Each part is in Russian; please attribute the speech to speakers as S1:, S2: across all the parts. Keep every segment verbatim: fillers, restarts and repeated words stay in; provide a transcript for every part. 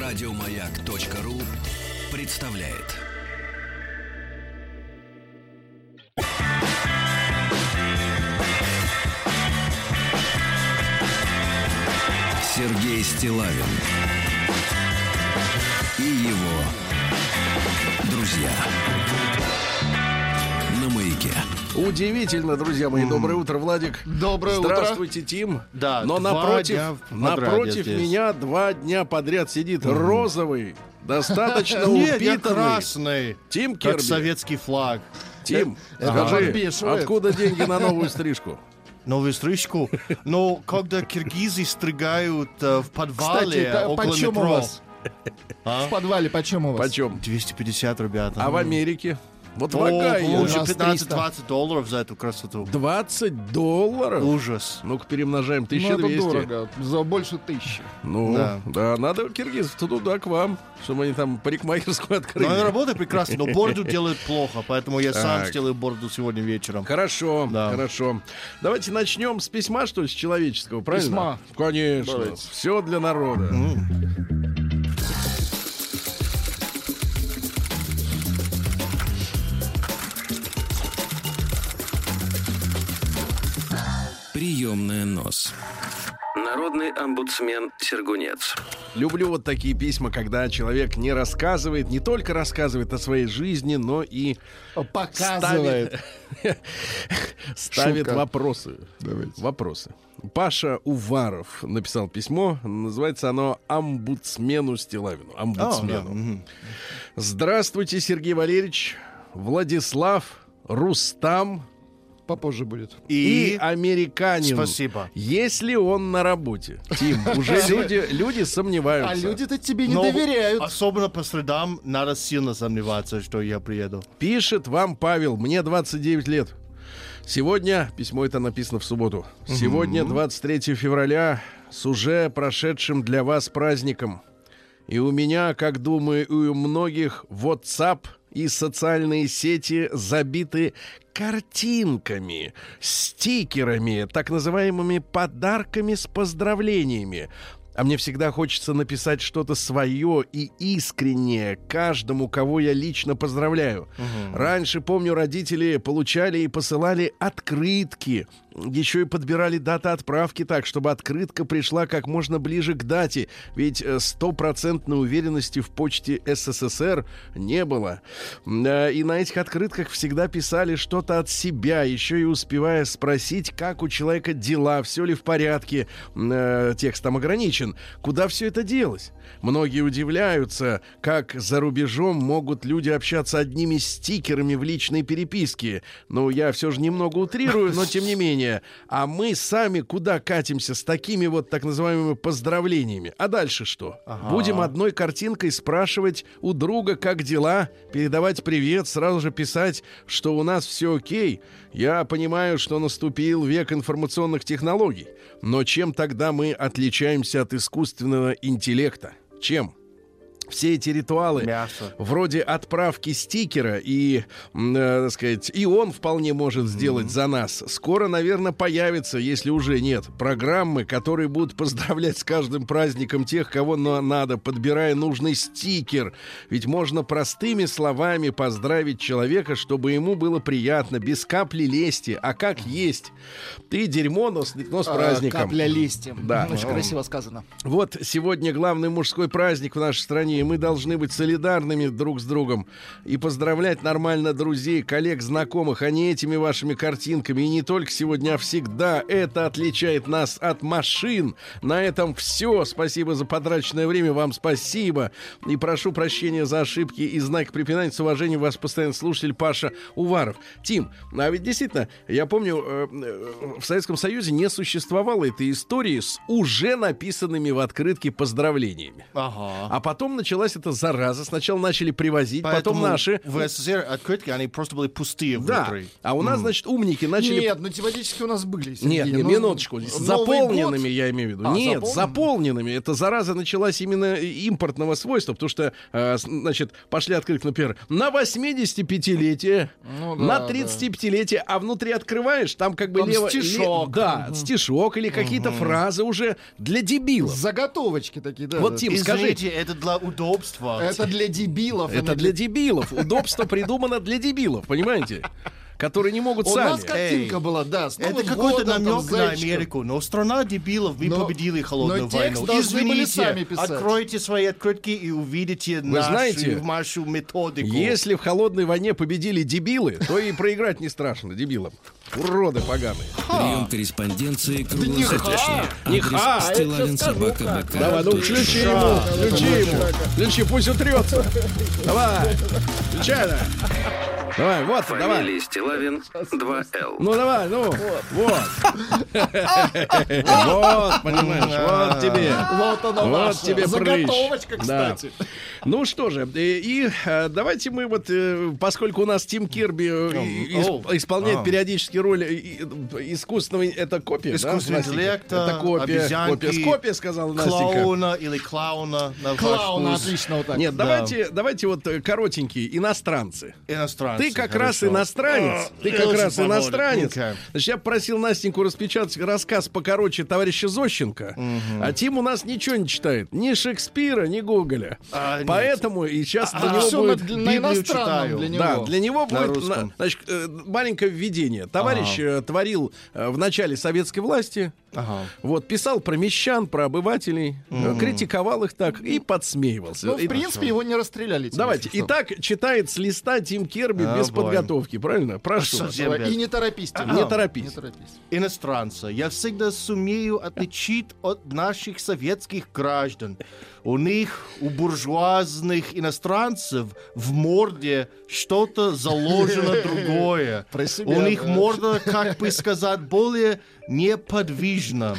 S1: Радиомаяк.ру представляет. Сергей Стиллавин и его друзья на Маяке.
S2: Удивительно, друзья мои. Доброе утро, Владик.
S3: Доброе
S2: Здравствуйте,
S3: утро.
S2: Тим.
S3: Да,
S2: но
S3: два
S2: напротив,
S3: дня
S2: напротив
S3: здесь.
S2: меня два дня подряд сидит mm. розовый, достаточно
S3: Нет, я
S2: упитанный
S3: красный,
S2: Тим Керби.
S3: как советский флаг.
S2: Тим,
S3: Это
S2: скажи,
S3: подбешивает.
S2: откуда деньги на новую стрижку?
S3: Новую стрижку? Но когда киргизы стригают э, в подвале
S4: Кстати,
S3: около
S4: почем
S3: метро.
S4: у вас?
S3: А?
S4: В подвале почем у вас?
S2: Почем?
S3: двести пятьдесят, ребята.
S2: А в Америке? Вот
S3: О,
S2: врага я.
S3: лучше
S4: У нас
S3: пятнадцать-двадцать долларов за эту красоту.
S2: двадцать долларов?
S3: Ужас.
S2: Ну-ка перемножаем
S4: Ну,
S2: тысяча
S4: это
S2: двести.
S4: дорого, за больше тысячи.
S2: Ну, да.
S3: Да.
S2: надо киргизов туда к вам, чтобы они там парикмахерскую открыли.
S3: Но она работает прекрасно, но бороду делает плохо, поэтому я сам
S2: Так.
S3: сделаю бороду сегодня вечером.
S2: Хорошо,
S3: Да.
S2: хорошо. Давайте начнем с письма, что ли, с человеческого, правильно?
S4: Письма.
S2: Конечно.
S4: Давайте.
S2: Все для народа.
S1: Приемная нос. Народный омбудсмен Сергунец.
S2: Люблю вот такие письма, когда человек не рассказывает, не только рассказывает о своей жизни, но и
S4: Показывает.
S2: ставит, ставит
S4: Шутка.
S2: вопросы.
S4: Давайте.
S2: Вопросы. Паша Уваров написал письмо. Называется оно «Омбудсмену Стиллавину».
S3: О,
S2: Омбудсмену.
S3: да, мгм.
S2: Здравствуйте, Сергей Валерьевич, Владислав, Рустам
S4: Попозже будет.
S2: и,
S3: И
S2: американин.
S3: спасибо.
S2: Если он на работе. Тим, уже люди, люди сомневаются.
S4: А люди-то тебе не
S3: Но
S4: доверяют.
S3: особенно по средам надо сильно сомневаться, что я приеду.
S2: Пишет вам Павел, мне двадцать девять лет. Сегодня, письмо это написано в субботу, сегодня, двадцать третьего февраля, с уже прошедшим для вас праздником. И у меня, как думаю, и у многих, WhatsApp и социальные сети забиты картинками, стикерами, так называемыми подарками с поздравлениями. А мне всегда хочется написать что-то свое и искреннее каждому, кого я лично поздравляю. Угу. Раньше, помню, родители получали и посылали открытки. Еще и подбирали даты отправки так, чтобы открытка пришла как можно ближе к дате. Ведь стопроцентной уверенности в почте СССР не было. И на этих открытках всегда писали что-то от себя, еще и успевая спросить, как у человека дела, все ли в порядке. Текстом ограничен. Куда все это делось? Многие удивляются, как за рубежом могут люди общаться одними стикерами в личной переписке. Ну, я все же немного утрирую, но тем не менее. А мы сами куда катимся с такими вот так называемыми поздравлениями? А дальше что? Ага. Будем одной картинкой спрашивать у друга, как дела, передавать привет, сразу же писать, что у нас все окей. Я понимаю, что наступил век информационных технологий. Но чем тогда мы отличаемся от искусственного интеллекта? Чем? Все эти ритуалы,
S3: Мясо.
S2: вроде отправки стикера, и, э, так сказать, и он вполне может сделать mm-hmm. за нас. Скоро, наверное, появятся, если уже нет, программы, которые будут поздравлять с каждым праздником тех, кого на- надо, подбирая нужный стикер. Ведь можно простыми словами поздравить человека, чтобы ему было приятно, без капли лести. А как есть? Ты дерьмо, но с, но с праздником.
S4: А, капля листья.
S2: Да.
S4: Очень красиво сказано.
S2: Вот сегодня главный мужской праздник в нашей стране, и мы должны быть солидарными друг с другом и поздравлять нормально друзей, коллег, знакомых, а не этими вашими картинками. И не только сегодня, а всегда. Это отличает нас от машин. На этом все. Спасибо за потраченное время. Вам спасибо. И прошу прощения за ошибки и знак препинания. С уважением, ваш постоянный слушатель Паша Уваров. Тим, а ведь действительно, я помню, в Советском Союзе не существовало этой истории с уже написанными в открытке поздравлениями.
S3: Ага.
S2: А потом начали началась эта зараза. Сначала начали привозить,
S3: Поэтому
S2: потом наши...
S3: в СССР открытки, они просто были пустые
S2: Да,
S3: внутри.
S2: а у нас, значит, умники начали...
S4: Нет, ну тематически у нас были. Сергей.
S2: Нет, не,
S4: Ну,
S2: минуточку. С
S4: Новый
S2: заполненными,
S4: год.
S2: я имею в виду.
S4: А,
S2: Нет,
S4: заполненными?
S2: с заполненными. Эта зараза началась именно импортного свойства, потому что, э, с- значит, пошли открытки, например, на восьмидесятипятилетие,
S4: Ну да,
S2: на
S4: да.
S2: тридцатипятилетие, а внутри открываешь, там как бы
S4: Там
S2: лево...
S4: стишок.
S2: ле- Да, стишок или какие-то фразы уже для дебилов.
S4: Заготовочки такие, да.
S2: Вот,
S4: да.
S2: Тим,
S3: Извините,
S2: скажи,
S3: это для удобства.
S4: Это для дебилов. а
S2: это
S4: не
S2: для дебилов. Удобство придумано для дебилов, понимаете? Которые не могут
S4: У
S2: сами.
S4: нас картинка
S3: Эй,
S4: была, да. с
S3: Это
S4: Новым
S3: какой-то
S4: годом, там,
S3: намек
S4: с
S3: на
S4: зайчиком.
S3: Америку. Но страна дебилов, мы
S4: Но-
S3: победили холодную
S4: но текст
S3: войну.
S4: должны были
S3: Извините,
S4: сами писать.
S3: откройте свои открытки и увидите нашу,
S2: знаете,
S3: нашу методику.
S2: Если в холодной войне победили дебилы, то и проиграть не страшно дебилам. Уроды поганые.
S1: Прием корреспонденции круглосуточно.
S2: Не
S1: Адрес
S2: ха.
S1: Стилавин собака БК.
S2: Давай, ну включи ему, включи ему. Включи, пусть утрется. Давай, включай, да. Давай, вот, давай.
S1: Фамилия Стилавин два эл.
S2: Ну давай, ну, вот. Вот, понимаешь, вот тебе.
S4: Вот она
S2: Вот
S4: наша.
S2: тебе прыщ.
S4: Заготовочка,
S2: Да.
S4: кстати.
S2: Ну что же, и, и, э, давайте мы вот, э, поскольку у нас Тим Кирби э, и-
S3: О,
S2: исп- исполняет
S3: а.
S2: периодически роль э, и- э, искусственного, это копия,
S3: Искусственного
S2: да, Настенька?
S3: интеллекта,
S2: Это копия,
S3: обезьянки,
S2: копия, с копия, сказала Настенька.
S3: клоуна или клауна на ваш
S4: Клауна,
S3: вкус.
S4: отлично, вот так.
S2: Нет,
S3: Да.
S2: давайте, давайте вот э, коротенькие, иностранцы.
S3: Иностранцы.
S2: Ты как раз
S3: хорошо.
S2: иностранец. Ты
S3: Я
S2: как
S3: очень
S2: раз
S3: свободен.
S2: иностранец.
S3: Окей.
S2: Значит, я просил Настеньку распечатать рассказ покороче товарища Зощенко. А Тим у нас ничего не читает. Ни Шекспира, ни Гоголя.
S3: А, нет.
S2: Поэтому и сейчас
S3: А,
S2: для
S3: а
S2: него
S4: Всё на,
S2: будет...
S4: на
S3: Библию
S4: иностранном
S3: читаю.
S4: для него.
S2: Да, для него
S3: На
S2: будет
S3: русском.
S2: на- значит, э, маленькое введение. Товарищ э, творил э, в начале советской власти,
S3: Ага.
S2: вот, писал про мещан, про обывателей, э, критиковал их так и подсмеивался.
S4: Ну, в
S2: И-
S4: принципе, его не расстреляли. тебе,
S2: Давайте.
S4: если что.
S2: Итак, читает с листа Тим Керби
S3: А,
S2: без
S3: бой.
S2: подготовки, правильно? Прошу.
S3: Совсем
S4: Давай,
S3: без.
S4: И не торопись, Тим.
S2: Не торопись.
S4: Не торопись.
S3: Иностранца. Я всегда сумею отличить от наших советских граждан. У них, у буржуазных иностранцев, в морде что-то заложено другое.
S4: Про себя,
S3: У них
S4: да.
S3: морда, как бы сказать, более неподвижна.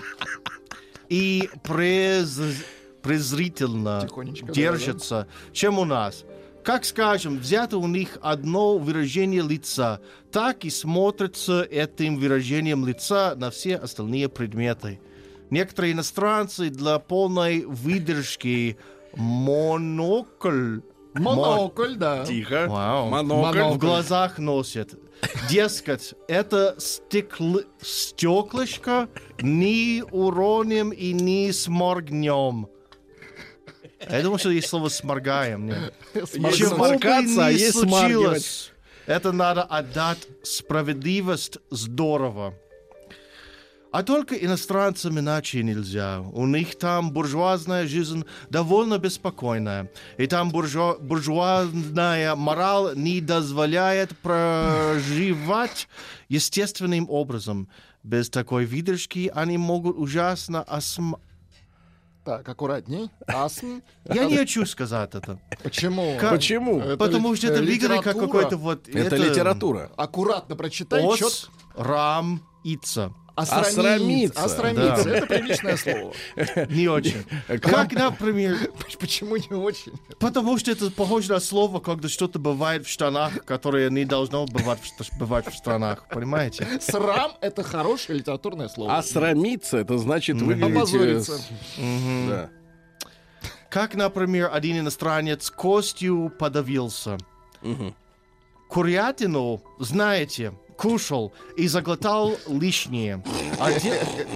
S3: И през- презрительно
S4: Тихонечко, да,
S3: держатся, чем у нас. Как скажем, взято у них одно выражение лица, так и смотрится этим выражением лица на все остальные предметы. Некоторые иностранцы для полной выдержки монокль
S4: Монокль, да.
S2: Тихо.
S3: Вау.
S2: Монокль.
S3: в глазах носят. Дескать, это стекл... стеклышко не уроним и не сморгнем. Я думаю, что есть слово «сморгаем». Нет.
S2: Есть
S3: Чего бы
S2: сморкаться, а
S3: ни
S2: есть
S3: случилось,
S2: смаргивать.
S3: это надо отдать справедливость здорово. А только иностранцам иначе нельзя. У них там буржуазная жизнь довольно беспокойная. И там буржуа- буржуазная мораль не дозволяет проживать естественным образом. Без такой выдержки они могут ужасно осм...
S4: Так, аккуратней. Асм.
S3: Я не хочу сказать это.
S4: Почему?
S3: Как-
S2: Почему?
S4: Это
S3: Потому
S4: ведь,
S3: что это
S4: э,
S3: выглядит как
S4: литература.
S3: какой-то вот...
S2: Это литература.
S4: Аккуратно прочитай.
S3: Ос,
S4: чёт-
S3: рам, ица.
S2: Осрамиться.
S4: Осрамиться.
S3: Да.
S4: Это приличное слово.
S3: Не очень. Как, например...
S4: Почему не очень?
S3: Потому что это похоже на слово, когда что-то бывает в штанах, которое не должно бывать в, шт- бывать в штанах. Понимаете?
S4: Срам — это хорошее литературное слово.
S2: А срамиться, это значит выглядеть... э,
S4: Опозориться.
S2: с- Да.
S3: Как, например, один иностранец костью подавился. Курятину, знаете, кушал и заглотал лишнее. А де-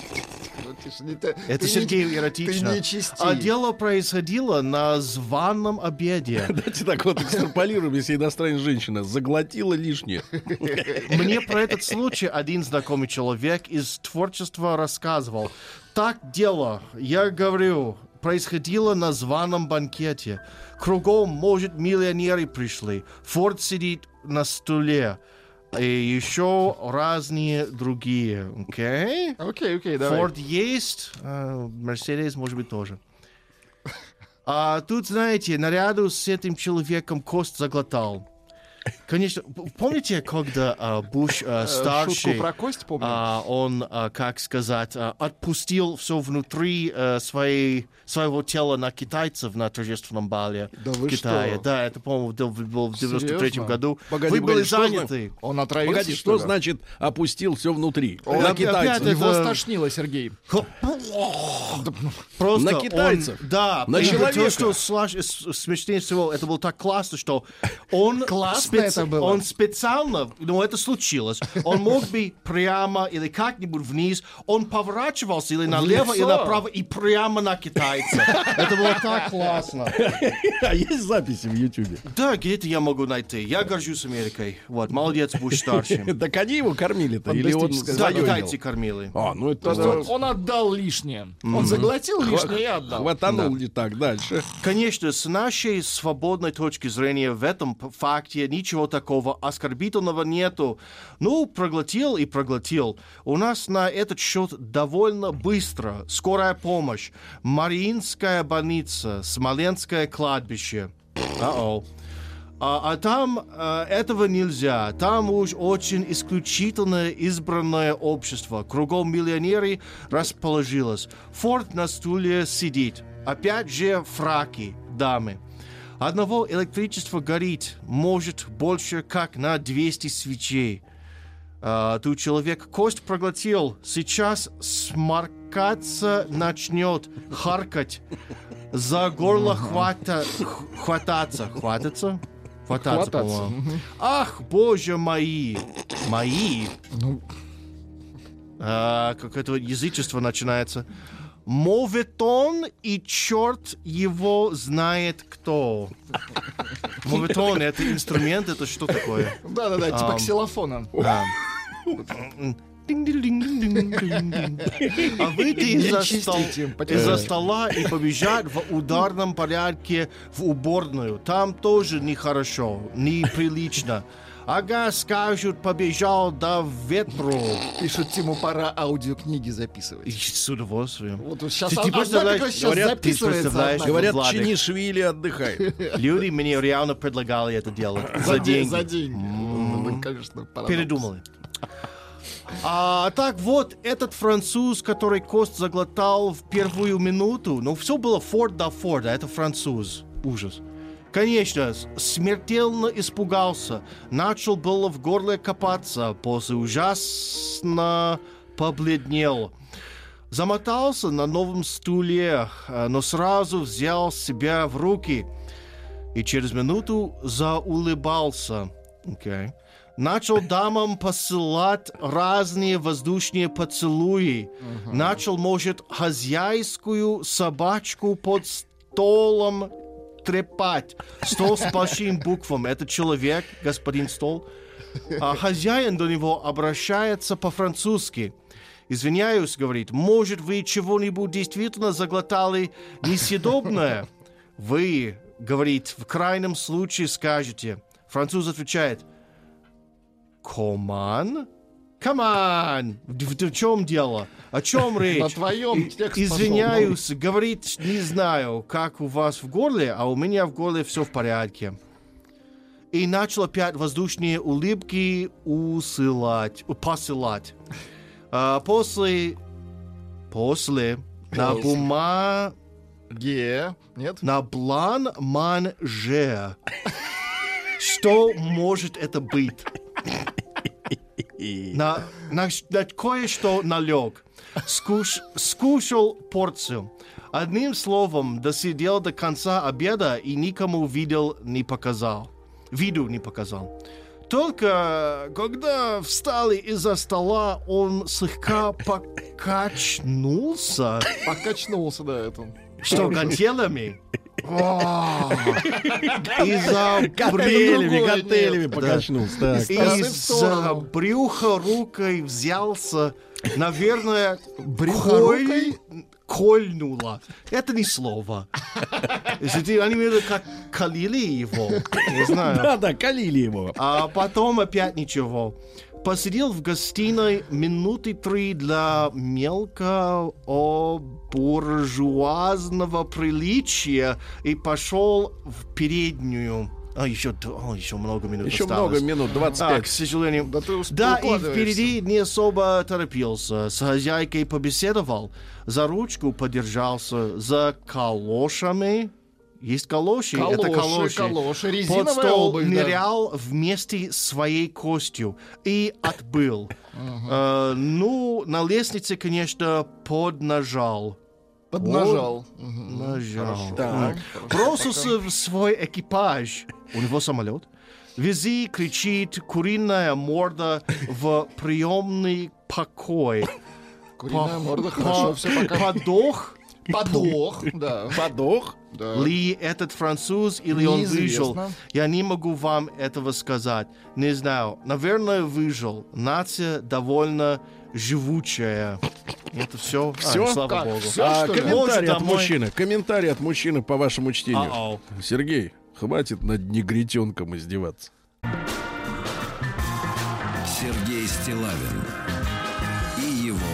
S3: Это Сергею эротично.
S4: Ты не чисти.
S3: А дело происходило на званом обеде.
S2: Давайте так вот экстраполируем, если иностранная женщина заглотила лишнее.
S3: Мне про этот случай один знакомый человек из творчества рассказывал. Так дело, я говорю, происходило на званом банкете. Кругом, может, миллионеры пришли. Форд сидит на стуле. И еще разные другие. Окей?
S4: Окей, окей, давай.
S3: Форд есть, а Мерседес, может быть, тоже. А тут, знаете, наряду с этим человеком кость заглотал. Конечно, помните, когда а, Буш а, старший,
S4: Шутку про кость помню?
S3: а, он, а, как сказать, а, отпустил все внутри а, своей, своего тела на китайцев на торжественном бале
S4: Да
S3: в
S4: вы
S3: Китае.
S4: что?
S3: Да, это, по-моему, был был в девяносто третьем
S4: Серьезно?
S3: году.
S2: Погоди,
S3: Вы были
S2: погоди, что
S3: заняты.
S4: Он отравился,
S2: Погоди,
S4: что
S2: что
S4: ли?
S2: значит опустил все внутри?
S3: Он
S2: На
S3: опять
S2: китайцев.
S3: это-
S4: Его стошнило, Сергей.
S3: Просто
S2: На китайцев?
S3: он- да,
S2: На
S3: и
S2: человека?
S3: то, что слаж- с- смешнее всего, это было так классно, что он,
S4: Классно это было?
S3: он специально, ну это случилось, он мог бы прямо или как-нибудь вниз, он поворачивался или налево, или
S4: лицо?
S3: направо, и прямо на китайца. Это было так классно.
S2: А есть записи в Ютубе?
S3: Да, где-то я могу найти. Я горжусь Америкой. Вот, молодец, Буш старший.
S2: Так они его кормили-то? Или он
S4: Фантастическое.
S3: Да,
S2: свое
S3: китайцы
S2: ел?
S3: кормили.
S2: А, ну это
S4: То есть
S2: тогда
S4: он, он отдал лишнее. Он заглотил лишнее и отдал.
S2: хватанул не так. Дальше.
S3: Конечно, с нашей свободной точки зрения в этом п- факте ничего такого оскорбительного нету. Ну, проглотил и проглотил. У нас на этот счет довольно быстро. Скорая помощь, Мариинская больница, Смоленское кладбище. А-о. А, а там а, этого нельзя. Там уж очень исключительное избранное общество. Кругом миллионеры расположилось. Форд на стуле сидит. Опять же фраки, дамы. Одного электричества горит, может, больше как на двести свечей. А, тут человек кость проглотил, сейчас сморкаться начнет, харкать, за горло хвата, х- хвататься. Хвататься? Хвататься,
S4: Хвататься.
S3: по-моему. Ах, боже мои! Мои?
S4: Ну.
S3: А, какое-то язычество начинается. Моветон, и черт его знает кто. Моветон — это инструмент, это что такое?
S4: Да-да-да, типа
S3: Ам.
S4: ксилофона.
S3: Да. Динг-динг-динг-динг-динг-динг. А выйти из-за
S4: Не
S3: стол-
S4: чистите им, потом.
S3: из-за стола и побежать в ударном порядке в уборную. Там тоже нехорошо, неприлично. Ага, скажут, побежал до ветру.
S4: Пишут, Тиму, пора аудиокниги
S3: И
S4: записывать.
S3: с удовольствием.
S4: Вот сейчас
S3: Ты-
S4: одна
S3: ты представляешь,
S4: как раз сейчас
S3: говорят, ты
S4: записывается.
S3: представляешь,
S4: одна.
S2: Говорят,
S3: Владик.
S2: Чинишвили отдыхает.
S3: Люди мне реально предлагали это делать.
S4: За,
S3: За
S4: день-
S3: деньги.
S4: За деньги. Ну, вы, конечно, парадокс.
S3: Передумали. А так вот, этот француз, который кость заглотал в первую минуту, ну, все было Форд до Форда, это француз. Ужас. Конечно, с- смертельно испугался. Начал было в горле копаться, после ужасно побледнел. Замотался на новом стуле, а, но сразу взял себя в руки и через минуту заулыбался. Окей. Начал дамам посылать разные воздушные поцелуи. Начал, может, хозяйскую собачку под столом трепать. Стол с большим буквом. Это человек, господин стол. А хозяин до него обращается по-французски. Извиняюсь, говорит, может, вы чего-нибудь действительно заглотали несъедобное? Вы, говорит, в крайнем случае скажете. Француз отвечает, Коман? Каман! В, в- в чем дело? О чем речь?
S4: На твоем
S3: И-
S4: текст
S3: Извиняюсь, говорит, не знаю, как у вас в горле, а у меня в горле все в порядке. И начал опять воздушные улыбки усылать, у- посылать. А после, после, на
S4: После.
S3: бума,
S4: Ге. Нет?
S3: на блан-манже. Что может это быть? На, на, на кое-что налег. Скуш, скушал порцию. Одним словом, досидел до конца обеда и никому видел не показал. Виду не показал. Только когда встали из-за стола, он слегка покачнулся.
S4: Покачнулся, да, это.
S3: Что, гантелями? Из-за
S2: Котелями,
S4: другое
S2: котелями
S4: нет.
S2: покачнулся. Так.
S4: стороны в
S3: Из-за
S4: сторону.
S3: брюха рукой взялся, наверное,
S4: Брюхо
S3: коль-
S4: рукой?
S3: кольнуло. Это не слово. Если ты- Они именно как калили его. Не знаю.
S2: Да-да, калили его.
S3: А потом опять ничего. Посидел в гостиной минуты три для мелкого буржуазного приличия и пошел в переднюю. А, еще, о, еще много минут
S2: Еще
S3: осталось.
S2: много минут, двадцать
S3: А,
S2: пять.
S3: к сожалению.
S4: Да ты усп-
S3: Да, и
S4: укладываешься.
S3: впереди не особо торопился. С хозяйкой побеседовал, за ручку подержался, за калошами. Есть калоши?
S4: Калоши,
S3: Это калоши.
S4: калоши,
S3: Под
S4: резиновая
S3: стол
S4: обувь, да.
S3: нырял вместе с своей костью и отбыл. Э, Ну, на лестнице, конечно, поднажал.
S4: Поднажал. Мгм.
S3: Нажал.
S2: Так.
S3: Бросился в свой экипаж. У него самолет. Вези, кричит, куриная морда в приемный покой.
S4: Куриная
S3: По-
S4: морда,
S3: по-
S4: хорошо, все пока.
S3: Подох
S4: Подох, да.
S2: Подох.
S4: да.
S3: ли этот француз или он выжил?
S4: Неизвестно.
S3: Я не могу вам этого сказать. Не знаю. Наверное, выжил. Нация довольно живучая. Это все?
S2: Всё?
S3: слава
S4: Как,
S3: богу.
S4: всё?
S2: А
S4: что ли?
S2: комментарий
S3: Может,
S2: от
S3: домой?
S2: мужчины. Комментарий от мужчины по вашему чтению.
S3: А-ау.
S2: Сергей, хватит над негритенком издеваться.
S1: Сергей Стиллавин и его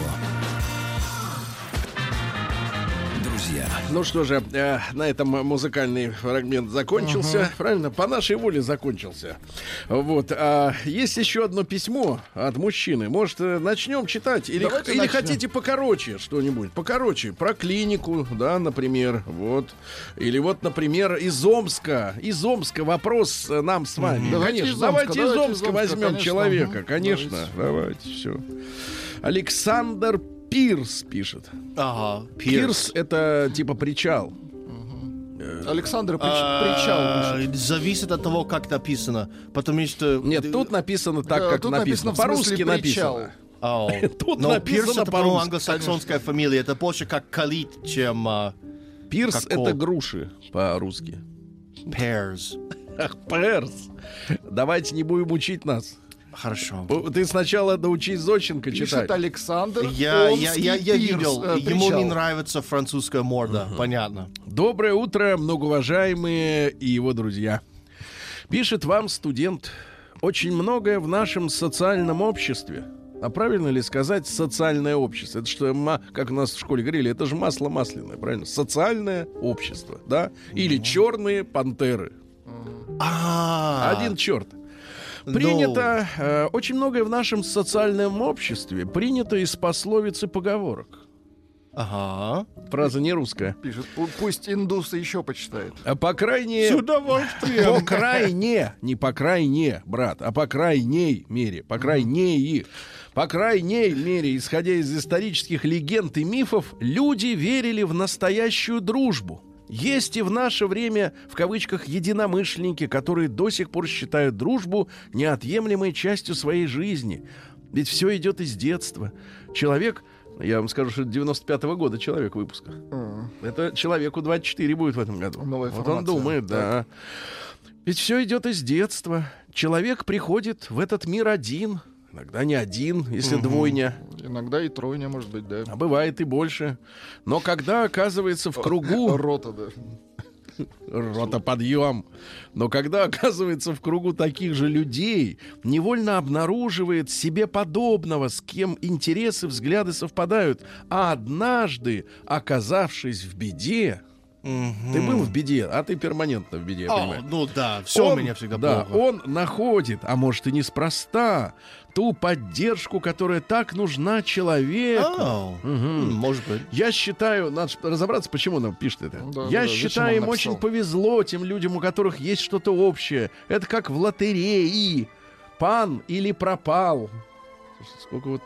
S1: друзья.
S2: Ну что же, э, на этом музыкальный фрагмент закончился. Правильно? По нашей воле закончился. Вот. А есть еще одно письмо от мужчины. Может, э, начнем читать? Или,
S4: Давайте
S2: или
S4: начнем.
S2: хотите покороче что-нибудь? Покороче. Про клинику, да, например. Вот. Или вот, например, из Омска. Из Омска вопрос э, нам с вами.
S4: Давайте
S2: Конечно.
S4: из Омска,
S2: Давайте из
S4: давайте из
S2: Омска
S4: Омска,
S2: возьмем
S4: конечно.
S2: человека.
S4: Мгм.
S2: Конечно. Давайте, все. Александр Пирс пишет.
S3: Ага.
S2: Пирс — это типа причал.
S4: Александр прич-
S3: А,
S4: причал пишет.
S3: Зависит от того, как написано. Потому что...
S2: Нет, тут написано так,
S4: Да,
S2: как
S4: тут
S2: написано.
S4: написано в
S2: По-русски
S4: смысле причал.
S2: написано.
S3: Ау.
S2: Тут
S3: Но
S2: написано
S3: Пирс это,
S2: по-русски.
S3: по-моему, англосаксонская фамилия. Это больше как Калит, чем а,
S2: Пирс —
S3: Каков?
S2: это груши по-русски.
S3: Pears.
S2: Ах, Пирс. Давайте не будем учить нас.
S3: Хорошо.
S2: Ты сначала научись Зощенко
S4: Пишет
S2: читать.
S4: Александр.
S3: Я, я, я, я
S4: Омский
S3: видел,
S4: Пирс, э,
S3: ему
S4: причал.
S3: не нравится французская морда, понятно.
S2: Доброе утро, многоуважаемые и его друзья. Пишет вам студент. Очень многое в нашем социальном обществе. А правильно ли сказать социальное общество? Это что, ма- как у нас в школе говорили, это же масло масляное, правильно? Социальное общество, да? Или черные пантеры.
S3: А,
S2: Один черт. Принято, э, очень многое в нашем социальном обществе принято из пословиц и поговорок.
S3: Ага.
S2: Фраза не русская.
S4: Пишет, пу- пусть индусы еще почитает.
S2: А по крайней...
S3: С удовольствием.
S2: По крайне, не по крайне, брат, а по крайней мере, по крайней, по крайней мере, исходя из исторических легенд и мифов, люди верили в настоящую дружбу. Есть и в наше время, в кавычках, единомышленники, которые до сих пор считают дружбу неотъемлемой частью своей жизни. Ведь все идет из детства. Человек, я вам скажу, что девяносто пятого года человек выпуска. Это человеку двадцать четыре будет в этом году.
S4: Новая
S2: вот он
S4: информация.
S2: думает, да. Ведь все идет из детства. Человек приходит в этот мир один. Иногда не один, если двойня.
S4: Иногда и тройня, может быть, да.
S2: А бывает и больше. Но когда оказывается в кругу...
S4: Рота, да.
S2: Ротоподъем. Но когда оказывается в кругу таких же людей, невольно обнаруживает себе подобного, с кем интересы, взгляды совпадают. А однажды, оказавшись в беде... Ты был в беде, а ты перманентно в беде, я
S3: О,
S2: понимаю.
S3: ну да, все у
S2: Он-
S3: меня всегда
S2: да,
S3: плохо.
S2: он находит, а может и неспроста, ту поддержку, которая так нужна человеку.
S3: Ау.
S2: Мгм.
S3: М, Может быть.
S2: Я считаю, надо ж разобраться, почему он пишет это.
S4: Да,
S2: Я
S4: да, зачем
S2: считаю,
S4: он
S2: им
S4: написал?
S2: очень повезло тем людям, у которых есть что-то общее. Это как в лотерее. Пан или пропал. Сколько вот...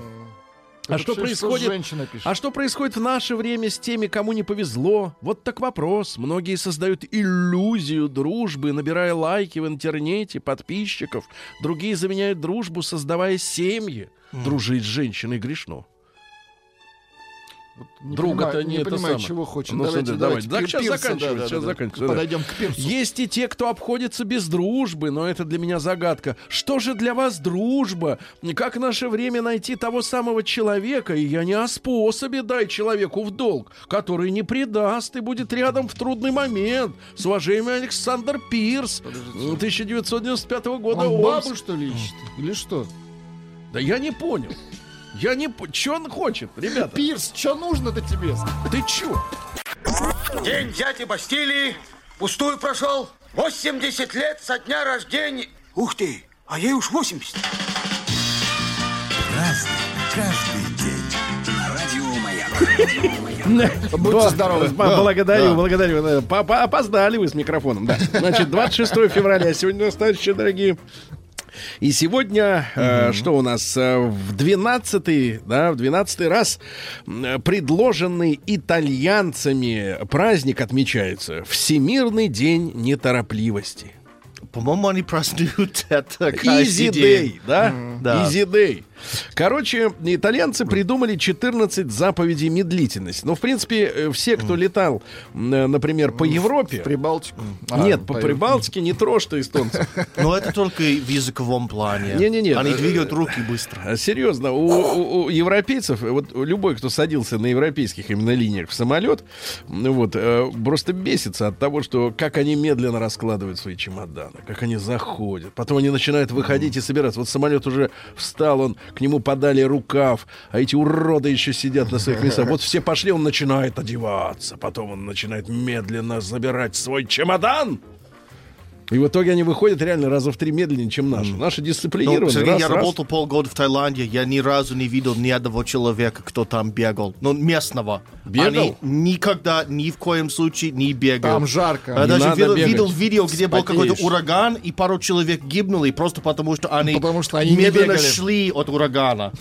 S2: А
S4: Это
S2: что
S4: всё,
S2: происходит?
S4: женщина пишет.
S2: А что происходит в наше время с теми, кому не повезло? Вот так вопрос. Многие создают иллюзию дружбы, набирая лайки в интернете, подписчиков. Другие заменяют дружбу, создавая семьи. Дружить с женщиной грешно.
S4: Не
S2: Друга-то
S4: понимаю,
S2: не
S4: не
S2: это
S4: понимаю,
S2: самое.
S4: чего хочет.
S2: Ну,
S4: давайте,
S2: смотри,
S4: давайте.
S2: давайте. Так,
S4: Пир-
S2: сейчас
S4: пирса,
S2: заканчивать,
S4: да, да,
S2: сейчас
S4: да.
S2: заканчивать, да.
S4: Подойдем к пирсу.
S2: Есть и те, кто обходится без дружбы, но это для меня загадка. Что же для вас дружба? Как в наше время найти того самого человека? И я не о способе дай человеку в долг, который не предаст и будет рядом в трудный момент. С уважением, Александр Пирс,
S4: Подождите.
S2: тысяча девятьсот девяносто пятого года.
S4: Он
S2: Омск.
S4: бабу, что ли, ищет? Или что?
S2: Да я не понял. Я не понял. Что он хочет, ребята?
S4: Пирс, что нужно-то тебе?
S2: Ты чё?
S5: День дяди Бастилии Пустую прошел. восемьдесят лет со дня рождения.
S6: Ух ты, а ей уж восемьдесят.
S1: Разный, каждый день. Радио Маяк.
S4: Будьте здоровы.
S2: Благодарю, благодарю. Папа, опоздали вы с микрофоном. Да. Значит, двадцать шестого февраля сегодня у нас, товарищи дорогие. И сегодня, э, что у нас, э, в двенадцатый, да, в двенадцатый раз э, предложенный итальянцами праздник отмечается. Всемирный день неторопливости.
S3: По-моему, они празднуют это
S2: Easy Day, да?
S3: Да.
S2: Easy Day. Короче, итальянцы придумали четырнадцать заповедей медлительности. Ну, в принципе, э, все, кто летал, э, например, по Европе...
S4: Прибалтику?
S2: Нет,
S4: А,
S2: по
S4: по-
S2: Прибалтике не трожь что эстонцев.
S3: Но это только в языковом плане.
S2: Не-не-не.
S3: Они двигают руки быстро.
S2: А, Серьезно, у, у- у европейцев, вот любой, кто садился на европейских именно линиях в самолет, ну вот, э, просто бесится от того, что как они медленно раскладывают свои чемоданы, как они заходят. Потом они начинают выходить и собираться. Вот самолет уже встал, он, к нему подали рукав, а эти уроды еще сидят на своих местах. Вот все пошли, он начинает одеваться. Потом он начинает медленно забирать свой чемодан. И в итоге они выходят реально раза в три медленнее, чем наши. Наши
S3: Ну,
S2: дисциплинированы.
S3: Сергей,
S2: раз,
S3: я
S2: раз.
S3: работал полгода в Таиланде, я ни разу не видел ни одного человека, кто там бегал. Ну, местного.
S2: Бегал?
S3: Они никогда, ни в коем случае не бегают.
S4: Там жарко.
S3: Я
S2: Не
S3: даже
S2: надо
S3: видел,
S2: бегать.
S3: видел видео, где был
S2: Вспотеешь.
S3: какой-то ураган, и пару человек гибнули, просто потому что они,
S4: Потому что они не
S3: медленно
S4: бегали.
S3: шли от урагана.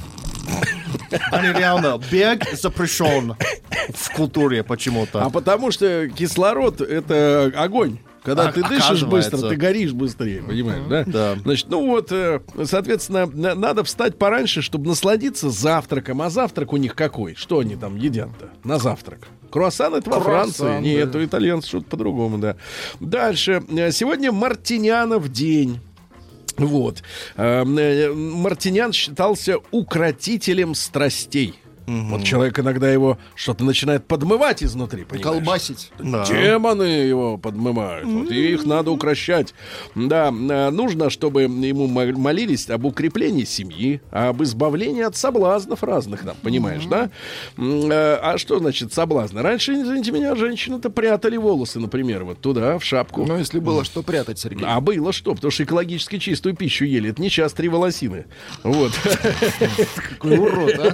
S3: Они реально, бег запрещен в культуре почему-то.
S2: А потому что кислород — это огонь. Когда
S3: А-
S2: ты дышишь
S3: оказывается.
S2: быстро, ты горишь быстрее, понимаешь, да?
S3: Да.
S2: Значит, ну вот, э, соответственно, на- надо встать пораньше, чтобы насладиться завтраком. А завтрак у них какой? Что они там едят-то на завтрак? Круассан — это во
S4: Круассан,
S2: Франции. Нет,
S4: да.
S2: у итальянцев что-то по-другому, да. Дальше. Э, Сегодня Мартинянов день. Вот. Э, э, Мартинян считался укротителем страстей. Вот человек иногда его что-то начинает подмывать изнутри, понимаешь?
S4: Колбасить.
S3: Да.
S2: Демоны его подмывают. Вот, и их надо укращать. Да, э, нужно, чтобы ему мо- молились об укреплении семьи, об избавлении от соблазнов разных, там, понимаешь, да? М, э, А что значит соблазны? Раньше, извините меня, женщины-то прятали волосы, например, вот туда, в шапку.
S4: Ну, если было что прятать, Сергей.
S2: А было что? Потому что экологически чистую пищу ели. Это не сейчас три волосины. Вот.
S4: Какой урод, а?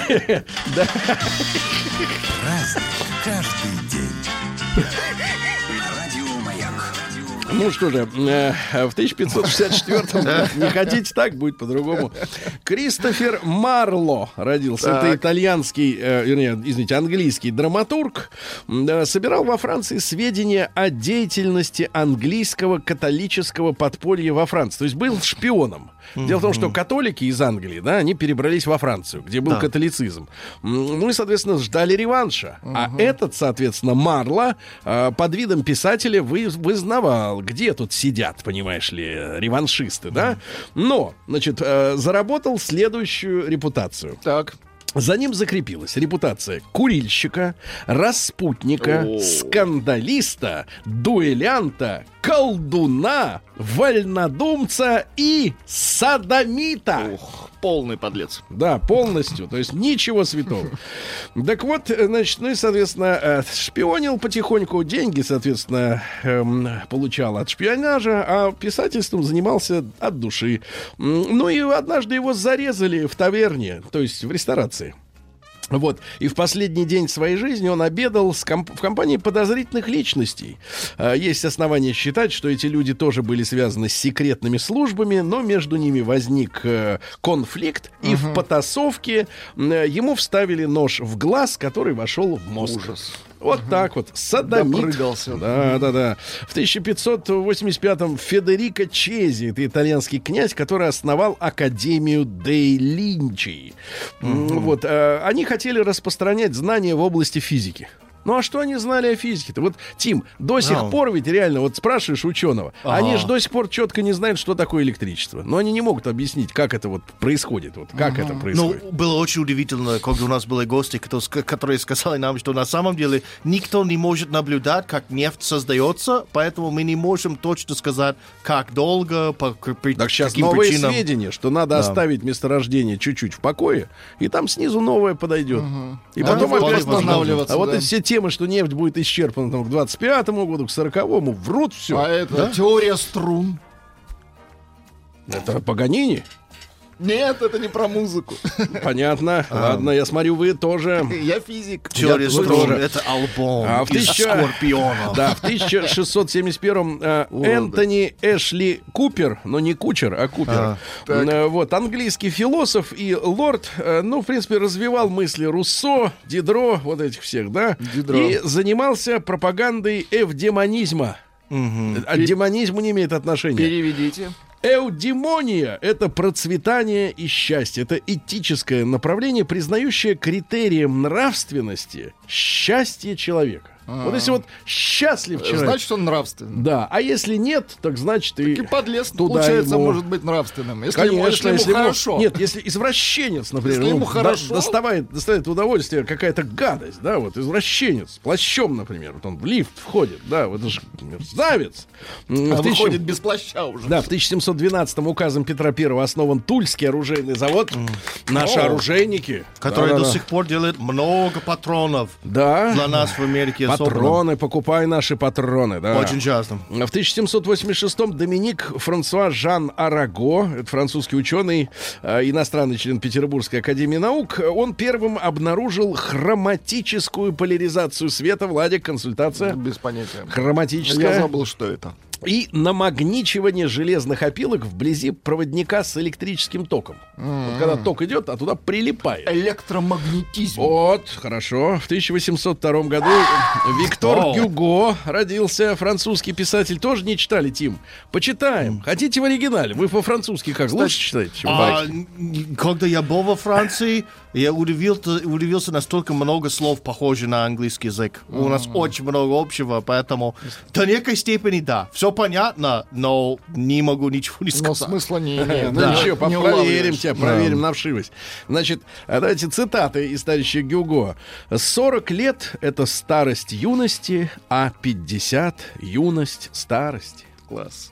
S1: Разный, каждый день. Радио Маяк.
S2: Ну что же, э, в тысяча пятьсот шестьдесят четвёртом, не хотите так, будет по-другому. Кристофер Марло родился. Это итальянский, э, вернее, извините, английский драматург. М, собирал во Франции сведения о деятельности английского католического подполья во Франции. То есть был шпионом. Дело в том, что католики из Англии, да, они перебрались во Францию, где был
S3: Да.
S2: католицизм. М, Ну и, соответственно, ждали реванша. А этот, соответственно, Марло э, под видом писателя вы- вызнавал, где тут сидят, понимаешь ли, реваншисты, да? Но, значит, э, заработал следующую репутацию.
S4: Так.
S2: За ним закрепилась репутация курильщика, распутника, скандалиста, дуэлянта, колдуна, вольнодумца и садомита.
S3: Ух, полный подлец.
S2: Да, полностью. То есть ничего святого. Так вот, э, значит, ну и, соответственно, э, шпионил потихоньку, деньги, соответственно, эм, получал от шпионажа, а писательством занимался от души. М, Ну и однажды его зарезали в таверне, то есть в ресторации. Вот. И в последний день своей жизни он обедал с комп- в компании подозрительных личностей. А, Есть основания считать, что эти люди тоже были связаны с секретными службами, но между ними возник э, конфликт, и в потасовке э, ему вставили нож в глаз, который вошел в мозг.
S4: Ужас.
S2: Вот так вот. Садомит.
S4: Допрыгался.
S2: Да, да, да. В тысяча пятьсот восемьдесят пятом Федерико Чези, это итальянский князь, который основал Академию дей Линчи. М, Вот, э, они хотели распространять знания в области физики. Ну а что они знали о физике-то? Вот, Тим, до сих
S3: Ау.
S2: пор ведь реально, вот спрашиваешь ученого,
S3: Ага.
S2: они же до сих пор четко не знают, что такое электричество. Но они не могут объяснить, как это вот происходит, вот как это
S3: Ну,
S2: происходит.
S3: было очень удивительно, когда у нас были гости, кто- ск- которые сказали нам, что на самом деле никто не может наблюдать, как нефть создается, поэтому мы не можем точно сказать, как долго, по к- при-
S2: Так сейчас
S3: каким
S2: новые
S3: причинам.
S2: сведения, что надо
S3: Да.
S2: оставить месторождение чуть-чуть в покое, и там снизу новое подойдет. И
S4: А
S2: потом
S4: не
S2: опять
S3: восстанавливаться,
S2: А вот
S4: да.
S2: эти все темы, что нефть будет исчерпана там, к двадцать пятому году, к сороковому, врут все.
S4: А это теория струн.
S2: Это Паганини?
S4: Нет, это не про музыку.
S2: Понятно. Ладно, я смотрю, вы тоже...
S4: Я физик.
S3: Теория
S2: Я
S3: струн
S2: тоже.
S3: — это альбом
S2: А в
S3: из
S2: тысяча-
S3: Скорпиона.
S2: Да, в тысяча шестьсот семьдесят первом э, Энтони Эшли Купер, но не Кучер, а Купер,
S3: А,
S2: э, вот, английский философ и лорд, э, ну, в принципе, развивал мысли Руссо, Дидро, вот этих всех, да,
S4: Дидро.
S2: и занимался пропагандой эвдемонизма. А к демонизму не имеет отношения.
S4: Переведите.
S2: Эудемония — это процветание и счастье. Это этическое направление, признающее критерием нравственности счастье человека.
S4: А.
S2: Вот если вот счастлив человек,
S4: Значит, он нравственный.
S2: да, а если нет, так значит и,
S4: И подлец,
S2: туда
S4: получается,
S2: ему-
S4: может быть нравственным. Если
S2: Конечно,
S4: ему, если ему
S2: если ему-
S4: хорошо.
S2: Нет, если извращенец, например,
S4: Если ему
S2: ну,
S4: хорошо.
S2: до- доставает, доставит удовольствие какая-то гадость, да, вот извращенец, с плащом, например, вот он в лифт входит, да, вот это же мерзавец. М,
S4: А
S2: в тысяча-
S4: выходит без плаща уже.
S2: Да, в тысяча семьсот двенадцатом указом Петра Первого основан Тульский оружейный завод. Наши
S4: О.
S2: оружейники.
S3: Который
S2: Да-да-да.
S3: до сих пор делает много патронов
S2: Да.
S3: для нас в Америке. особенно.
S2: Патроны, покупай наши патроны, да.
S3: Очень часто.
S2: В тысяча семьсот восемьдесят шестом Доминик Франсуа Жан Араго, это французский ученый, э, иностранный член Петербургской академии наук, он первым обнаружил хроматическую поляризацию света. Владик, консультация.
S4: Без понятия.
S2: Хроматическая.
S4: Я забыл, что это.
S2: И намагничивание железных опилок вблизи проводника с электрическим током. Вот когда ток идет, а туда прилипает.
S4: Электромагнетизм.
S2: Вот, хорошо. В тысяча восемьсот втором году Виктор
S3: О.
S2: Гюго родился, французский писатель. Тоже не читали, Тим? Почитаем. Хотите в оригинале? Вы по-французски как, лучше читаете, чем
S3: А,
S2: по-
S3: н- когда я был во Франции, я удивился, удивился, настолько много слов похожи на английский язык. У нас очень много общего, поэтому до некой степени да. Все понятно, но не могу ничего не
S4: Но
S3: сказать.
S4: смысла не имеет.
S2: Ну
S3: Да.
S2: ничего,
S4: Не
S2: проверим
S4: улавливаешь.
S2: тебя, проверим на вшивость. Значит, а давайте цитаты из товарища Гюго. сорок лет — это старость юности, а пятьдесят — юность старости.
S4: Класс.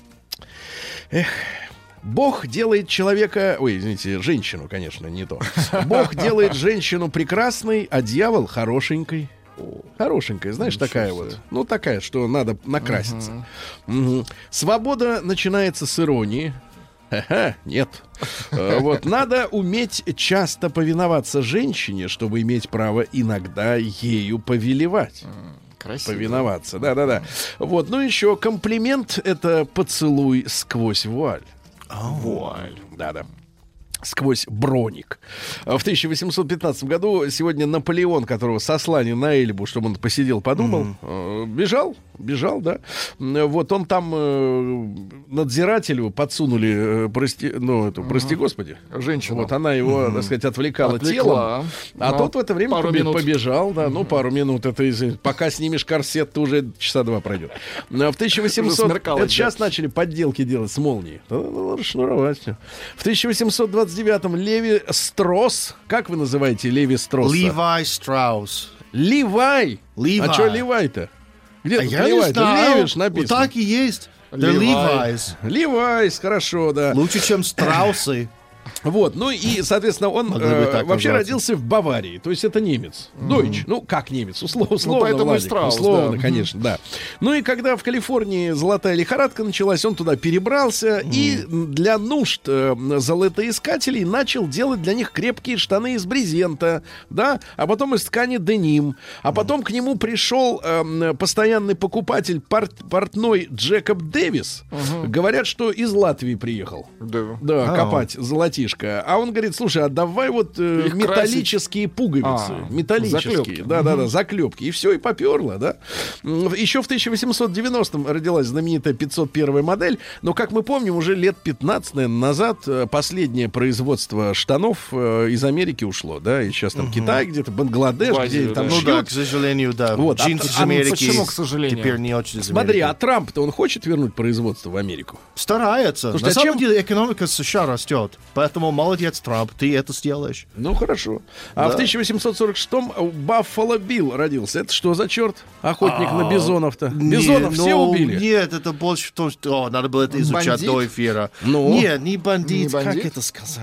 S2: Бог делает человека... Ой, извините, женщину, конечно, не то. Бог делает женщину прекрасной, а дьявол хорошенькой. Хорошенькая, знаешь, такая вот. Ну, такая, что надо накраситься. Мгм. Свобода начинается с иронии. Ха-ха, нет. Э, Вот, надо уметь часто повиноваться женщине, чтобы иметь право иногда ею повелевать.
S4: Красиво.
S2: Повиноваться, да-да-да. Вот, ну еще комплимент — это поцелуй сквозь вуаль. Вуаль, да-да. Сквозь броник. В тысяча восемьсот пятнадцатом году сегодня Наполеон, которого сослали на Эльбу, чтобы он посидел, подумал, э, бежал, бежал, да. Вот он там э, надзирателю подсунули, э, прости, ну, эту, прости господи.
S4: Женщину.
S2: Вот она его, так сказать, отвлекала
S4: Отвлекла.
S2: телом, а
S4: На
S2: тот в это время
S4: пару
S2: побе-
S4: минут.
S2: побежал, да, ну, пару минут, это извини, пока снимешь корсет, то уже часа два пройдет. В тысяча восемьсот...
S4: Уже смеркалось,
S2: Это
S4: да.
S2: сейчас начали подделки делать с молнией. Да, надо шнуровать всё. В тысяча восемьсот двадцать девятом Леви Стросс, как вы называете Леви Стросса?
S3: Левай Страус.
S2: Ливай.
S3: Ливай.
S2: А что Ливай-то? Где
S3: А
S2: тут
S3: я не
S2: Ливай-то?
S3: знаю.
S2: Левиш
S3: Вот
S2: написано.
S3: так и есть. The
S4: Левай.
S3: Levi's.
S2: Ливайс, хорошо, да.
S3: Лучше, чем страусы.
S2: Вот, ну и, соответственно, он
S3: Могло
S2: э,
S3: бы так
S2: вообще
S3: называться.
S2: родился в Баварии, то есть это немец, дойч, ну как немец, условно, условно,
S4: поэтому и
S2: Владик,
S4: Страус,
S2: условно,
S4: да.
S2: конечно, да. Ну и когда в Калифорнии золотая лихорадка началась, он туда перебрался и для нужд э, золотоискателей начал делать для них крепкие штаны из брезента, да, а потом из ткани деним, а потом к нему пришел э, постоянный покупатель порт- портной Джекоб Дэвис, говорят, что из Латвии приехал.
S4: Да.
S2: Да,
S3: А.
S2: копать золотишко. А он говорит, слушай, а давай вот э,
S4: Их
S2: металлические пуговицы.
S4: А,
S2: металлические.
S4: заклепки.
S2: Да-да-да, заклепки. И все, и поперло, да. М, Еще в тысяча восемьсот девяностом родилась знаменитая пятьсот первая модель. Но, как мы помним, уже лет пятнадцать, наверное, назад э, последнее производство штанов э, из Америки ушло, да. И сейчас там Китай где-то, Бангладеш,
S4: В Азию,
S2: где там
S4: да.
S3: Ну
S2: шьют.
S3: да, к сожалению, да.
S2: Вот, а-
S3: Джинсы из
S2: а
S3: Америки
S4: почему, к сожалению?
S3: теперь не очень из
S2: Смотри, а
S3: Америки.
S2: Трамп-то он хочет вернуть производство в Америку?
S3: Старается.
S2: Слушай,
S3: На
S2: а
S3: самом
S2: чем-
S3: деле экономика США растет. Поэтому молодец, Трамп, ты это сделаешь.
S2: Ну, хорошо. А
S3: Да.
S2: в тысяча восемьсот сорок шестом Баффало Билл родился. Это что за черт? Охотник на бизонов-то. Бизонов
S3: Не,
S2: все
S3: ну,
S2: убили.
S3: Нет, это больше в том, что... О, надо было это изучать
S4: Бандит?
S3: до эфира.
S2: Ну?
S3: Нет, не бандит.
S4: Не бандит?
S3: Как это сказать?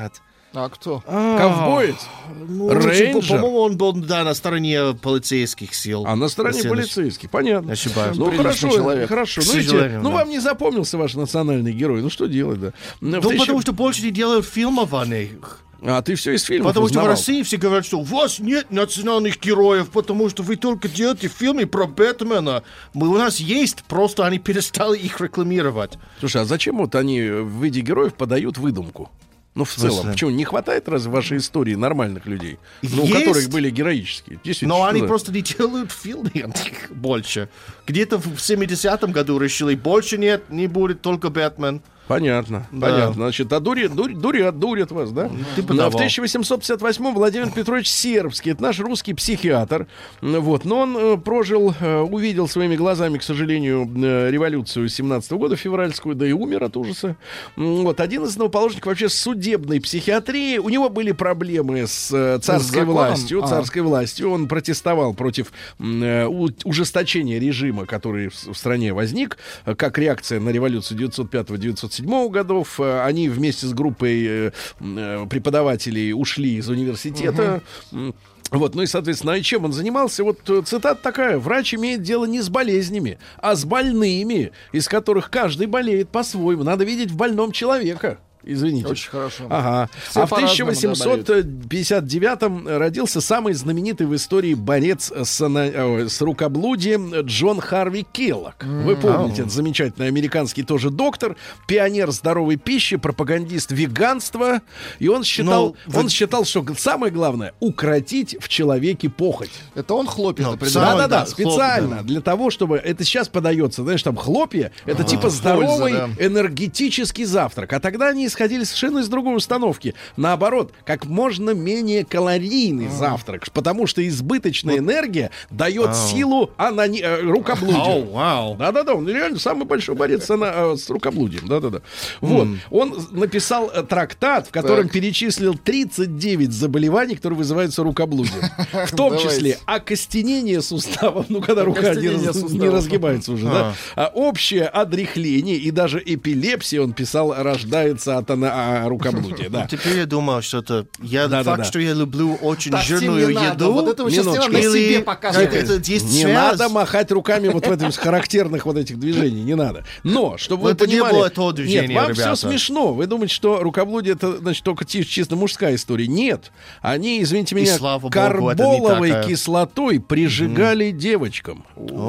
S4: А кто?
S2: Ковбоец?
S3: Ну,
S2: Рейнджер?
S3: По-моему, он был, да, на стороне полицейских сил.
S2: А на стороне
S3: Если
S2: полицейских, понятно.
S3: ошибаюсь.
S2: Ну
S4: Приличный
S2: хорошо,
S4: человек.
S2: хорошо.
S3: К
S2: Ну, видите,
S3: сожалению,
S2: ну
S3: да.
S2: вам не запомнился ваш национальный герой. Ну что делать, да?
S3: Ну,
S2: В тысячу-
S3: потому что больше не делают фильмов о них.
S2: А ты все из фильмов
S3: Потому что в
S2: узнавал.
S3: России все говорят, что у вас нет национальных героев, потому что вы только делаете фильмы про Бэтмена. Мы, у нас есть, просто они перестали их рекламировать.
S2: Слушай, а зачем вот они в виде героев подают выдумку? Ну, в целом.
S3: смысле?
S2: Почему? Не хватает разве в вашей истории нормальных людей? Ну, у
S3: Есть.
S2: которых были героические. Действительно,
S3: Но
S2: что
S3: они
S2: за-
S3: просто не делают фильмы о них больше. Где-то в семидесятом году решили, больше нет, не будет только Бэтмен.
S2: Понятно,
S3: Да.
S2: понятно. Значит, одурят, дурь, дурят, дурят вас, да?
S3: Типа
S2: Ну, а в
S3: того.
S2: тысяча восемьсот пятьдесят восьмом Владимир Петрович Сербский, это наш русский психиатр, ну, вот, но он э, прожил, э, увидел своими глазами, к сожалению, э, революцию семнадцатого года февральскую, да и умер от ужаса. М, Вот, один из основоположников вообще судебной психиатрии. У него были проблемы с э, царской
S4: законом?
S2: властью,
S4: А.
S2: царской властью. Он протестовал против м, э, у- ужесточения режима, который в, в стране возник, э, как реакция на революцию девятьсот пятого — девятьсот седьмого годов. Э, Они вместе с группой э, э, преподавателей ушли из университета. М, Вот, ну и, соответственно, и чем он занимался? Вот э, цитата такая: врач имеет дело не с болезнями, а с больными, из которых каждый болеет по-своему. Надо видеть в больном человека. Извините.
S4: Очень хорошо.
S2: Ага.
S4: Все
S2: а в
S4: по-разному,
S2: тысяча восемьсот пятьдесят девятом родился самый знаменитый в истории борец с, ана- э, с рукоблудием Джон Харви Келлог. Вы помните, это замечательный американский тоже доктор, пионер здоровой пищи, пропагандист веганства. И он считал,
S3: Ну,
S2: он
S3: вы-
S2: считал, что самое главное — укротить в человеке похоть.
S4: Это он хлопья
S3: Ну,
S4: определял.
S3: Самое,
S2: Да-да-да,
S3: да,
S2: специально
S3: хлопья.
S2: для того, чтобы... Это сейчас подается, знаешь, там хлопья, это типа здоровый
S4: да.
S2: энергетический завтрак. А тогда они исходили совершенно из другой установки. Наоборот, как можно менее калорийный завтрак, потому что избыточная энергия дает силу анани... э, рукоблудию.
S3: Ау, вау.
S2: Да-да-да, он реально самый большой борец с, ана- э, с рукоблудием. Да-да-да. Вот. Он написал э, трактат, в котором
S4: Так.
S2: перечислил тридцать девять заболеваний, которые вызываются рукоблудием. В том
S4: Давайте.
S2: числе окостенение суставов, ну, когда рука не,
S4: Окостенение
S2: раз- не
S4: суставов.
S2: разгибается уже, да? А общее отрехление и даже эпилепсия, он писал, рождается от ана- а, рукоблудия, да.
S3: Теперь я думал, что это... Я,
S2: Да, да,
S3: факт,
S2: да.
S3: что я люблю очень
S4: Ставьте
S3: жирную
S4: не надо,
S3: еду...
S4: вот это вы сейчас
S2: минуточку.
S4: на себе
S3: или
S4: показываете.
S3: это, это есть
S2: Не
S3: связь.
S2: надо махать руками вот в этих характерных вот этих движений, не надо. Но, чтобы
S3: Но
S2: вы
S3: это не
S2: понимали...
S3: было то движение,
S2: Нет, вам
S3: ребята.
S2: все смешно. Вы думаете, что рукоблудие — это, значит, только ти- чисто мужская история. Нет. Они, извините
S3: И
S2: меня,
S3: слава богу, это не
S2: карболовой
S3: такая.
S2: кислотой прижигали девочкам.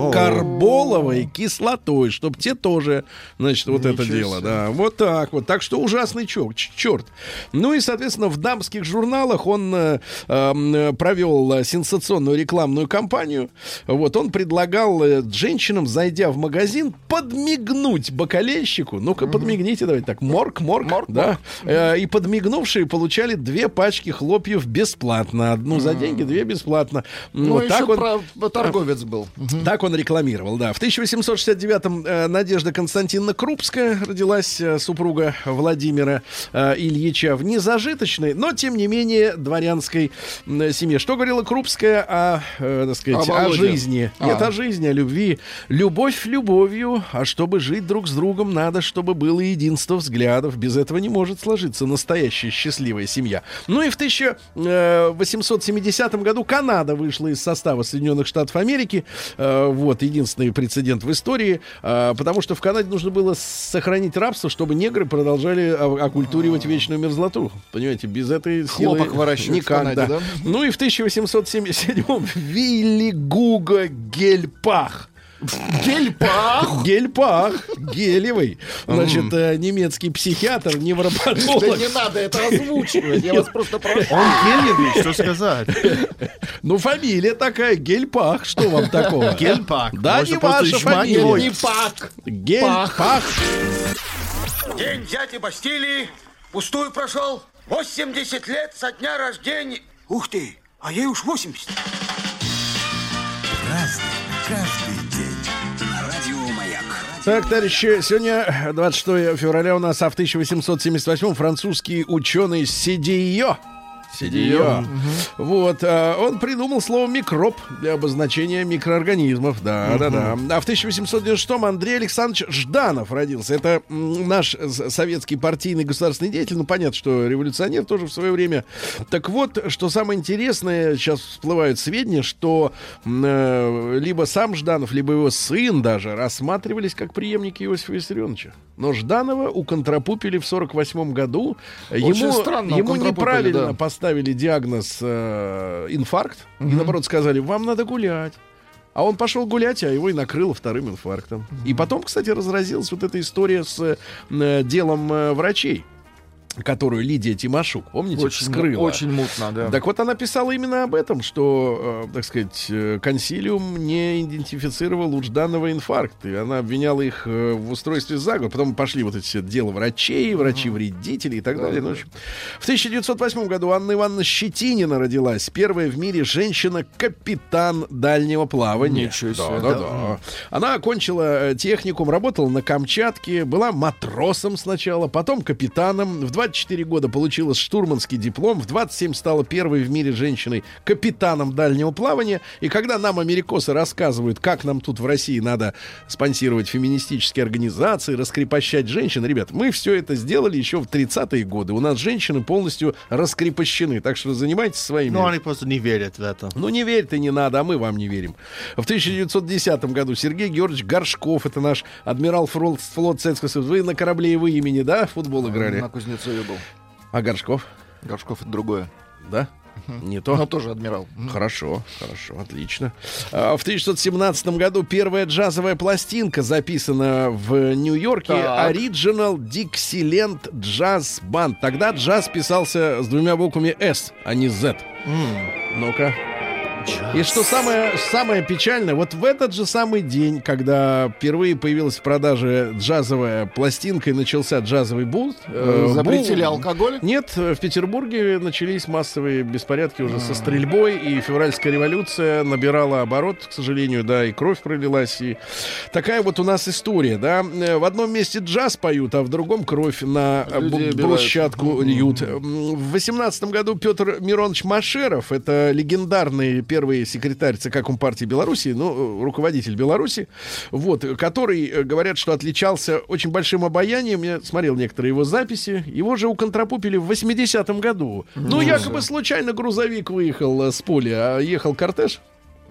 S2: Карболовой кислотой, чтобы те тоже, значит, вот это дело, да. Вот так вот. Так что ужасный чё- ч- черт. Ну и, соответственно, в дамских журналах он э, э, провел э, сенсационную рекламную кампанию. Вот он предлагал э, женщинам, зайдя в магазин, подмигнуть бакалейщику. Ну-ка, подмигните, давайте так. Морг, морг,
S4: Морг,
S2: да. Э, и подмигнувшие получали две пачки хлопьев бесплатно. Одну за деньги, две бесплатно.
S4: Ну,
S2: Вот
S4: еще
S2: так он...
S4: про- торговец был.
S2: Так он рекламировал, да. В тысяча восемьсот шестьдесят девятом э, Надежда Константиновна Крупская родилась, э, супруга Владимира э, Ильича, в незажиточной, но, тем не менее, дворянской м, семье. Что говорила Крупская о, э, так сказать,
S4: О
S2: о,
S4: Володе.
S2: жизни?
S4: А.
S2: Нет, о жизни, о любви. Любовь любовью, а чтобы жить друг с другом, надо, чтобы было единство взглядов. Без этого не может сложиться настоящая счастливая семья. Ну и в тысяча восемьсот семидесятом году Канада вышла из состава Соединенных Штатов Америки. Э, Вот, единственный прецедент в истории. э, Потому что в Канаде нужно было сохранить рабство, чтобы негры продолжали о- оккультуривать вечную мерзлоту. Понимаете, без этой силы
S4: Хлопок выращивать в
S2: никак,
S4: Канаде, да?
S2: Ну и в тысяча восемьсот семьдесят седьмом Вилли Гуго Гельпах.
S4: Гельпах!
S2: Гельпах, гелевый. Значит, э, немецкий психиатр,
S4: Да
S2: невропатолог.
S4: не надо это озвучивать, я вас просто прошу.
S3: Он гелевый, что сказать?
S2: Ну, фамилия такая, Гельпах. Что вам такого?
S3: Гельпак.
S2: Да,
S3: Может,
S2: не
S3: просто
S2: ваша
S3: жмать
S2: фамилия.
S3: его?
S4: Не пак.
S2: Гельпах.
S5: День дяди Бастилии пустую прошел. восемьдесят лет со дня рождения.
S6: Ух ты, а ей уж восемьдесят.
S1: Разный, каждый день. Радио Маяк.
S2: Так, товарищи, сегодня двадцать шестого февраля у нас, а в тысяча восемьсот семьдесят восьмом французский ученый Седийо. Сидеё. Вот, а, он придумал слово микроб для обозначения микроорганизмов. Да, да, да. А в тысяча восемьсот девяносто шестом Андрей Александрович Жданов родился. Это м, наш с- советский партийный государственный деятель. Ну, понятно, что революционер тоже в свое время. Так вот, что самое интересное, сейчас всплывают сведения, что м, э, либо сам Жданов, либо его сын даже рассматривались как преемники Иосифа Виссарионовича. Но Жданова уконтрапупили в сорок восьмом году.
S4: Очень
S2: ему
S4: странно
S2: ему
S4: уконтрапупили,
S2: неправильно
S4: да.
S2: поставили диагноз э, инфаркт. И наоборот сказали, вам надо гулять. А он пошел гулять, а его и накрыло вторым инфарктом. И потом, кстати, разразилась вот эта история с э, делом э, врачей, которую Лидия Тимошук, помните,
S4: Очень,
S2: вскрыла.
S4: очень мутно, да.
S2: Так вот, она писала именно об этом, что, э, так сказать, э, консилиум не идентифицировал у Жданова инфаркт, и она обвиняла их э, в устройстве заговора. Потом пошли вот эти все дела врачей, врачи-вредители и так далее. Ну, в общем, в тысяча девятьсот восьмом году Анна Ивановна Щетинина родилась, первая в мире женщина-капитан дальнего плавания.
S4: Ничего себе.
S2: Да, да, да. Она окончила э, техникум, работала на Камчатке, была матросом сначала, потом капитаном. В двадцать четыре года получила штурманский диплом, в двадцать семь стала первой в мире женщиной капитаном дальнего плавания. И когда нам америкосы рассказывают, как нам тут в России надо спонсировать феминистические организации, раскрепощать женщин, ребят, мы все это сделали еще в тридцатые годы. У нас женщины полностью раскрепощены, так что занимайтесь своими.
S3: Ну, они просто не верят в это.
S2: Ну, не верь ты, не надо, а мы вам не верим. В тысяча девятьсот десятом году Сергей Георгиевич Горшков, это наш адмирал флот, флот Советского Союза. Вы на корабле его имени, да, в футбол играли?
S4: На Кузнецове был.
S2: А Горшков?
S4: Горшков — это другое.
S2: Да? Не то?
S4: Но тоже адмирал.
S2: Хорошо, хорошо, отлично. А, в тысяча девятьсот семнадцатом году первая джазовая пластинка записана в Нью-Йорке.
S4: Так.
S2: Original Dixieland Jazz Band. Тогда джаз писался с двумя буквами S, а не Z. Ну-ка. И что самое, самое печальное, вот в этот же самый день, когда впервые появилась в продаже джазовая пластинка и начался джазовый бум, э,
S4: Запретили
S2: бум,
S4: алкоголь?
S2: Нет, в Петербурге начались массовые беспорядки уже со стрельбой, и февральская революция набирала оборот, к сожалению, да, и кровь пролилась, и такая вот у нас история, да. В одном месте джаз поют, а в другом кровь на
S4: Людей
S2: б- брусчатку льют. В восемнадцатом году Петр Миронович Машеров, это легендарный первый секретарь ЦК Компартии Беларуси, ну, руководитель Беларуси, вот, который, говорят, что отличался очень большим обаянием. Я смотрел некоторые его записи. Его же уконтрапупили в восьмидесятом году. Ну, якобы случайно грузовик выехал э, с поля, а ехал кортеж.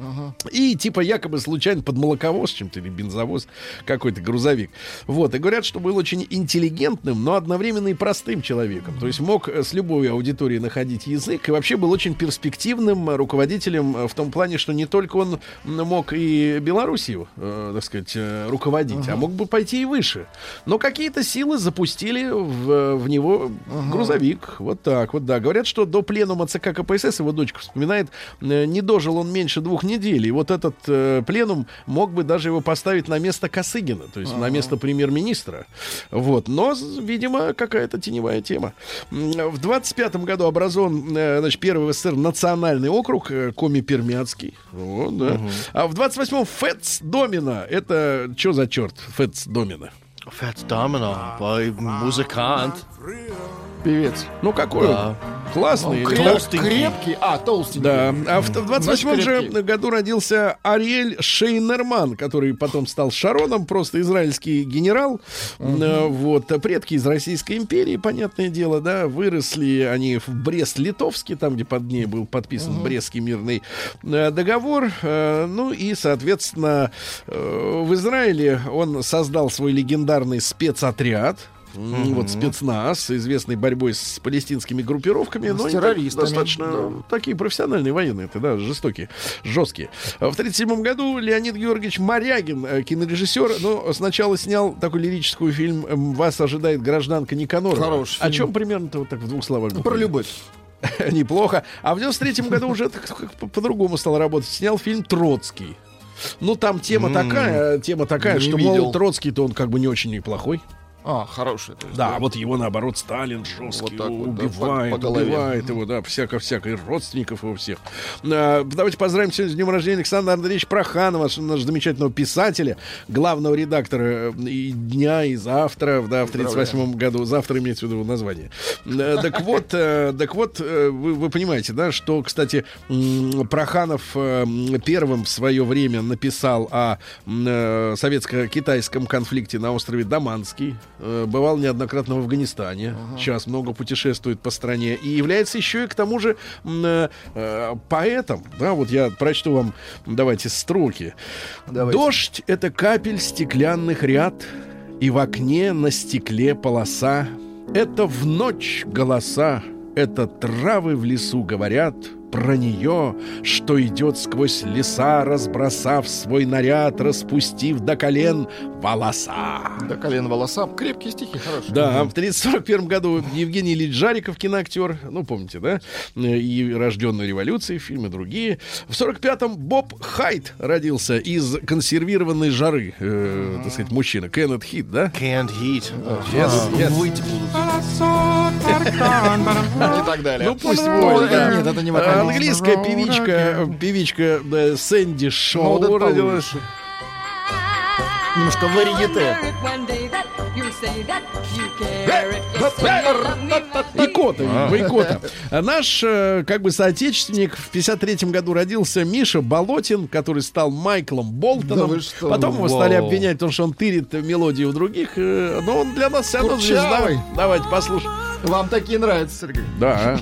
S2: И типа якобы случайно под молоковоз чем-то или бензовоз какой-то грузовик. Вот. И говорят, что был очень интеллигентным, но одновременно и простым человеком. То есть мог с любой аудиторией находить язык. И вообще был очень перспективным руководителем в том плане, что не только он мог и Белоруссию, э, так сказать, э, руководить, uh-huh. а мог бы пойти и выше. Но какие-то силы запустили в, в него uh-huh. грузовик. Вот так вот, да. Говорят, что до пленума ЦК КПСС, его дочка вспоминает, э, не дожил он меньше двух недели. И вот этот э, пленум мог бы даже его поставить на место Косыгина, то есть uh-huh. на место премьер-министра. Вот. Но, видимо, какая-то теневая тема. В двадцать пятом году образован, э, значит, первый в СССР национальный округ э, Коми-Пермяцкий. Вот, да. uh-huh. А в двадцать восьмом Фэтс Домино. Это что за черт Фэтс Домино?
S3: Фэтс Домино, музыкант.
S4: Певец.
S2: Ну какой?
S3: Да.
S2: Он? Классный.
S4: Ну,
S2: или
S4: креп-
S2: толстенький?
S4: крепкий. А, толстенький.
S2: Да. А в, в двадцать восьмом же
S4: крепкий.
S2: году родился Ариэль Шейнерман, который потом стал Шароном, просто израильский генерал. Uh-huh. Вот. Предки из Российской империи, понятное дело, да. Выросли они в Брест-Литовске, там, где под ней был подписан uh-huh. Брестский мирный договор. Ну и, соответственно, в Израиле он создал свой легендарный спецотряд. Mm-hmm. Вот спецназ, известный борьбой с палестинскими группировками,
S4: с
S2: но
S4: террористами.
S2: достаточно да. такие профессиональные военные, это, да, жестокие, жесткие. В тридцать седьмом году Леонид Георгиевич Морягин, кинорежиссер, ну, сначала снял такой лирический фильм «Вас ожидает гражданка Никанорова».
S4: Хороший
S2: О
S4: фильм.
S2: чем примерно-то вот так в двух словах?
S4: Про любовь.
S2: Неплохо. А в девяносто третьем году уже по-другому стал работать. Снял фильм «Троцкий». Ну, там тема такая, тема такая, что, мол, Троцкий-то он как бы не очень неплохой.
S4: А, хороший. то есть,
S2: Да, вот его, наоборот, Сталин жесткий
S4: Вот так вот, да,
S2: убивает,
S4: по- по голове.
S2: убивает его, да, всяко-всяко, и родственников его всех. А, давайте поздравим сегодня с днем рождения Александра Андреевича Проханова, нашего замечательного писателя, главного редактора и «Дня», и «Завтра», да, в тридцать восьмом году. Завтра имеется в виду название. А, так вот, а, так вот, вы, вы понимаете, да, что, кстати, м, Проханов а, первым в свое время написал о м, советско-китайском конфликте на острове Даманский. Бывал неоднократно в Афганистане. Ага. Сейчас много путешествует по стране. И является еще и к тому же э, э, поэтом. Да, вот я прочту вам, давайте, строки. Давайте. Дождь — это капель стеклянных ряд, и в окне на стекле полоса. Это в ночь голоса, это травы в лесу говорят про нее, что идет сквозь леса, разбросав свой наряд, распустив до колен волоса.
S4: До колен волоса. Крепкие стихи, хорошие.
S2: Да, в тысяча девятьсот сорок первом году Евгений Ильич Жариков, киноактер, ну, помните, да? И «Рожденная революцией», фильмы другие. В сорок пятом Боб Хайт родился из консервированной жары, э, так сказать, мужчина. Кеннет Хит, да?
S3: Can't heat.
S2: Yes, yes.
S3: Выйти будут.
S4: И так далее.
S2: Ну, пусть воет, да.
S4: Нет, это не вокалист.
S2: Английская певичка, певичка да, Сэнди Шоу
S4: Ну, вот это
S2: родилась.
S4: Немножко варьете.
S2: Икота, видимо, икота. А наш, э, как бы, соотечественник в пятьдесят третьем году родился Миша Болотин, который стал Майклом Болтоном.
S4: Да вы что?
S2: Потом его
S4: Вау.
S2: стали обвинять в том, что он тырит мелодии у других. э, Но он для нас все равно звезда.
S4: Курчавый.
S2: Давайте послушаем.
S4: Вам такие нравятся, Сергей?
S2: Да.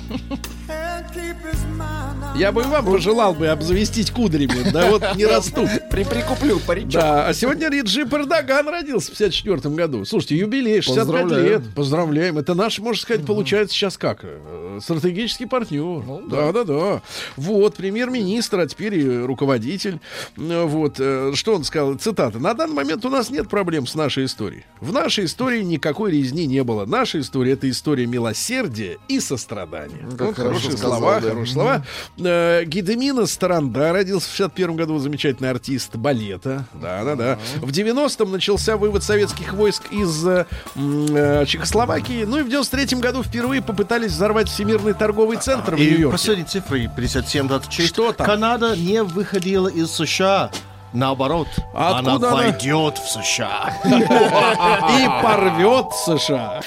S2: Я бы и вам пожелал бы обзавестись кудрями, да вот не растут.
S4: При прикуплю паричок.
S2: Да, а сегодня Реджип Эрдоган родился в пятьдесят четвёртом году. Слушайте, юбилей, шестьдесят пять
S4: Поздравляю.
S2: лет. Поздравляем. Это наш, можно сказать, получается сейчас как? э, Стратегический партнер. Да, да, да. Вот, премьер-министр, а теперь и руководитель. Э, Вот, э, что он сказал, цитата. На данный момент у нас нет проблем с нашей историей. В нашей истории никакой резни не было. Наша история — это история милосердия и сострадания.
S4: Как
S2: Вот
S4: хорошо
S2: хорошие
S4: сказал,
S2: слова,
S4: да.
S2: хорошие слова. Э, Гедемина Старанда родился в шестьдесят первом году, замечательный артист балета. Да-да-да. В девяностом начался вывод советских войск из э, э, Чехословакии. Ну и в девяносто третьем году впервые попытались взорвать Всемирный торговый центр в
S3: И
S2: Нью-Йорке.
S3: последние цифры пятьдесят семь двадцать шесть.
S2: Что там?
S3: Канада не выходила из США. Наоборот,
S2: А
S3: она
S2: откуда она?
S3: войдет в США.
S2: И порвет США.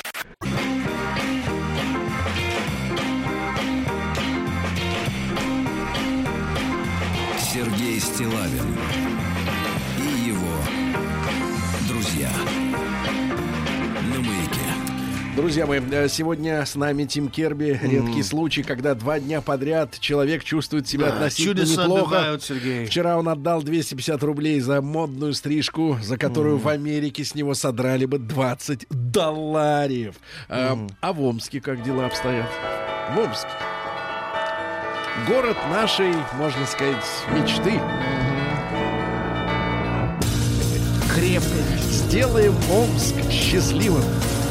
S1: Сергей Стиллавин и его друзья на Маяке.
S2: Друзья мои, э, сегодня с нами Тим Керби. Редкий случай, когда два дня подряд человек чувствует себя
S3: Да,
S2: относительно
S3: чудеса
S2: неплохо.
S3: бывают, Сергей.
S2: Вчера он отдал двести пятьдесят рублей за модную стрижку, за которую в Америке с него содрали бы двадцать долларов. А, а в Омске как дела обстоят? В Омске. Город нашей, можно сказать, мечты.
S4: Крепко.
S2: Сделаем Омск счастливым.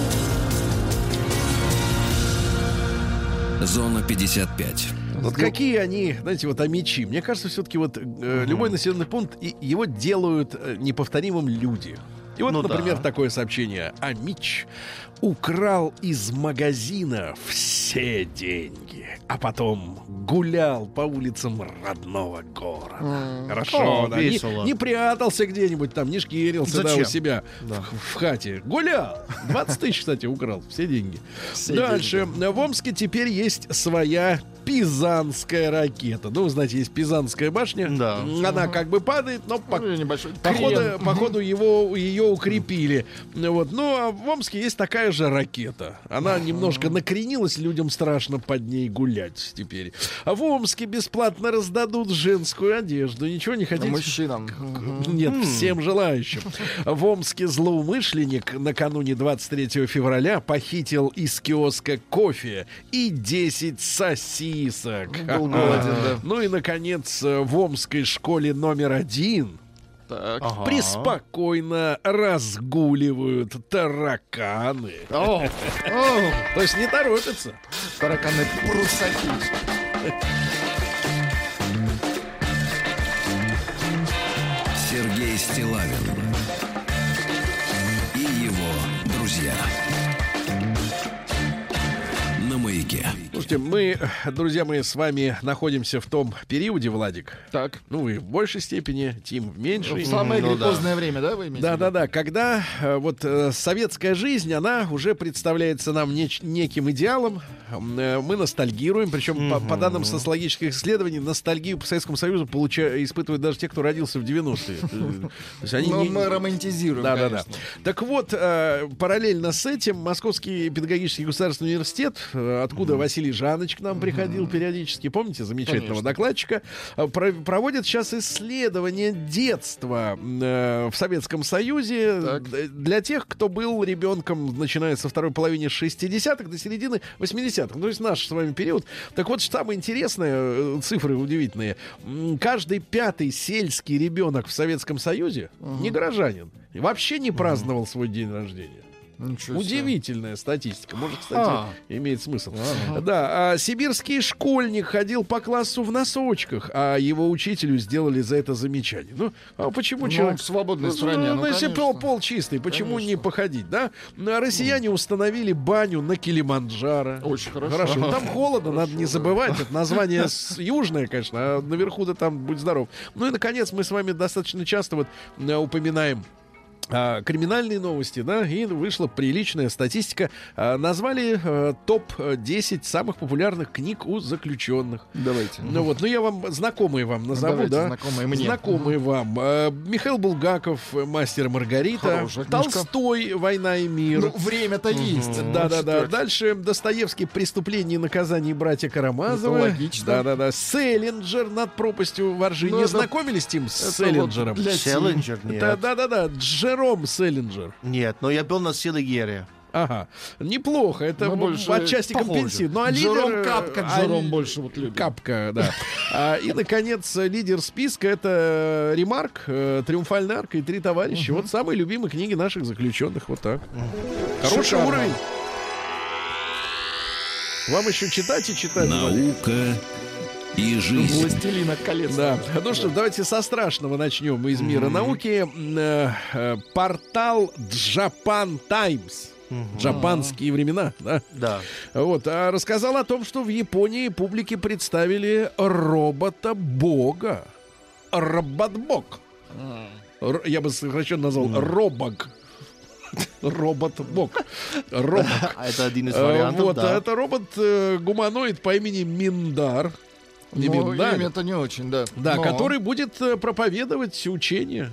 S1: Зона пятьдесят пять.
S2: Вот какие они, знаете, вот амичи. Мне кажется, все-таки вот э, любой населенный пункт, и его делают э, неповторимым люди. И вот,
S3: Ну
S2: например,
S3: да.
S2: такое сообщение. Амич украл из магазина все деньги, а потом гулял по улицам родного города. Хорошо,
S3: О,
S2: да, не,
S3: весело.
S2: не прятался где-нибудь там, не шкерился да, у
S3: Зачем?
S2: себя в, в хате. Гулял. двадцать тысяч, кстати, украл. Все деньги.
S4: Все
S2: Дальше. В Омске теперь есть своя пизанская ракета. Ну, вы знаете, есть Пизанская башня.
S3: Да.
S2: Она как бы падает, но по,
S4: Ну, небольшой
S2: походу,
S4: крен.
S2: походу его, ее укрепили. Вот. Ну, а в Омске есть такая же ракета. Она немножко накренилась, людям страшно под ней гулять теперь. А в Омске бесплатно раздадут женскую одежду. Ничего не хотите?
S4: Мужчинам.
S2: Нет, всем желающим. В Омске злоумышленник накануне двадцать третьего февраля похитил из киоска кофе и десять сосисок.
S4: Был голоден, да.
S2: Ну и, наконец, в Омской школе номер один
S4: Так.
S3: Ага.
S2: преспокойно разгуливают тараканы.
S4: О, о,
S2: То есть не торопятся.
S4: тараканы прусаки.
S1: Сергей Стиллавин и его друзья.
S2: Слушайте, мы, друзья мои, с вами находимся в том периоде, Владик.
S4: Так.
S2: Ну, вы в большей степени, Тим в меньшей.
S4: В самое
S3: Ну,
S4: гриппозное время, да, вы имеете? в виду?
S2: Да-да-да, когда э, вот э, советская жизнь, она уже представляется нам неч- неким идеалом. Э, мы ностальгируем, причем по, по данным социологических исследований, ностальгию по Советскому Союзу получа- испытывают даже те, кто родился в девяностые. То есть они
S4: Но
S2: не-
S4: мы романтизируем,
S2: Да, да, да.
S4: конечно.
S2: Так вот, э, параллельно с этим Московский педагогический государственный университет, э, откуда Василий Жанович к нам приходил периодически, помните, замечательного
S4: Конечно.
S2: докладчика, э, про- проводит сейчас исследование детства э, в Советском Союзе
S4: Так.
S2: д- для тех, кто был ребенком, начиная со второй половины шестидесятых до середины восьмидесятых. То есть наш с вами период. Так вот, что самое интересное, э, цифры удивительные. М, Каждый пятый сельский ребенок в Советском Союзе не горожанин. И вообще не праздновал свой день рождения.
S4: Ничего себе.
S2: Удивительная статистика. Может, кстати,
S4: А.
S2: имеет смысл. Да, а сибирский школьник ходил по классу в носочках, а его учителю сделали за это замечание. Ну, а почему
S4: Ну,
S2: человек...
S4: в свободной стране, ну,
S2: если
S4: конечно.
S2: пол, пол чистый, почему
S4: Конечно.
S2: не походить, да? Ну, а россияне установили баню на Килиманджаро.
S4: Очень хорошо.
S2: Хорошо. Ну, там холодно, надо не забывать. Это название с- южное, конечно, а наверху-то там будь здоров. Ну и, наконец, мы с вами достаточно часто вот э, упоминаем а, криминальные новости, да, и вышла приличная статистика. А, назвали а, топ десять самых популярных книг у заключенных.
S4: Давайте.
S2: Ну вот, ну я вам знакомые вам назову,
S4: Давайте,
S2: да?
S4: знакомые мне.
S2: Знакомые вам. А, Михаил Булгаков, «Мастер и Маргарита»,
S4: Хорошая книжка.
S2: Толстой, «Война и мир».
S4: Ну, время-то есть.
S2: Да, да, да.
S4: Четвертый.
S2: Дальше Достоевский, «Преступление и наказание» братья Карамазовы.
S4: Это логично.
S2: Да, да, да. Селлинджер «Над пропастью воржи».
S4: Ну,
S2: Не
S4: это-
S2: знакомились, Тим, с
S4: это
S2: Селлинджером?
S4: вот для
S3: Селлинджер, нет.
S2: Да, да, да, да. Джером Селлинджер.
S3: Нет, но я был на Селигере.
S2: Ага. Неплохо. Это
S4: Ну,
S2: м,
S4: больше
S2: отчасти
S3: похоже.
S2: компенсирует. Ну, а лидер...
S4: Джером
S2: э,
S4: Капка,
S2: а
S4: Джером
S2: ли-
S4: больше вот любит.
S2: Капка, да. А, и, наконец, лидер списка — это Ремарк, э, «Триумфальная арка» и «Три товарища». Вот самые любимые книги наших заключенных. Вот так. Хороший
S4: Шикарно.
S2: уровень. Вам еще читать и читать.
S1: Наука и жизнь.
S4: Властелина колец.
S2: Да. Ну что, давайте со страшного начнем из мира науки. Э, э, Портал Japan Times. Джапанские времена, да?
S3: Да.
S2: Вот, а рассказал о том, что в Японии публике представили робота-бога. Робот-бог. Р- я бы сокращенно назвал робок. Робот-бог. Робок.
S3: А это один из
S2: Э,
S3: вариантов,
S2: Вот,
S3: да.
S2: это робот-гуманоид по имени Миндар. Не
S4: Ну,
S2: Миндаль.
S4: имя-то не очень, да.
S2: Да,
S4: Но
S2: который будет э, проповедовать учение.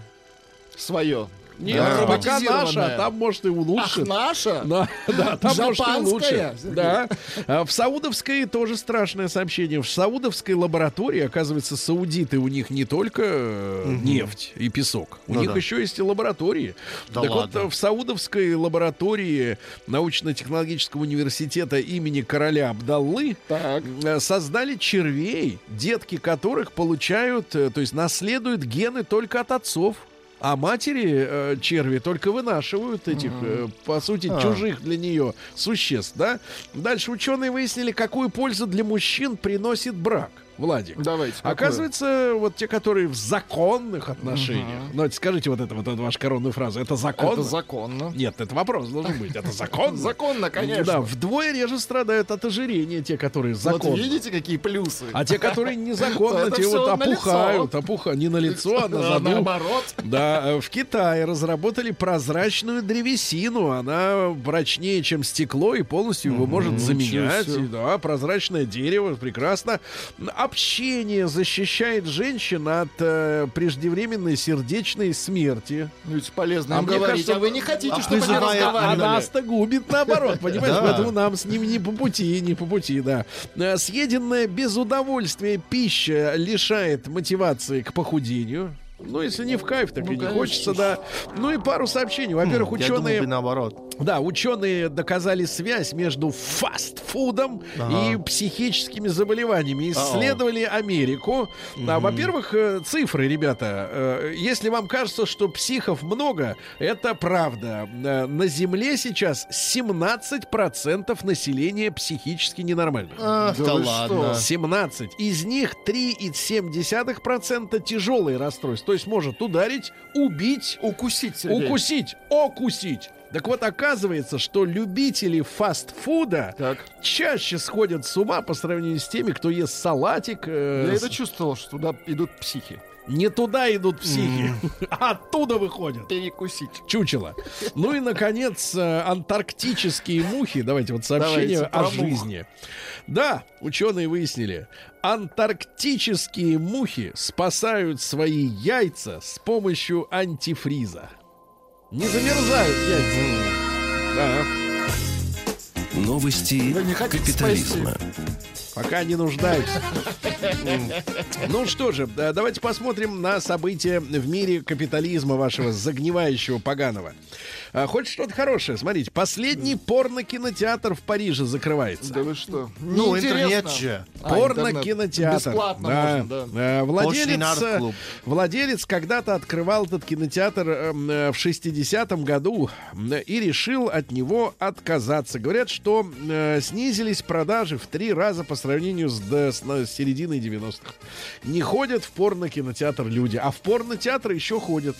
S4: свое.
S2: Нет,
S3: Да.
S2: пока наша, а
S4: Роботизированное.
S2: там, может, и
S4: Ах,
S2: улучшит.
S4: наша?
S2: Да, да, там может и
S4: Жапанская?
S2: лучше. Да. А в Саудовской тоже страшное сообщение. В Саудовской лаборатории, оказывается, саудиты, у них не только э, нефть и песок, у
S3: Ну
S2: них
S3: да.
S2: еще есть и лаборатории.
S3: Да
S2: так
S3: ладно.
S2: вот, в Саудовской лаборатории научно-технологического университета имени короля Абдаллы
S4: Так.
S2: э, создали червей, детки которых получают, э, то есть наследуют гены только от отцов. А матери э, черви только вынашивают этих, э, по сути,
S3: А.
S2: чужих для нее существ, да? Дальше ученые выяснили, какую пользу для мужчин приносит брак. Владик.
S4: Давайте. какое?
S2: Оказывается, вот те, которые в законных отношениях. Ну, это скажите вот это, вот эту вашу коронную фразу. Это законно?
S4: Это законно.
S2: Нет, это вопрос должен быть. Это законно?
S4: Законно, конечно.
S2: Да, вдвое реже страдают от ожирения те, которые законно.
S4: Вот видите, какие плюсы?
S2: А те, которые незаконно,
S4: Это
S2: те
S4: всё
S2: вот
S4: на лицо.
S2: опухают, опухают. Не на лицо, а на
S4: А,
S2: заду.
S4: наоборот.
S2: Да, э, в Китае разработали прозрачную древесину. Она прочнее, чем стекло, и полностью его может заменять.
S4: себе.
S2: И да, прозрачное дерево, прекрасно. Общение защищает женщин от э, преждевременной сердечной смерти.
S4: Ну, ведь полезно
S2: А
S4: им
S2: мне
S4: говорить,
S2: кажется,
S4: а вы не хотите,
S3: а
S4: чтобы они
S3: призывает-
S2: А
S4: разговаривали.
S2: нас-то губит наоборот, понимаешь?
S3: Да.
S2: Поэтому нам с ним не по пути, не по пути, да. Э, Съеденная без удовольствия пища лишает мотивации к похудению. Ну, если не в кайф, так
S4: Ну,
S2: и не
S4: конечно.
S2: хочется, да. Ну и пару сообщений. Во-первых,
S3: Я думал
S2: ученые...
S3: бы наоборот.
S2: Да, ученые доказали связь между фастфудом
S3: Ага.
S2: и психическими заболеваниями. Исследовали Америку. А, во-первых, э, цифры, ребята. Э, Если вам кажется, что психов много, это правда. Э, На Земле сейчас семнадцать процентов населения психически ненормальных.
S3: Ах,
S4: Да
S3: да
S4: вы
S3: ладно.
S4: что?
S2: семнадцать. Из них три и семь десятых процента тяжелые расстройства. То есть может ударить, убить,
S4: Укусить, Сергей.
S2: укусить, окусить. Так вот, оказывается, что любители фастфуда
S4: Так.
S2: чаще сходят с ума по сравнению с теми, кто ест салатик. э,
S4: Я
S2: с-
S4: это чувствовал, что туда идут психи.
S2: Не туда идут психи, а оттуда выходят.
S4: Перекусить.
S2: Чучело. Ну и, наконец, э, антарктические мухи. Давайте вот сообщение
S4: Давайте,
S2: о
S4: про мух.
S2: жизни. Да, ученые выяснили. Антарктические мухи спасают свои яйца с помощью антифриза. Не замерзают яйца. Да.
S1: Новости
S4: Вы не хотите
S1: капитализма.
S2: Пока не нуждаются. Ну что же, да, давайте посмотрим на события в мире капитализма вашего загнивающего поганого. А, хоть что-то хорошее. Смотрите, последний порно-кинотеатр в Париже закрывается.
S4: Да вы что?
S3: Ну,
S4: Неинтересно.
S3: интернет же.
S4: А,
S2: Порно-кинотеатр.
S4: Бесплатно
S2: Да.
S4: можно, да.
S2: Э,
S3: Пошлый
S2: Владелец,
S3: нарт-клуб.
S2: владелец когда-то открывал этот кинотеатр э, э, в шестидесятом году э, и решил от него отказаться. Говорят, что э, снизились продажи в три раза по сравнению с, д- с, на- с серединой девяностых. Не ходят в порно-кинотеатр люди, а в порно-театр еще ходят.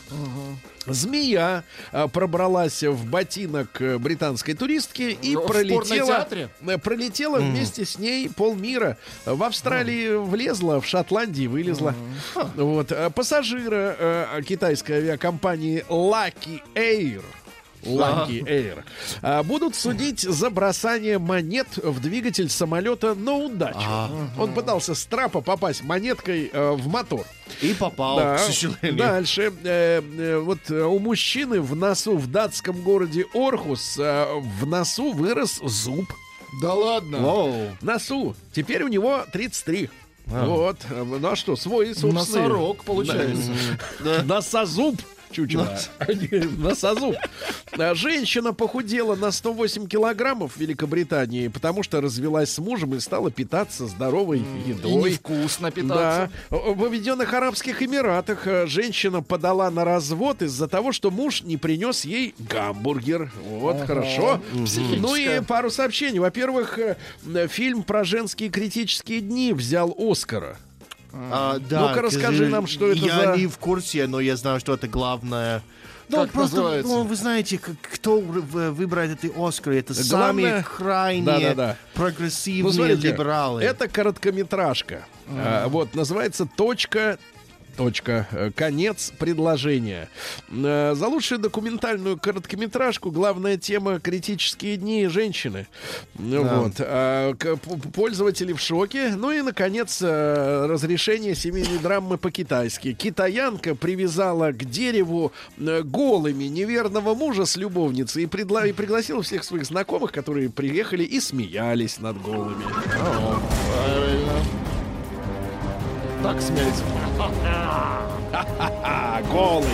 S2: Змея э, пробралась в ботинок э, британской туристки и
S4: Ну, в
S2: пролетела,
S4: порнотеатре?
S2: э, пролетела вместе с ней полмира. В Австралии влезла, в Шотландии вылезла. Вот. э, Пассажира э, китайской авиакомпании Lucky Air Lucky Air а, будут судить за бросание монет в двигатель самолета на удачу. Он пытался с трапа попасть монеткой э, в мотор.
S3: И попал,
S2: Да.
S3: к сожалению.
S2: Дальше. Э, э, вот э, у мужчины в носу в датском городе Орхус э, в носу вырос зуб.
S4: Да ладно.
S3: Воу.
S2: Носу. Теперь у него тридцать три. Вот. Э, Ну а что, свой собственный.
S4: Носорог, получается.
S2: Носозуб. Чучело. Носозуб. А Женщина похудела на сто восемь килограммов в Великобритании, потому что развелась с мужем и стала питаться здоровой
S4: И
S2: едой.
S4: невкусно
S2: Да.
S4: питаться.
S2: В Объединенных Арабских Эмиратах э, женщина подала на развод из-за того, что муж не принес ей гамбургер. Вот, хорошо. Ну и пару сообщений. Во-первых, э, э, фильм про женские критические дни взял Оскара.
S3: А, да,
S2: Ну-ка,
S3: к
S2: расскажи
S3: сожалению,
S2: нам, что это
S3: я
S2: за-
S3: не в курсе, но я знаю, что это главное. Ну,
S4: Как
S3: просто,
S4: называется?
S3: ну, вы знаете, к- кто вы- выбирает эти Оскары, это
S2: Главное-
S3: самые крайне
S2: Да-да-да.
S3: прогрессивные
S2: Ну, смотрите,
S3: либералы.
S2: это короткометражка. А, вот, называется «Точка». Точка. Э, Конец предложения. Э, За лучшую документальную короткометражку главная тема «Критические дни женщины». Ну, Вот. А, к- п- Пользователи в шоке. Ну и, наконец, э, разрешение семейной драмы по-китайски. Китаянка привязала к дереву э, голыми неверного мужа с любовницей и, предла- и пригласила всех своих знакомых, которые приехали и смеялись над голыми.
S4: Правильно. Так смеется.
S2: А, голые.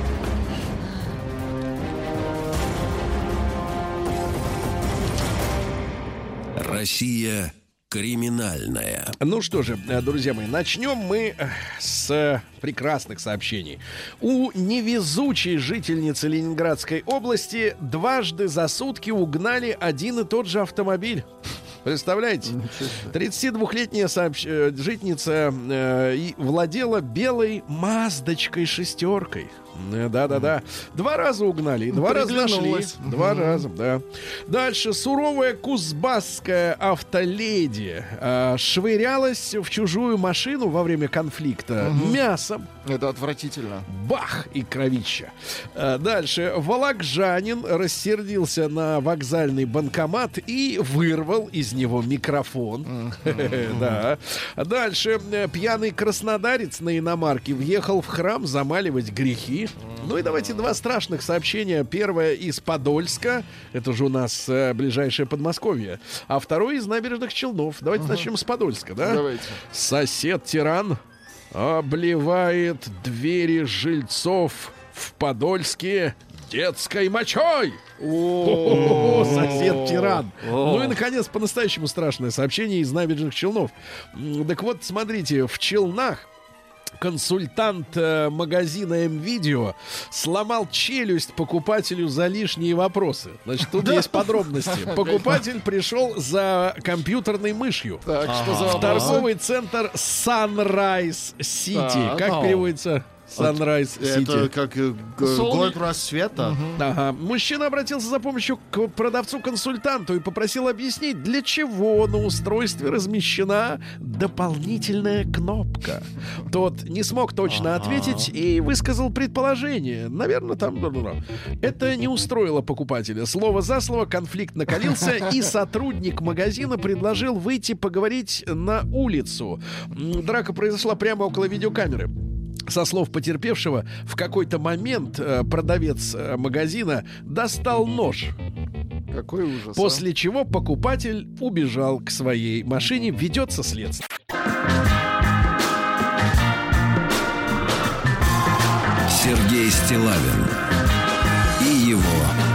S1: Россия криминальная.
S2: Ну что же, э, друзья мои, начнем мы э, с прекрасных сообщений. У невезучей жительницы Ленинградской области дважды за сутки угнали один и тот же автомобиль. Представляете? тридцатидвухлетняя сообщ... э, житница э, и владела белой маздочкой шестеркой. Э, Да-да-да. Два раза угнали, и два раза нашли.
S4: Приглянулась.
S2: Два раза, да. Дальше. Суровая кузбасская автоледи э, швырялась в чужую машину во время конфликта мясом.
S4: Это отвратительно.
S2: Бах! И кровища. Э, Дальше. Волокжанин рассердился на вокзальный банкомат и вырвал из него микрофон. Да. Дальше. Э, Пьяный краснодарец на иномарке въехал в храм замаливать грехи. Ну и давайте два страшных сообщения. Первое из Подольска. Это же у нас э, ближайшее Подмосковье. А второе из Набережных Челнов. Давайте начнем с Подольска, да?
S4: Давайте.
S2: Сосед-тиран обливает двери жильцов в Подольске детской мочой. О, сосед-тиран. Ну и, наконец, по-настоящему страшное сообщение из Набережных Челнов. М, Так вот, смотрите, в Челнах консультант э, магазина М-Видео сломал челюсть покупателю за лишние вопросы. Значит, тут есть подробности. Покупатель пришел за компьютерной мышью.
S4: Так, что за
S2: В
S4: вопросы?
S2: торговый центр Sunrise City.
S4: Так.
S2: Как
S3: Ау.
S2: переводится? Sunrise City.
S3: Это как э, г-
S4: Солнце.
S3: год рассвета.
S2: Ага. Мужчина обратился за помощью к продавцу-консультанту и попросил объяснить, для чего на устройстве размещена дополнительная кнопка. Тот не смог точно
S3: Ага.
S2: ответить и высказал предположение. Наверное, там... Это не устроило покупателя. Слово за слово конфликт накалился, и сотрудник магазина предложил выйти поговорить на улицу. М, Драка произошла прямо около видеокамеры. Со слов потерпевшего, в какой-то момент э, продавец э, магазина достал нож,
S4: Какой ужас.
S2: после чего покупатель убежал к своей машине. Ведется следствие.
S1: Сергей Стиллавин и его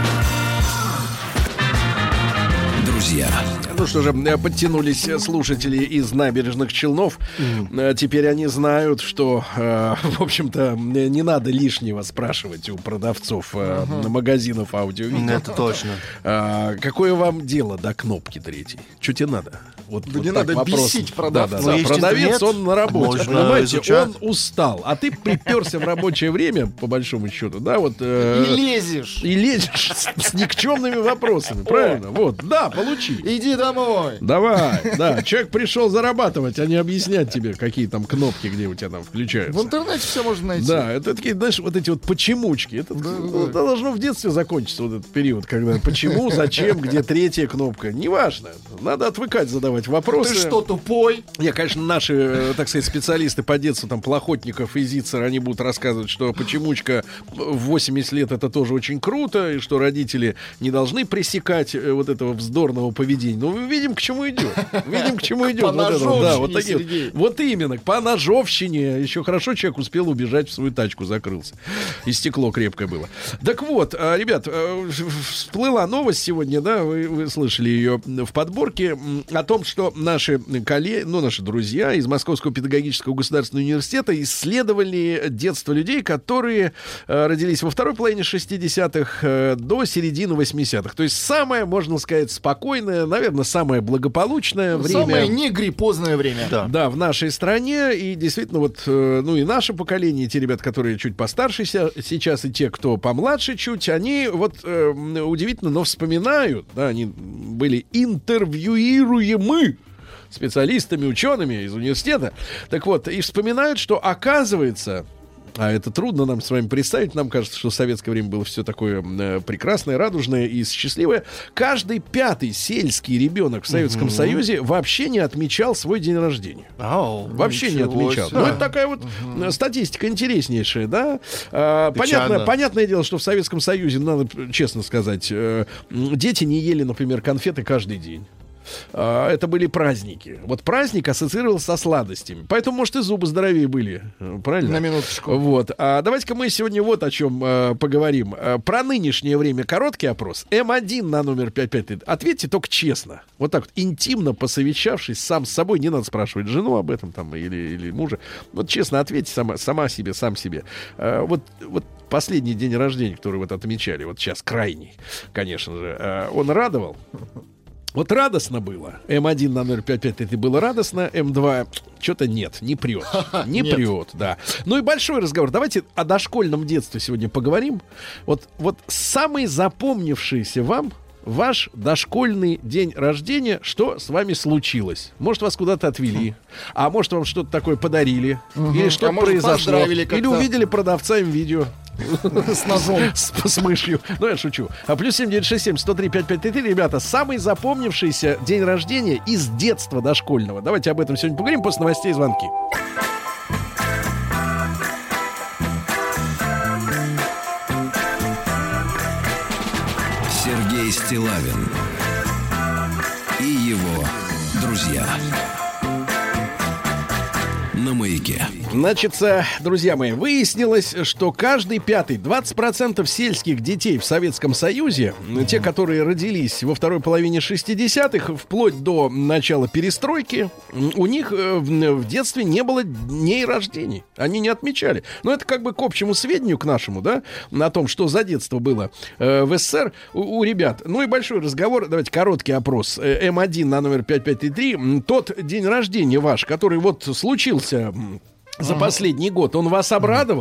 S1: друзья.
S2: Ну что же, э, подтянулись слушатели из набережных Челнов. Э, Теперь они знают, что, э, в общем-то, э, не надо лишнего спрашивать у продавцов э, магазинов аудио-видео.
S3: Это точно.
S2: А, какое вам дело до кнопки третьей? Что тебе надо? Вот,
S4: Да
S2: вот
S4: не
S2: так
S4: надо
S2: вопрос.
S4: бесить продавца.
S2: Да, да, да.
S3: Есть
S2: Продавец,
S3: интернет,
S2: он на работе.
S3: можно
S2: Понимаете,
S3: изучать.
S2: он устал. А ты приперся в рабочее время, по большому счету, да, вот. э,
S4: И лезешь.
S2: И лезешь с, с никчемными вопросами. Правильно? Вот, да, получи.
S4: Иди домой.
S2: Давай, да. Человек пришел зарабатывать, а не объяснять тебе, какие там кнопки, где у тебя там включаются.
S4: В интернете все можно найти.
S2: Да, это такие, знаешь, вот эти вот почемучки. Это, это должно в детстве закончиться, вот этот период, когда почему, зачем, где третья кнопка. Неважно. Надо отвыкать задавать вопросы.
S4: Ты что, тупой?
S2: Не, конечно, наши, э, так сказать, специалисты по детству, там, Плохотников и Зицер, они будут рассказывать, что почемучка в восемьдесят лет это тоже очень круто, и что родители не должны пресекать э, вот этого вздорного поведения. Но мы видим, к чему идет. Видим, к чему идет.
S4: По
S2: Вот это вот, да, вот
S4: ножовщине,
S2: такие вот.
S4: Сергей.
S2: Вот именно, по ножовщине. Еще хорошо человек успел убежать в свою тачку, закрылся. И стекло крепкое было. Так вот, а, ребят, а, всплыла новость сегодня, да, вы, вы слышали ее в подборке, м, о том, что наши коллеги, ну, наши друзья из Московского педагогического государственного университета исследовали детство людей, которые а, родились во второй половине шестидесятых а, до середины восьмидесятых. То есть самое, можно сказать, спокойное, наверное, самое благополучное время.
S4: Самое негриппозное время.
S3: Да.
S2: Да, в нашей стране. И действительно, вот, э, ну и наше поколение, и те ребята, которые чуть постарше ся- сейчас, и те, кто помладше чуть, они вот э, удивительно, но вспоминают, да, они были интервьюируемы специалистами, учеными из университета. Так вот, и вспоминают, что оказывается... А это трудно нам с вами представить. Нам кажется, что в советское время было все такое э, прекрасное, радужное и счастливое. Каждый пятый сельский ребенок в Советском Союзе вообще не отмечал свой день рождения.
S3: Ау,
S2: Вообще не
S3: ничего
S2: отмечал.
S3: себе.
S2: Ну, это такая вот э, статистика интереснейшая, да. А,
S3: Печально.
S2: понятно, понятное дело, что в Советском Союзе, надо честно сказать, э, м, дети не ели, например, конфеты каждый день. А, это были праздники. Вот праздник ассоциировался со сладостями. Поэтому, может, и зубы здоровее были. э, Правильно?
S4: На минуточку.
S2: Вот. А давайте-ка мы сегодня вот о чем э, поговорим. Э, про нынешнее время короткий опрос. эм один на номер пять пять три. Ответьте только честно. Вот так вот, интимно посовещавшись сам с собой. Не надо спрашивать жену об этом там или, или мужа. Вот честно ответьте сама, сама себе, сам себе. Э, вот, вот последний день рождения, который вот отмечали, вот сейчас крайний, конечно же, э, он радовал? Вот радостно было. эм один на номер пять пять три было радостно, эм два что-то нет, не прет. Не
S4: Нет.
S2: прет, да. Ну и большой разговор. Давайте о дошкольном детстве сегодня поговорим. Вот, вот самый запомнившийся вам ваш дошкольный день рождения, что с вами случилось? Может, вас куда-то отвели, а может, вам что-то такое подарили, или что-то
S4: А может,
S2: произошло,
S4: поздравили
S2: или
S4: как-то.
S2: увидели продавца им видео.
S4: С ножом.
S2: С, с мышью. Ну, я шучу. А плюс семь девять шесть семь сто три пять пять три, ребята, самый запомнившийся день рождения из детства дошкольного. Давайте об этом сегодня поговорим после новостей и звонки.
S1: Сергей Стиллавин и его друзья. На маяке.
S2: Значит, э, друзья мои, выяснилось, что каждый пятый, двадцать процентов сельских детей в Советском Союзе, э, те, которые родились во второй половине шестидесятых, вплоть до начала перестройки, м, у них э, в, в детстве не было дней рождений. Они не отмечали. Но это как бы к общему сведению, к нашему, да, о том, что за детство было э, в СССР у, у ребят. Ну и большой разговор, давайте короткий опрос. Э, эм один на номер пять пять три три. М, Тот день рождения ваш, который вот случился м, за последний год, он вас обрадовал?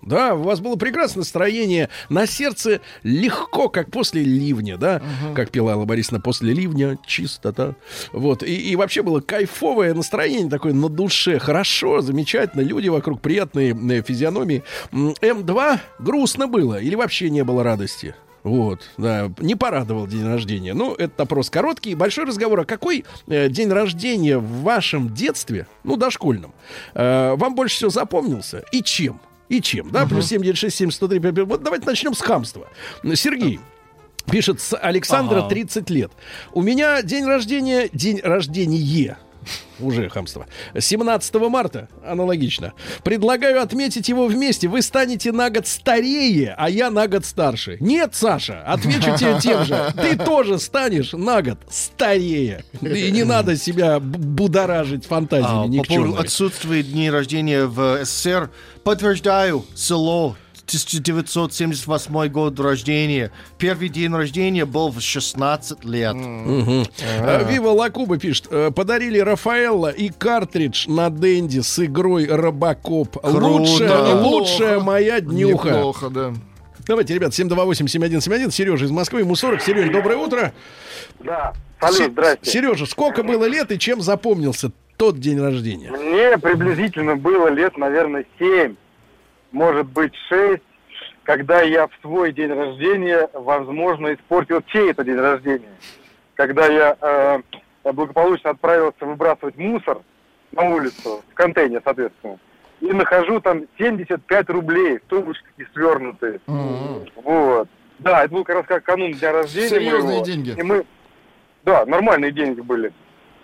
S2: Да, у вас было прекрасное настроение, на сердце легко, как после ливня, да, uh-huh. как пела Алла Борисовна, после ливня чистота. Вот, и, и вообще было кайфовое настроение такое на душе, хорошо, замечательно, люди вокруг, приятные э, физиономии. эм два грустно было или вообще не было радости? Вот, да, не порадовал день рождения. Ну, этот опрос короткий. Большой разговор. А какой э, день рождения в вашем детстве, ну, дошкольном, э, вам больше всего запомнился? И чем? И чем? Да, uh-huh. плюс семь девять шесть семь сто три пять пять. Вот давайте начнем с хамства. Сергей пишет с Александра, тридцать лет. У меня день рождения, день рождения... Уже хамство. семнадцатого марта, аналогично. Предлагаю отметить его вместе. Вы станете на год старее, а я на год старше. Нет, Саша, отвечу тебе тем же. Ты тоже станешь на год старее. И не надо себя будоражить фантазиями
S3: а,
S2: никчемными.
S3: По поводу отсутствия дней рождения в СССР, подтверждаю, село, тысяча девятьсот семьдесят восьмой год рождения. Первый день рождения был в шестнадцать лет.
S2: Угу. А, Вива Лакуба пишет: подарили Рафаэлло и картридж на Денди с игрой Робокоп. Лучшая, лучшая моя днюха.
S4: Неплохо, да.
S2: Давайте, ребят, семь два восемь семь один семь один. Сережа из Москвы, ему сорок. Сереж, доброе утро.
S7: Да, салют, здрасте.
S2: Сережа, сколько было лет и чем запомнился тот день рождения?
S7: Мне приблизительно было лет, наверное, семь. Может быть, шесть, когда я в свой день рождения, возможно, испортил чей-то день рождения. Когда я э, благополучно отправился выбрасывать мусор на улицу, в контейнер, соответственно, и нахожу там семьдесят пять рублей в тумбочке свернутые. Mm-hmm. Вот. Да, это был как раз как канун дня рождения.
S4: Серьезные
S7: моего.
S4: деньги.
S7: И мы... Да, нормальные деньги были.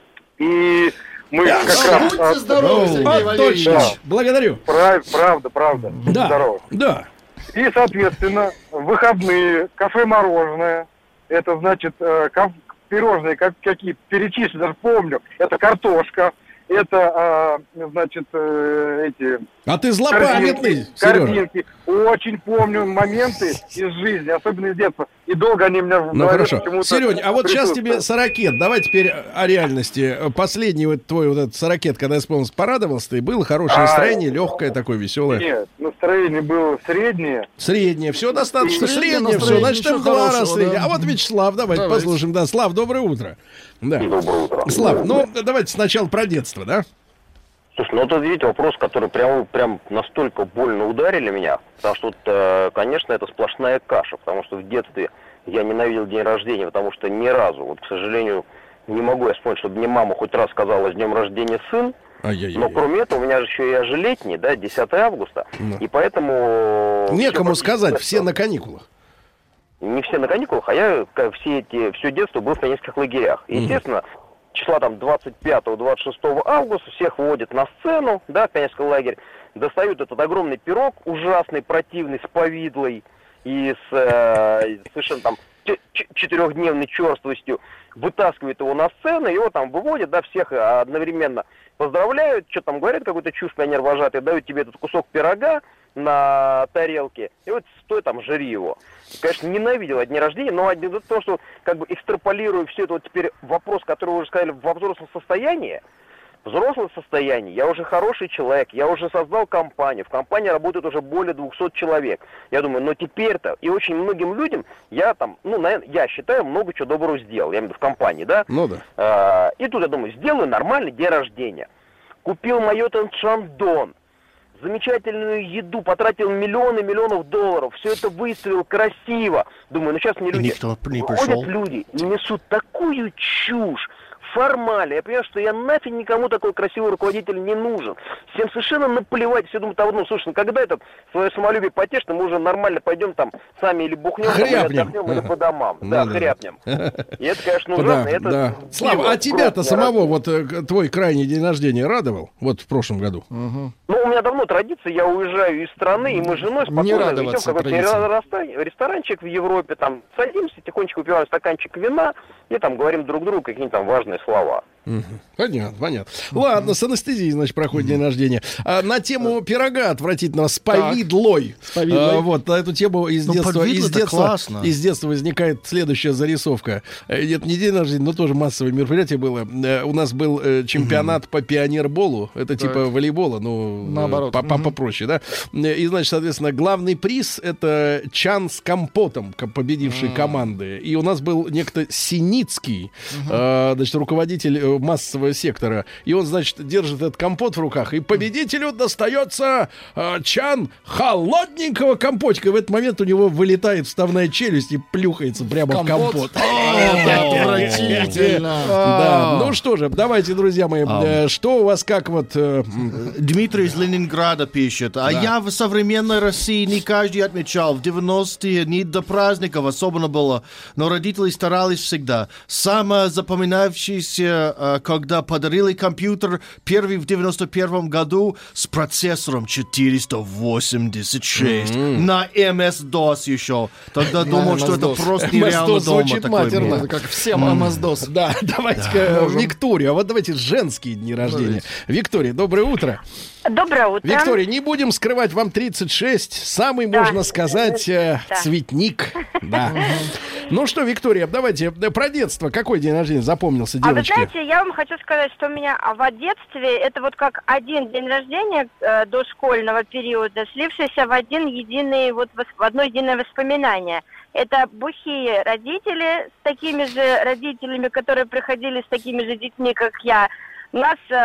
S7: И... Мы как раз...
S4: Будьте здоровы, Сергей Валерьевич.
S2: Да. Благодарю.
S7: Прав, правда, правда.
S2: Да,
S7: здорово.
S2: да.
S7: И, соответственно, в выходные кафе-мороженое. Это значит, э, каф- пирожные, как, какие перечислю, даже помню. Это картошка. Это, э, значит, э, эти...
S2: А ты злопамятный,
S7: корзинки,
S2: Сережа.
S7: корзинки. Очень помню моменты из жизни, особенно из детства. И долго они меня в
S2: Ну
S7: голове
S2: хорошо.
S7: почему-то
S2: Серёнь, а вот сейчас тебе
S7: присутствуют.
S2: сорокет. Давай теперь о реальности. Последний вот твой вот этот сорокет, когда исполнился, порадовался ты? Было хорошее настроение, легкое такое, веселое?
S7: Нет, настроение было среднее.
S2: Среднее. Все достаточно.
S4: Среднее
S2: Среднее все.
S4: настроение,
S2: Значит,
S4: ничего
S2: там два
S4: хорошего,
S2: раза среднее.
S4: да.
S2: А вот Вячеслав, давайте,
S4: Давайте.
S2: послушаем. Да, Слав, доброе утро. Да.
S8: Доброе утро.
S2: Слав, ну давайте сначала про детство, да?
S8: Слушай, ну вот видите, вопрос, который прям, прям настолько больно ударили меня, потому что, вот, э, конечно, это сплошная каша, потому что в детстве я ненавидел день рождения, потому что ни разу, вот, к сожалению, не могу я вспомнить, чтобы мне мама хоть раз сказала «С днем рождения, сын»,
S2: Ай-яй-яй.
S8: но кроме этого, у меня же еще я же летний, да, десятого августа,
S2: Ну.
S8: и поэтому...
S2: Некому
S8: все
S2: сказать,
S8: практически-
S2: все на каникулах.
S8: Не все на каникулах, а я как, все эти, все детство был в пионерских лагерях. И, естественно, числа там двадцать пятого — двадцать шестого августа всех выводят на сцену, да, в пионерский лагерь, достают этот огромный пирог, ужасный, противный, с повидлой и с э, совершенно там ч- ч- четырехдневной черствостью, вытаскивают его на сцену, его там выводят, да, всех одновременно поздравляют, что там говорят, какой-то чушь пионер-вожатый, дают тебе этот кусок пирога на тарелке, и вот стой там, жри его. Конечно, ненавидел дни рождения, но один то, что как бы экстраполирую все это вот теперь вопрос, который вы уже сказали, во взрослом состоянии, взрослое состояние, я уже хороший человек, я уже создал компанию, в компании работает уже более двухсот человек. Я думаю, но теперь-то, и очень многим людям, я там, ну, наверное, я считаю, много чего доброго сделал, я имею в виду в компании, да?
S2: Ну да.
S8: А, и тут я думаю, сделаю нормальный день рождения. Купил майотан Шандон, замечательную еду, потратил миллионы миллионов долларов, все это выставил красиво. Думаю, ну сейчас мне люди,
S3: никто не пришел.
S8: ходят люди и несут такую чушь, формально. Я понимаю, что я нафиг никому такой красивый руководитель не нужен. Всем совершенно наплевать. Все думают, а вот, ну, слушай, ну когда это свое самолюбие потешно, мы уже нормально пойдем там сами или бухнем, там, или отдохнем, или по домам. Да,
S2: Да-да-да.
S8: хряпнем. И это, конечно,
S2: Да,
S8: ужасно. Это
S2: да. Слава, а тебя-то самого вот э, твой крайний день рождения радовал? Вот в прошлом году.
S8: Ну, у меня давно традиция, я уезжаю из страны, и мы с женой спокойно идем в
S4: радоваться
S8: какой-то
S4: традиции.
S8: ресторанчик в Европе, там, садимся, тихонечко выпиваем стаканчик вина, и там говорим друг другу какие-нибудь там важные слова.
S2: Понятно, понятно. Ладно, с анестезией, значит, проходит день рождения. А, на тему пирога отвратительного с повидлой. С повидлой. А, вот, на эту тему из
S3: Ну,
S2: детства, из детства,
S3: классно.
S2: из детства возникает следующая зарисовка. Э, Это не день рождения, но тоже массовое мероприятие было. Э, У нас был э, чемпионат по пионерболу. Это типа волейбола, ну,
S4: Наоборот.
S2: по- по- попроще, да? Э, И, значит, соответственно, главный приз — это чан с компотом ко- победившей команды. И у нас был некто Синицкий, э, значит, руководитель э, массового сектора. И он, значит, держит этот компот в руках. И победителю достается э, чан холодненького компотика. И в этот момент у него вылетает вставная челюсть и плюхается прямо в компот.
S4: Это отвратительно.
S2: Да, ну что же, давайте, друзья мои, э, что у вас как вот... э,
S3: Дмитрий из Ленинграда пишет. А я в современной России не каждый отмечал. В девяностые не до праздников особенно было. Но родители старались всегда. Самое запоминающееся, э, когда подарили компьютер первый в девяносто первом году с процессором четыреста восемьдесят шесть. На эм эс-дос еще. Тогда думал, что это
S4: эм эс-дос.
S3: просто нереально
S2: эм эс-дос
S3: дома.
S2: звучит
S3: такой
S2: матерно.
S3: был.
S4: Как всем эм эс-дос.
S2: Да, давайте-ка Викторию. А вот давайте женские дни рождения. Виктория, доброе утро.
S9: Доброе утро.
S2: Виктория, не будем скрывать, вам тридцать шесть. Самый,
S9: Да.
S2: можно сказать, э,
S9: Да.
S2: цветник. Да. Ну что, Виктория, давайте э, про детство. Какой день рождения запомнился
S9: А вы
S2: девочке?
S9: знаете, я вам хочу сказать, что у меня а, в детстве это вот как один день рождения э, дошкольного периода, слившийся в один единый, вот вос- в одно единое воспоминание. Это бухие родители с такими же родителями, которые приходили с такими же детьми, как я. Нас э,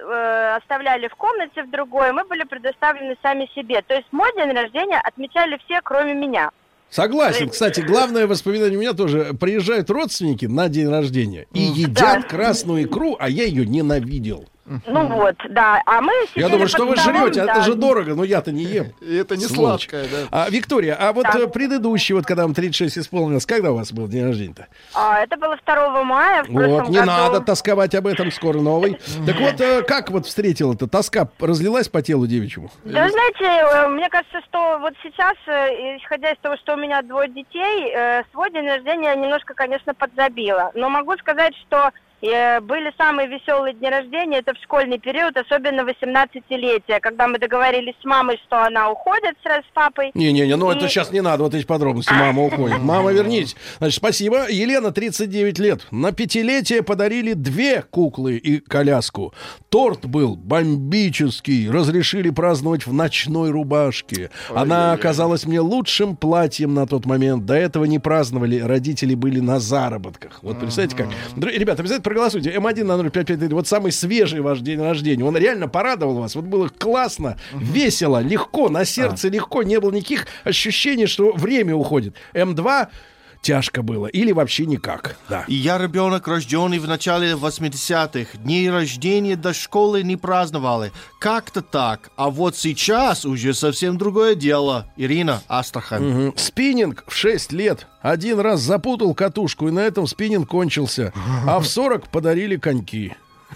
S9: э, оставляли в комнате в другой, мы были предоставлены сами себе. То есть мой день рождения отмечали все, кроме меня.
S2: Согласен. Кстати, главное воспоминание у меня тоже. Приезжают родственники на день рождения и едят
S9: Да.
S2: красную икру, а я ее ненавидел.
S9: Ну вот, да. А мы сидели
S2: Я думаю,
S9: под
S2: что вы
S9: столом,
S2: жрете,
S9: да.
S2: это же дорого, но я-то не ем.
S4: И это не
S2: Сволочь.
S4: сладкое, да.
S2: А, Виктория, а вот
S9: Да.
S2: э, предыдущий, вот когда вам тридцать шесть исполнилось, когда у вас был день рождения-то?
S9: А, это было второго мая в прошлом
S2: Вот, не
S9: году.
S2: надо тосковать об этом, скоро новый. Так вот, э, как вот встретила эта тоска разлилась по телу девичьему?
S9: Да, вы знаете, э, мне кажется, что вот сейчас, э, исходя из того, что у меня двое детей, э, свой день рождения немножко, конечно, подзабила. Но могу сказать, что э, были самые веселые дни рождения, это в школьный период, особенно восемнадцатилетие, когда мы договорились с мамой, что она уходит с, с папой.
S2: Не-не-не, ну
S9: И-
S2: это сейчас не надо, вот эти подробности. Мама уходит. Мама, вернитесь. Значит, спасибо. Елена, тридцать девять лет. На пятилетие подарили две куклы и коляску. Торт был бомбический. Разрешили праздновать в ночной рубашке. Она оказалась мне лучшим платьем на тот момент. До этого не праздновали. Родители были на заработках. Вот представляете как. Др- Ребята, обязательно проголосуйте. эм один на ноль пять пять три. Вот самый свежий ваш день рождения. Он реально порадовал вас. Вот было классно, весело, легко, на сердце легко. Не было никаких ощущений, что время уходит. эм два тяжко было. Или вообще никак. Да.
S3: И я ребенок, рожденный в начале восьмидесятых. Дней рождения до школы не праздновали. Как-то так. А вот сейчас уже совсем другое дело. Ирина, Астрахань.
S2: Мгм. Спиннинг в шесть лет. Один раз запутал катушку, и на этом спиннинг кончился. А в сорок подарили коньки.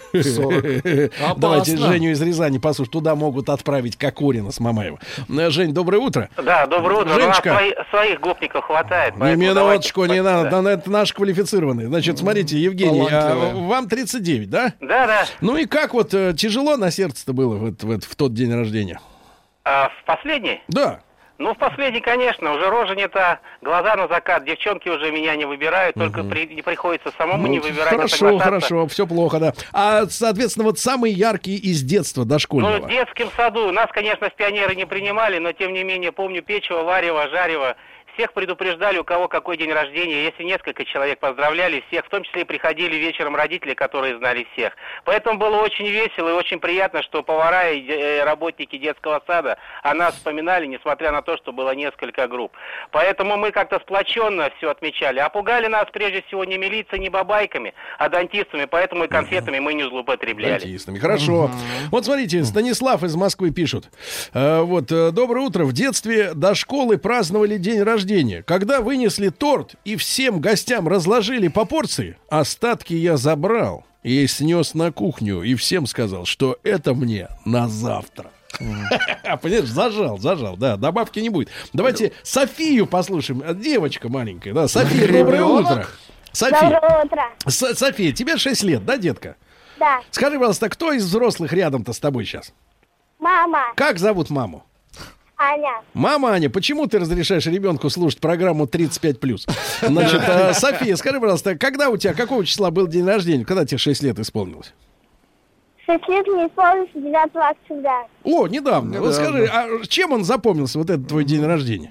S2: Давайте
S4: Опасно.
S2: Женю из Рязани послушать. Туда могут отправить Кокорина с Мамаева. Э, Жень, доброе утро.
S8: Да, доброе утро.
S2: Женечка.
S8: У нас свои- своих гопников хватает.
S2: Не
S8: поэтому
S2: минуточку,
S8: давайте-
S2: не надо.
S8: Да.
S2: Да, это наш квалифицированный. Значит, смотрите, Евгений, а,
S4: Талантливая.
S2: вам тридцать девять, да?
S8: Да, да.
S2: Ну и как вот э, тяжело на сердце-то было вот, вот в тот день рождения?
S8: А в последний?
S2: Да.
S8: Ну, в последний, конечно, уже рожа не та, глаза на закат, девчонки уже меня не выбирают, только при- не приходится самому не
S2: Ну,
S8: выбирать. а
S2: хорошо,
S8: соглашаться.
S2: хорошо, все плохо, да. А, соответственно, вот самый яркий из детства
S8: Ну,
S2: дошкольного.
S8: в детском саду нас, конечно, в пионеры не принимали, но, тем не менее, помню печево, варево, жарево. Всех предупреждали, у кого какой день рождения. Если несколько человек поздравляли всех, в том числе и приходили вечером родители, которые знали всех. Поэтому было очень весело и очень приятно, что повара и э, работники детского сада о нас вспоминали, несмотря на то, что было несколько групп. Поэтому мы как-то сплоченно все отмечали. А пугали нас прежде всего не милицией, не бабайками, а дантистами, поэтому и конфетами мы не злоупотребляли.
S2: Дантистами. Хорошо. Вот смотрите, Станислав из Москвы пишет. Э, вот, э, доброе утро. В детстве до школы праздновали день рождения. Когда вынесли торт и всем гостям разложили по порции, остатки я забрал и снес на кухню и всем сказал, что это мне на завтра. Понимаешь, зажал, зажал, да, добавки не будет. Давайте Софию послушаем, девочка маленькая, да, София, доброе утро. София.
S10: Доброе утро.
S2: С- София, тебе шесть лет, да, детка?
S10: Да.
S2: Скажи, пожалуйста, кто из взрослых рядом-то с тобой сейчас?
S10: Мама.
S2: Как зовут маму?
S10: Аня.
S2: Мама Аня, почему ты разрешаешь ребенку слушать программу тридцать пять плюс? Значит, э, София, скажи, пожалуйста, когда у тебя, какого числа был день рождения? Когда тебе шесть лет исполнилось?
S10: Шесть лет мне исполнилось девятого октября.
S2: О, недавно. недавно. Вот скажи, а чем он запомнился, вот этот твой день рождения?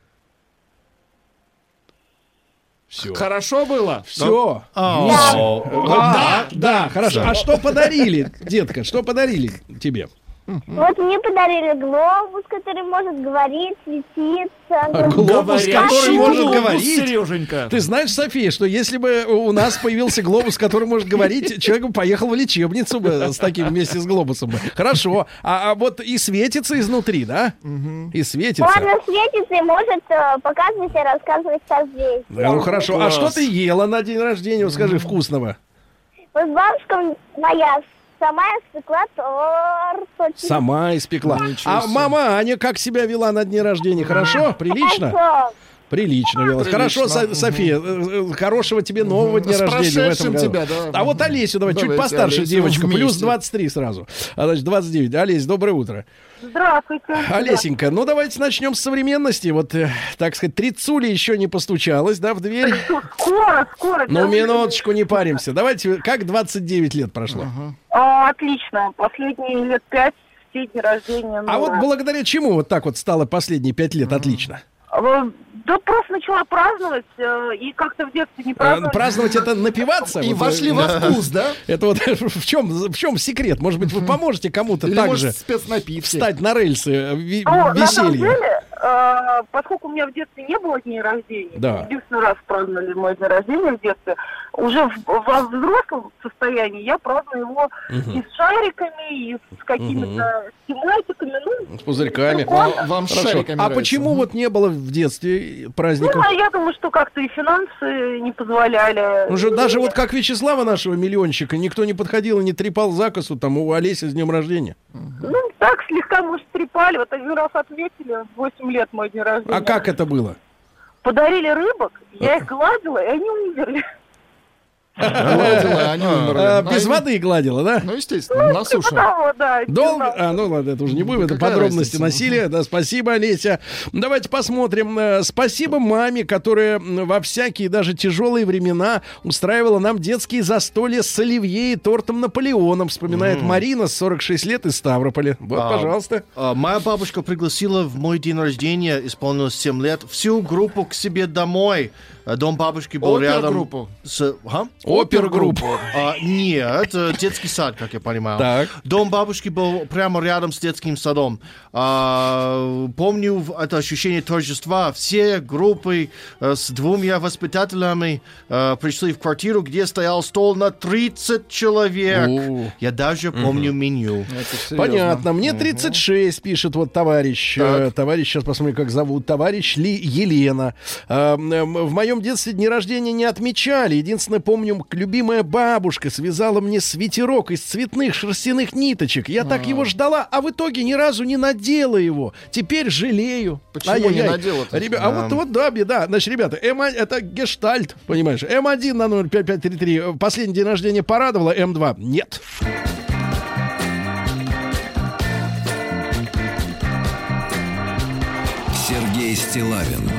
S4: Все. Хорошо было?
S2: Все.
S4: А,
S2: да. Да, да, хорошо. А что подарили, детка, что подарили тебе?
S10: Вот мне подарили глобус, который может говорить, светиться.
S2: А, глобус, который может
S4: глобус,
S2: говорить.
S4: Сереженька.
S2: Ты знаешь, София, что если бы у нас появился глобус, который может говорить, человек бы поехал в лечебницу бы с таким вместе с глобусом. бы. Хорошо. А, а вот и светится изнутри, да? Угу. И светится.
S10: Можно светиться и может э, показывать и рассказывать созвездия.
S2: Да, ну хорошо. Класс. А что ты ела на день рождения? Вот скажи, вкусного.
S10: Вот бабушка моя сама испекла торт.
S2: Сама испекла. А мама Аня как себя вела на дне рождения? Хорошо? Прилично?
S10: Хорошо.
S2: Прилично велась. Хорошо, Со- София, э, хорошего тебе нового дня
S4: С
S2: рождения в этом году.
S4: тебя, да.
S2: А вот Олесю давай,
S4: Давайте
S2: чуть постарше
S4: Олесю
S2: девочку,
S4: вместе.
S2: плюс двадцать три сразу. А, значит, двадцать девять. Олесь, доброе утро.
S9: Здравствуйте.
S2: Олесенька, ну давайте начнем с современности. Вот, э, так сказать, трицули еще не постучалась, да, в дверь?
S9: Скоро, скоро.
S2: Ну, минуточку, не паримся. Давайте, как двадцать девять лет прошло?
S9: А, отлично. Последние лет пять, все дни рождения.
S2: А вот благодаря чему вот так вот стало последние пять лет отлично?
S9: Да просто начала праздновать, э, и как-то в детстве не
S2: Э,
S9: праздновать.
S2: Праздновать это напиваться?
S4: И
S2: Вот,
S4: вошли
S2: э,
S4: во вкус, да?
S2: Это вот в чем, в чем секрет? Может быть, вы поможете кому-то
S4: Или,
S2: так
S4: может,
S2: же
S4: спецнапитки.
S2: встать на рельсы э, ви-
S9: Ну, на самом
S2: веселья?
S9: деле, э, поскольку у меня в детстве не было дней рождения,
S2: Да.
S9: единственный раз праздновали мой день рождения в детстве, уже в, во взрослом состоянии я праздную его и с шариками, и с какими-то тематиками. Ну,
S2: С пузырьками.
S9: прикольно.
S4: Вам, вам с
S2: Хорошо.
S4: шариками
S2: А
S4: нравится?
S2: почему вот не было в детстве праздников?
S9: Ну, а я думаю, что как-то и финансы не позволяли.
S2: Ну же, даже вот как Вячеслава нашего миллионщика, никто не подходил и не трепал за косу там у Олеси с днем рождения.
S9: Ну, так слегка, может, трепали. Вот один раз отметили, восемь лет мой день рождения.
S2: А как это было?
S9: Подарили рыбок, я их гладила, и они умерли.
S4: Гладила, они умерли.
S2: А,
S4: Ну,
S2: Без
S4: они-
S2: воды гладила, да?
S4: Ну, естественно, на суше.
S9: Того, да,
S2: Долго? А, ну ладно, это уже не будем, это
S4: какая
S2: подробности
S4: разница?
S2: насилия. Да, спасибо, Олеся. Давайте посмотрим. Э, Спасибо маме, которая м, во всякие даже тяжелые времена устраивала нам детские застолья с оливье и тортом Наполеоном. Вспоминает Марина, сорок шесть лет из Ставрополя. Вот,
S3: А,
S2: пожалуйста.
S3: а, Моя бабушка пригласила в мой день рождения, исполнилось семь лет, всю группу к себе домой. А Дом бабушки был рядом
S4: Опергруппу.
S3: с... Га?
S2: Опергруппу.
S3: А, нет, это детский сад, как я понимаю.
S2: Так.
S3: Дом бабушки был прямо рядом с детским садом. А, помню в- это ощущение торжества. Все группы э, с двумя воспитателями э, пришли в квартиру, где стоял стол на тридцать человек.
S2: О.
S3: Я даже помню меню.
S4: Это серьезно.
S2: Понятно. Мне тридцать шесть, пишет вот товарищ. Э, Товарищ, сейчас посмотрим, как зовут. Товарищ Ли Елена. Э, м, В моем детстве дни рождения не отмечали. Единственное, помню, любимая бабушка связала мне свитерок из цветных шерстяных ниточек. Я так его ждала, а в итоге ни разу не надела его. Теперь жалею.
S4: Почему не
S2: Ай-яй-яй.
S4: надела-то?
S2: Ребя- А вот, вот, да, беда. Значит, ребята, М один, это гештальт, понимаешь? Эм один на номер пять пять три три. Последний день рождения порадовала, Эм два нет.
S1: Сергей Стиллавин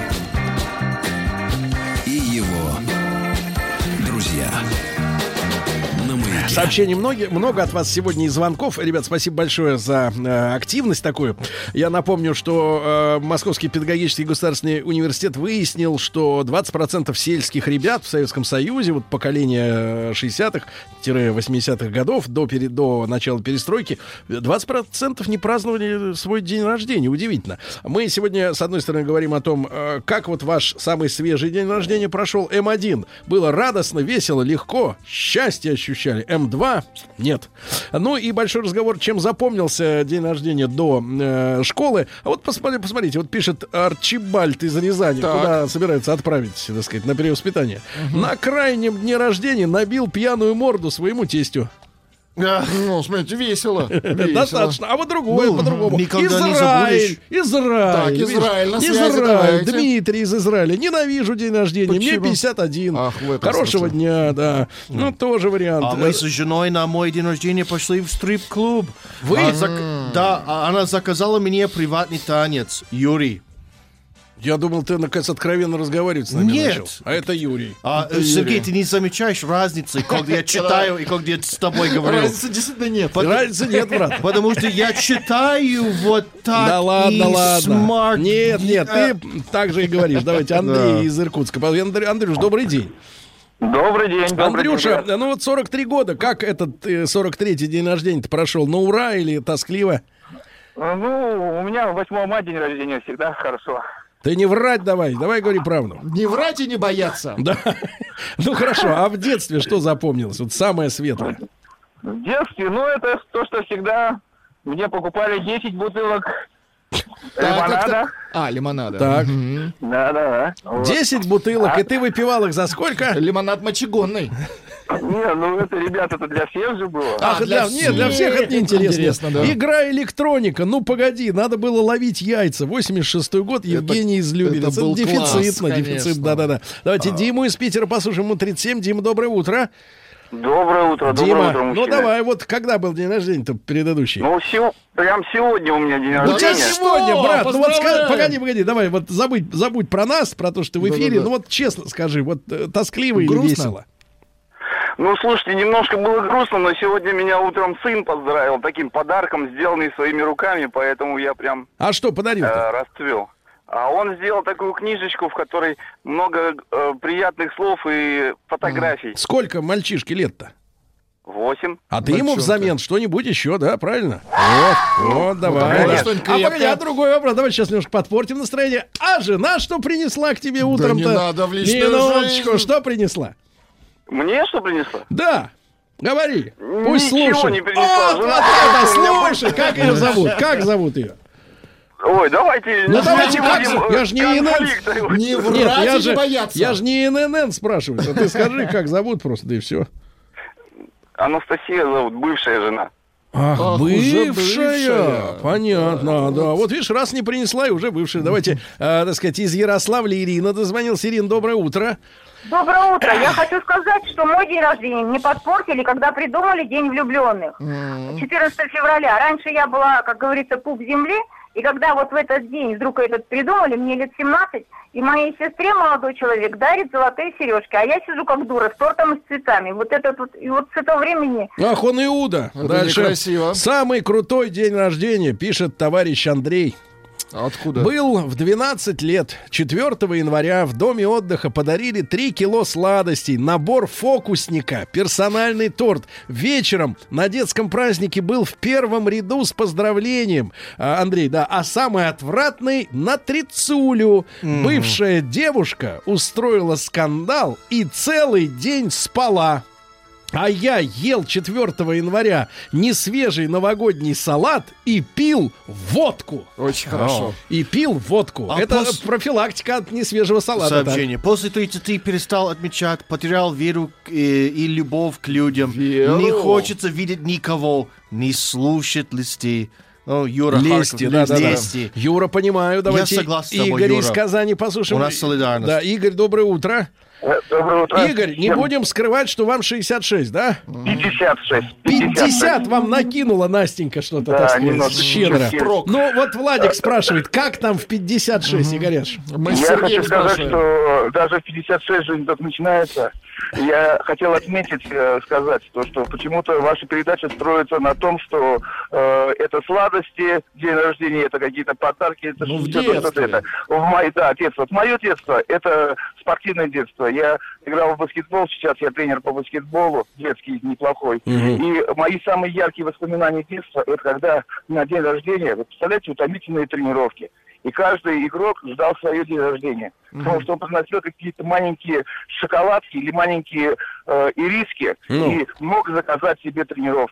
S1: и его друзья. На Маяке.
S2: Сообщений много, много от вас сегодня и звонков. Ребят, спасибо большое за э, активность такую. Я напомню, что э, Московский педагогический государственный университет выяснил, что двадцать процентов сельских ребят в Советском Союзе, вот поколение шестидесятых-восьмидесятых годов, до, пере, до начала перестройки, двадцать процентов не праздновали свой день рождения. Удивительно. Мы сегодня, с одной стороны, говорим о том, э, как вот ваш самый свежий день рождения прошел. Эм один. Было радостно, весело, легко, счастье ощущали. Эм два нет. Ну и большой разговор, чем запомнился день рождения до э, школы. А вот посмотри, посмотрите, вот пишет Арчибальд из Рязани,
S4: Так.
S2: куда собираются отправить, так сказать, на перевоспитание. На крайнем дне рождения набил пьяную морду своему тестю.
S4: Ну, смотрите, весело. весело.
S2: Достаточно. А вот другое,
S3: Ну,
S2: по-другому.
S3: никогда не
S2: Израиль.
S3: забудешь.
S2: Израиль.
S4: Так,
S2: видишь?
S4: Израиль, на связи
S2: Израиль.
S4: давайте.
S2: Дмитрий из Израиля. Ненавижу день рождения. Мне
S4: Почему?
S2: пятьдесят один.
S4: Ах, в этом
S2: Хорошего
S4: смысле.
S2: дня, да. Ну, тоже вариант.
S3: А мы с женой на мой день рождения пошли в стрип-клуб.
S2: Вы?
S3: А зак- Да, а она заказала мне приватный танец. Юрий.
S2: Я думал, ты, наконец, откровенно разговаривать с нами
S3: Нет.
S2: начал. А это Юрий.
S3: А, э, Сергей, ты не замечаешь разницы, когда я читаю и когда я с тобой говорю?
S4: Разницы действительно нет.
S2: Разницы нет, брат.
S3: Потому что я читаю вот так
S2: Да ладно,
S3: и
S2: ладно.
S3: smart.
S2: Нет, нет, ты так же и говоришь. Давайте Андрей из Иркутска. Андрей- Андрюш, добрый день.
S8: Добрый день. добрый
S2: Андрюша,
S8: день.
S2: ну вот сорок три года. Как этот э, сорок третий день рождения-то прошел? На ура или тоскливо?
S8: Ну, у меня восьмого мая день рождения, всегда хорошо.
S2: Ты не врать давай. Давай говори правду.
S4: Не врать и не бояться.
S2: Да. Ну хорошо, а в детстве что запомнилось? Вот самое светлое.
S8: В детстве, ну, это то, что всегда мне покупали десять бутылок лимонада.
S4: А, лимонада.
S2: Так.
S4: Мгм.
S8: Да-да-да. Вот.
S2: десять бутылок, и ты выпивал их за сколько?
S4: Лимонад мочегонный.
S8: Не, ну это, ребята, это для всех же было.
S2: Ах,
S4: А,
S2: для,
S4: для
S2: нет, для всех это неинтересно.
S4: Интересно, да.
S2: Игра электроника. Ну, погоди, надо было ловить яйца. восемьдесят шестой год, Евгений из Люберец.
S4: это был
S2: Дефицитно,
S4: класс,
S2: дефицит,
S4: конечно.
S2: да-да-да. Давайте Диму из Питера послушаем, ему тридцать семь. Дима, доброе утро.
S8: Доброе утро, доброе
S2: Дима,
S8: утро,
S2: ну
S8: мужчины.
S2: давай, вот когда был день рождения-то предыдущий?
S8: Ну, сего- прям сегодня у меня день
S2: У тебя
S8: рождения.
S2: сегодня,
S4: Что?
S2: брат, ну вот
S4: Поздравляем!
S2: ска- погоди, погоди, давай, вот забудь, забудь про нас, про то, что ты в эфире,
S4: Да-да-да.
S2: ну вот честно скажи, вот э, тоскливо или
S4: Грустно?
S2: весело?
S8: Ну, слушайте, немножко было грустно, но сегодня меня утром сын поздравил таким подарком, сделанный своими руками, поэтому я прям
S2: А что подарил-то?
S8: э, расцвел. А он сделал такую книжечку, в которой много э, приятных слов и фотографий.
S2: Сколько мальчишке лет-то?
S8: Восемь.
S2: А ты ему
S4: Мальчонка.
S2: взамен что-нибудь еще, да, правильно? Вот, вот, давай.
S4: давай
S2: А
S4: что-нибудь
S2: погоди,
S4: крепкое.
S2: а другой вопрос, давай сейчас немножко подпортим настроение. А жена что принесла к тебе утром-то?
S4: не надо в личную
S2: Минуточку,
S4: жизнь.
S2: что принесла?
S8: Мне что принесла?
S2: Да, говори, пусть
S8: Ничего
S2: слушает.
S8: не принесла.
S2: Вот,
S8: Жена
S2: вот
S8: сказала,
S2: это,
S8: что у меня
S2: слушай, как ее зовут? Как зовут ее?
S8: Ой, давайте...
S2: Ну
S8: не
S2: давайте, как
S8: будем,
S2: зовут? Я ж не
S8: конфликта.
S2: ИНН.
S4: Не
S2: Нет,
S4: врать
S2: я
S4: и
S2: же,
S4: не бояться.
S2: я же не ИНН спрашиваю, а ты скажи, как зовут просто, да и все.
S8: Анастасия зовут, бывшая жена.
S2: Ах,
S4: Ах, уже
S2: бывшая.
S4: бывшая.
S2: Понятно, да. Вот видишь, раз не принесла, и уже бывшая. Давайте, э, так сказать, из Ярославля Ирина дозвонилась. Ирина, доброе утро.
S11: Доброе утро. Я хочу сказать, что мой день рождения не подпортили, когда придумали День влюбленных. четырнадцатого февраля. Раньше я была, как говорится, пуп земли. И когда вот в этот день вдруг этот придумали, мне лет семнадцать, и моей сестре молодой человек дарит золотые сережки, а я сижу как дура с тортом и с цветами. Вот это вот, и вот с этого времени...
S2: Ах, он Иуда.
S4: Это
S2: Дальше.
S4: некрасиво.
S2: Самый крутой день рождения, пишет товарищ Андрей.
S4: Откуда?
S2: Был в двенадцать лет. четвёртого января в доме отдыха подарили три кило сладостей, набор фокусника, персональный торт. Вечером на детском празднике был в первом ряду с поздравлением. А, Андрей, да, а самый отвратный на трицулю.
S3: Мгм.
S2: Бывшая девушка устроила скандал и целый день спала. А я ел четвёртого января несвежий новогодний салат и пил водку.
S4: Очень хорошо.
S2: И пил водку.
S3: А
S2: Это
S3: пос-
S2: профилактика от несвежего салата.
S3: Сообщение. После тридцати перестал отмечать, потерял веру э, и любовь к людям.
S4: Веру.
S3: Не хочется видеть никого, не слушать листы. Ну, Юра
S2: Лести,
S3: Харьков,
S2: да, да, да.
S3: лести.
S2: Юра, понимаю. Давайте
S3: Я согласен с тобой,
S2: Игорь
S3: Юра.
S2: из Казани послушаем.
S3: У нас солидарность.
S2: Да, Игорь, доброе утро.
S8: Доброе утро.
S2: Игорь, не будем скрывать, что вам шестьдесят шесть, да?
S8: пятьдесят шесть.
S2: пятьдесят вам накинула Настенька что-то,
S8: Да,
S2: так сказать,
S8: немножко
S2: щедро.
S8: впрок.
S2: Ну, вот Владик спрашивает, как там в пятьдесят шесть, Игоряш?
S4: Мы с
S7: Я
S4: Сергеем
S7: хочу сказать,
S4: спрашиваем.
S7: что даже в пятьдесят шесть жизнь только начинается. Я хотел отметить, э, сказать, то, что почему-то ваша передача строится на том, что э, это сладости, день рождения, это какие-то подарки, это
S4: Ну, в
S7: что-то, что-то
S4: детстве.
S7: это. В мои, да, детство. Вот мое детство, это спортивное детство. Я играл в баскетбол, сейчас я тренер по баскетболу, детский, неплохой. И мои самые яркие воспоминания детства, это когда на день рождения, вы представляете, утомительные тренировки. И каждый игрок ждал свое день рождения. Потому что он приносил какие-то маленькие шоколадки или маленькие э, ириски
S2: Ну.
S7: и мог заказать себе тренировку.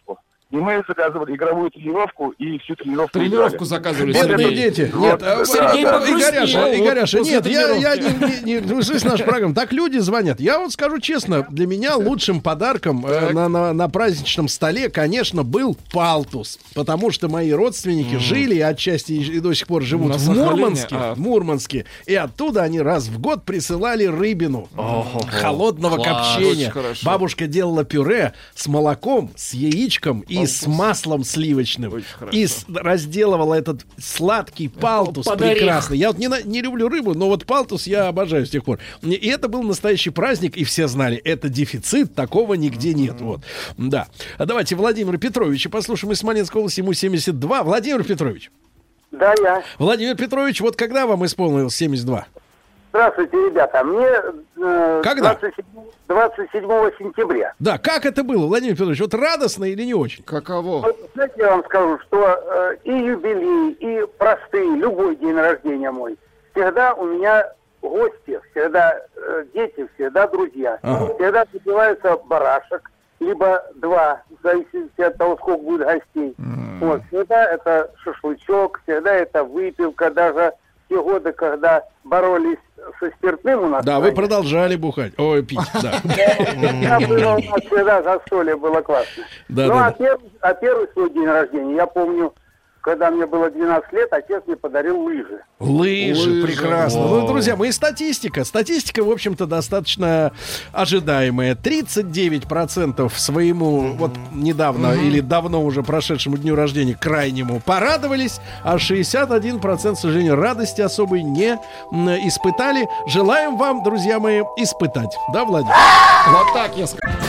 S7: И мы заказывали игровую тренировку и всю тренировку.
S4: Тренировку заказывали.
S2: Бедные дети. Нет, а,
S4: Сергей
S2: а,
S4: погрустнел.
S2: Игоряша, Игоряша,
S4: Вот
S2: нет,
S4: после
S2: я, я
S4: тренировки.
S2: не, не, не, вы слышите нашу программу? Так люди звонят. Я вот скажу честно, для меня лучшим подарком э, на, на, на праздничном столе, конечно, был палтус. Потому что мои родственники mm. жили и отчасти и, и до сих пор живут
S4: На
S2: в
S4: Сахалине,
S2: Мурманске,
S4: а.
S2: в Мурманске. И оттуда они раз в год присылали рыбину
S4: О-хо-хо.
S2: холодного
S4: Класс,
S2: копчения.
S4: очень хорошо.
S2: Бабушка делала пюре с молоком, с яичком и с маслом сливочным. И с- разделывала этот сладкий палтус
S4: Под орех.
S2: прекрасный. Я вот не, на- не люблю рыбу, но вот палтус я обожаю с тех пор. И это был настоящий праздник, и все знали, это дефицит, такого нигде нет. Вот. Да. А давайте Владимира Петровича послушаем из Смоленской области, ему семьдесят два. Владимир Петрович.
S12: Да, я.
S2: Владимир Петрович, вот когда вам исполнилось семьдесят два?
S12: Здравствуйте, ребята. Мне э,
S2: Когда?
S12: двадцать седьмого сентября.
S2: Да, как это было, Владимир Петрович? Вот радостно или не очень?
S4: Каково?
S12: Вот, знаете, я вам скажу, что э, и юбилей, и простые, любой день рождения мой, всегда у меня гости, всегда э, дети, всегда друзья.
S2: Ага.
S12: Всегда добиваются барашек, либо два, в зависимости от того, сколько будет гостей.
S4: Mm.
S12: Вот, всегда это шашлычок, всегда это выпивка, даже в те годы, когда боролись со спиртным у нас.
S2: Да, вы продолжали бухать. Ой, пить, да.
S12: Я было у нас всегда застолье было классно.
S2: Да,
S12: ну,
S2: да,
S12: а, первый, а первый свой день рождения, я помню, когда мне было двенадцать лет, отец мне подарил лыжи.
S2: Лыжи,
S4: Лыжи,
S2: прекрасно.
S4: вау.
S2: Ну, друзья, мы и статистика. Статистика, в общем-то, достаточно ожидаемая. тридцать девять процентов своему вот недавно
S4: Мгм.
S2: или давно уже прошедшему дню рождения крайнему порадовались, а шестьдесят один процент, к сожалению, радости особой не м, испытали. Желаем вам, друзья мои, испытать. Да, Владимир?
S4: Вот так я скажу.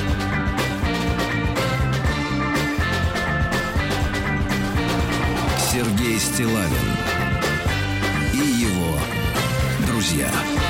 S1: Сергей Стиллавин и его друзья.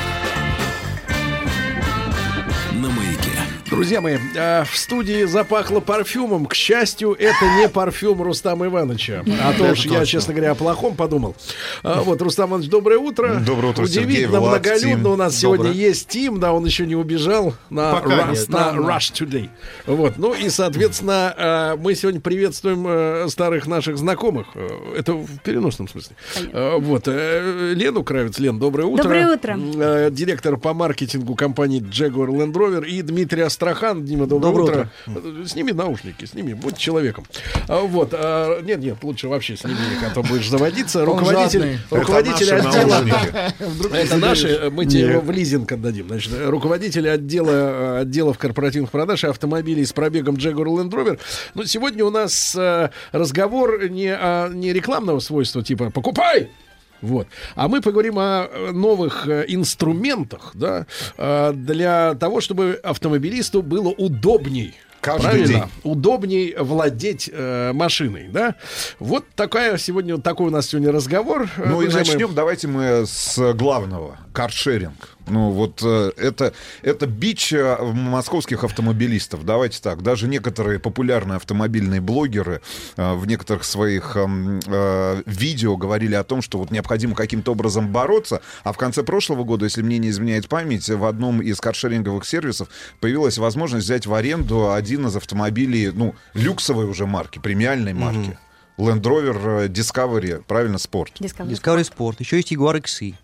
S1: На маяке.
S2: Друзья мои, э, в студии запахло парфюмом. К счастью, это не парфюм Рустама Ивановича. А то
S13: Это
S2: уж я,
S13: точно.
S2: честно говоря, о плохом подумал. А, вот, Рустам Иванович, доброе утро.
S13: Доброе утро, Сергей,
S2: Удивительно
S13: Влад,
S2: многолюдно.
S13: Тим.
S2: У нас сегодня
S13: Доброе.
S2: есть Тим, да, он еще не убежал на,
S3: Пока
S2: Ru-
S3: нет.
S2: на
S3: Странно.
S2: Rush Today. Вот, ну и, соответственно, э, мы сегодня приветствуем э, старых наших знакомых. Э, Это в переносном смысле. Э, Вот, э, Лену Кравец. Лен, доброе утро.
S14: Доброе утро.
S2: Э, Директор по маркетингу компании Jaguar Land Rover и Дмитрий Астрахан. Дима, доброе,
S3: Доброе
S2: утро. Э, Сними наушники, сними, будь человеком. А, Вот, а, нет, нет, лучше вообще сними их, а то будешь заводиться.
S4: Он
S2: Руководитель,
S4: жадный.
S2: руководитель
S13: Это наши
S2: отдела.
S13: наушники.
S2: Это наши, мы тебе
S3: Нет.
S2: его в лизинг отдадим. Значит, руководитель отдела э, отделов корпоративных продаж и автомобилей с пробегом Jaguar Land Rover. Но сегодня у нас э, разговор не, о, не рекламного свойства, типа «покупай!», вот. А мы поговорим о э, новых э, инструментах, да, э, для того, чтобы автомобилисту было удобней.
S13: Каждый
S2: Правильно?
S13: день.
S2: Удобней владеть э, машиной, да? Вот такая сегодня, такой у нас сегодня разговор. э,
S13: Ну и
S2: друзья мои.
S13: начнем, давайте мы с главного. Каршеринг. Ну вот э, это, это бич э, московских автомобилистов. Давайте так. Даже некоторые популярные автомобильные блогеры э, в некоторых своих э, э, видео говорили о том, что вот необходимо каким-то образом бороться. А в конце прошлого года, если мне не изменяет память, в одном из каршеринговых сервисов появилась возможность взять в аренду один из автомобилей, ну, люксовой уже марки, премиальной марки. Land Rover Discovery, правильно, Sport.
S14: Discovery.
S15: Discovery Sport. Еще есть Jaguar икс и.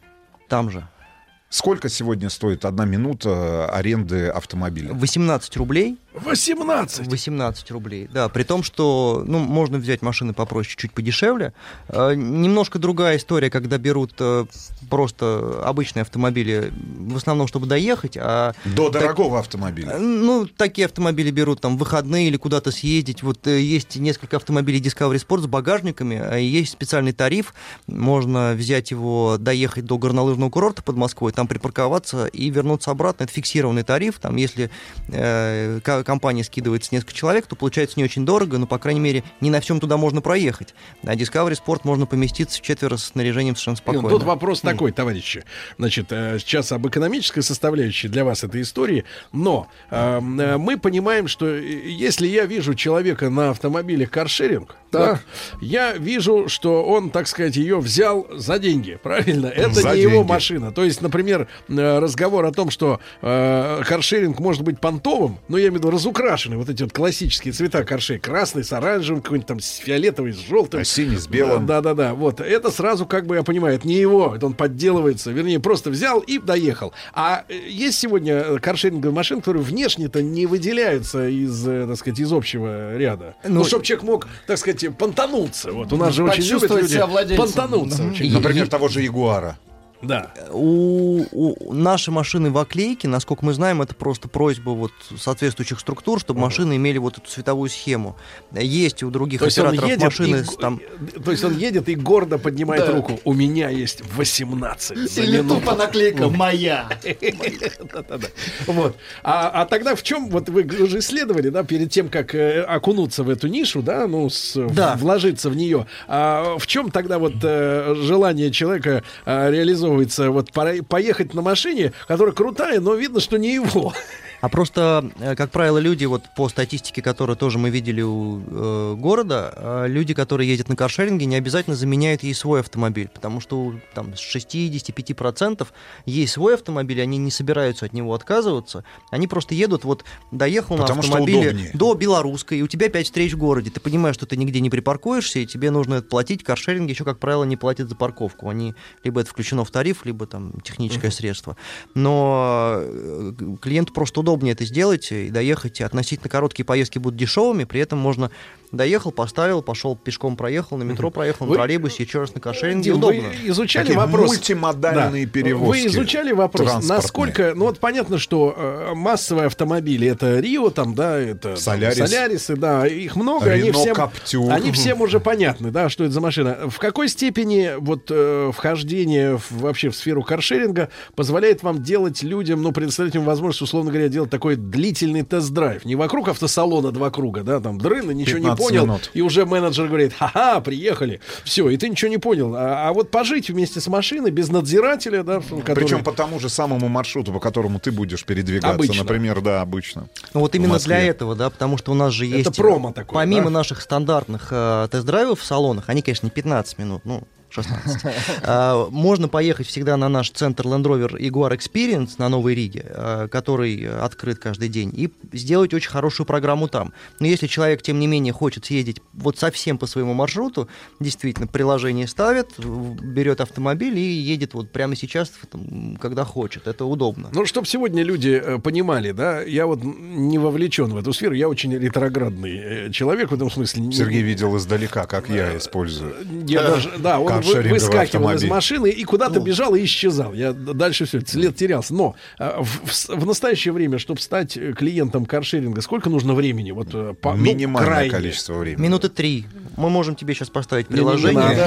S15: Там же.
S13: Сколько сегодня стоит одна минута аренды автомобиля?
S15: восемнадцать рублей.
S2: восемнадцать.
S15: восемнадцать рублей, да. При том, что ну, можно взять машины попроще, чуть подешевле. Э, немножко другая история, когда берут э, просто обычные автомобили, в основном, чтобы доехать. А
S13: До
S15: так-
S13: дорогого автомобиля.
S15: Ну, такие автомобили берут там в выходные или куда-то съездить. Вот э, есть несколько автомобилей Discovery Sport с багажниками, а есть специальный тариф. Можно взять его, доехать до горнолыжного курорта под Москвой, там припарковаться и вернуться обратно. Это фиксированный тариф. Там, если э, ко- компания скидывается несколько человек, то получается не очень дорого, но, по крайней мере, не на всем туда можно проехать. На Discovery Sport можно поместиться четверо с снаряжением совершенно спокойно.
S2: Тут вопрос такой, товарищи. Значит, э, сейчас об экономической составляющей для вас этой истории, но э, э, мы понимаем, что э, если я вижу человека на автомобиле каршеринг, да, я вижу, что он, так сказать, ее взял за деньги, правильно? Это
S13: За
S2: не его
S13: деньги.
S2: машина. То есть, например, э, разговор о том, что э, каршеринг может быть понтовым, ну, я имею в виду разукрашены вот эти вот классические цвета коршей. Красный с оранжевым, какой-нибудь там с фиолетовый, с желтым.
S13: А синий с белым.
S2: Да-да-да. Вот. Это сразу, как бы, я понимаю, это не его. Это он подделывается. Вернее, просто взял и доехал. А есть сегодня каршеринговые машины, которые внешне-то не выделяются из, так сказать, из общего ряда. Ну, ну чтобы человек мог, так сказать, понтануться. Вот у нас же очень любят люди понтануться. Очень.
S13: Например, того же Ягуара.
S2: Да.
S15: У, у наши машины в оклейке, насколько мы знаем, это просто просьба вот соответствующих структур, чтобы uh-huh. машины имели вот эту цветовую схему. Есть у других
S2: то
S15: операторов машины...
S2: И,
S15: там...
S2: То есть он едет и гордо поднимает да. руку. У меня есть восемнадцать.
S4: Или тупо наклейка «Моя».
S2: Вот. А тогда в чем, вот вы уже исследовали, да, перед тем, как окунуться в эту нишу, да, ну, вложиться в нее, в чем тогда вот желание человека реализовывать вот поехать на машине, которая крутая, но видно, что не его.
S15: А просто, как правило, люди, вот по статистике, которую тоже мы видели у э, города, э, люди, которые ездят на каршеринге, не обязательно заменяют ей свой автомобиль, потому что там с шестьдесят пять процентов есть свой автомобиль, они не собираются от него отказываться, они просто едут, вот доехал потому на автомобиле до Белорусской, и у тебя пять встреч в городе, ты понимаешь, что ты нигде не припаркуешься, и тебе нужно платить, каршеринги еще, как правило, не платят за парковку, они либо это включено в тариф, либо там техническое uh-huh. средство, но клиенту просто удобно удобнее это сделать и доехать. Относительно короткие поездки будут дешевыми, при этом можно доехал, поставил, пошел пешком, проехал, на метро проехал, на троллейбусе, еще раз на каршеринге. Удобно.
S2: Вы изучали Такие вопрос...
S13: мультимодальные да. перевозки.
S2: Вы изучали вопрос, насколько... Ну вот понятно, что э, массовые автомобили, это Рио, там, да, это
S13: Солярис.
S2: там, Солярисы, да, их много.
S13: Рено,
S2: они всем,
S13: Каптюр.
S2: они всем уже понятны, да, что это за машина. В какой степени вот э, вхождение в, вообще в сферу каршеринга позволяет вам делать людям, ну, предоставить им возможность, условно говоря, делать такой длительный тест-драйв? Не вокруг автосалона два круга, да, там, дрын, и ничего не понял, минут. И уже менеджер говорит: ха-ха, приехали, все, и ты ничего не понял. А, а вот пожить вместе с машиной без надзирателя, да, который...
S13: Причем по тому же самому маршруту, по которому ты будешь передвигаться,
S2: обычно.
S13: Например, да, обычно.
S15: Ну вот именно для этого, да, потому что у нас же есть...
S2: Это промо такое,
S15: помимо
S2: да?
S15: наших стандартных э, тест-драйвов в салонах, они, конечно, не пятнадцать минут, ну, шестнадцать. Uh, можно поехать всегда на наш центр Land Rover Jaguar Experience на Новой Риге, uh, который открыт каждый день, и сделать очень хорошую программу там. Но если человек, тем не менее, хочет съездить вот совсем по своему маршруту, действительно, приложение ставит, берет автомобиль и едет вот прямо сейчас, там, когда хочет. Это удобно.
S2: Ну, чтобы сегодня люди э, понимали, да, я вот не вовлечен в эту сферу, я очень ретроградный э, человек в этом смысле.
S13: Сергей видел издалека, как я использую.
S2: Я даже, да, он выскакивал из машины и куда-то ну. бежал и исчезал. Я дальше все, след терялся. Но в, в, в настоящее время, чтобы стать клиентом каршеринга, сколько нужно времени? Вот, по,
S13: минимальное
S2: ну,
S13: количество времени.
S15: Минуты три. Мы можем тебе сейчас поставить приложение.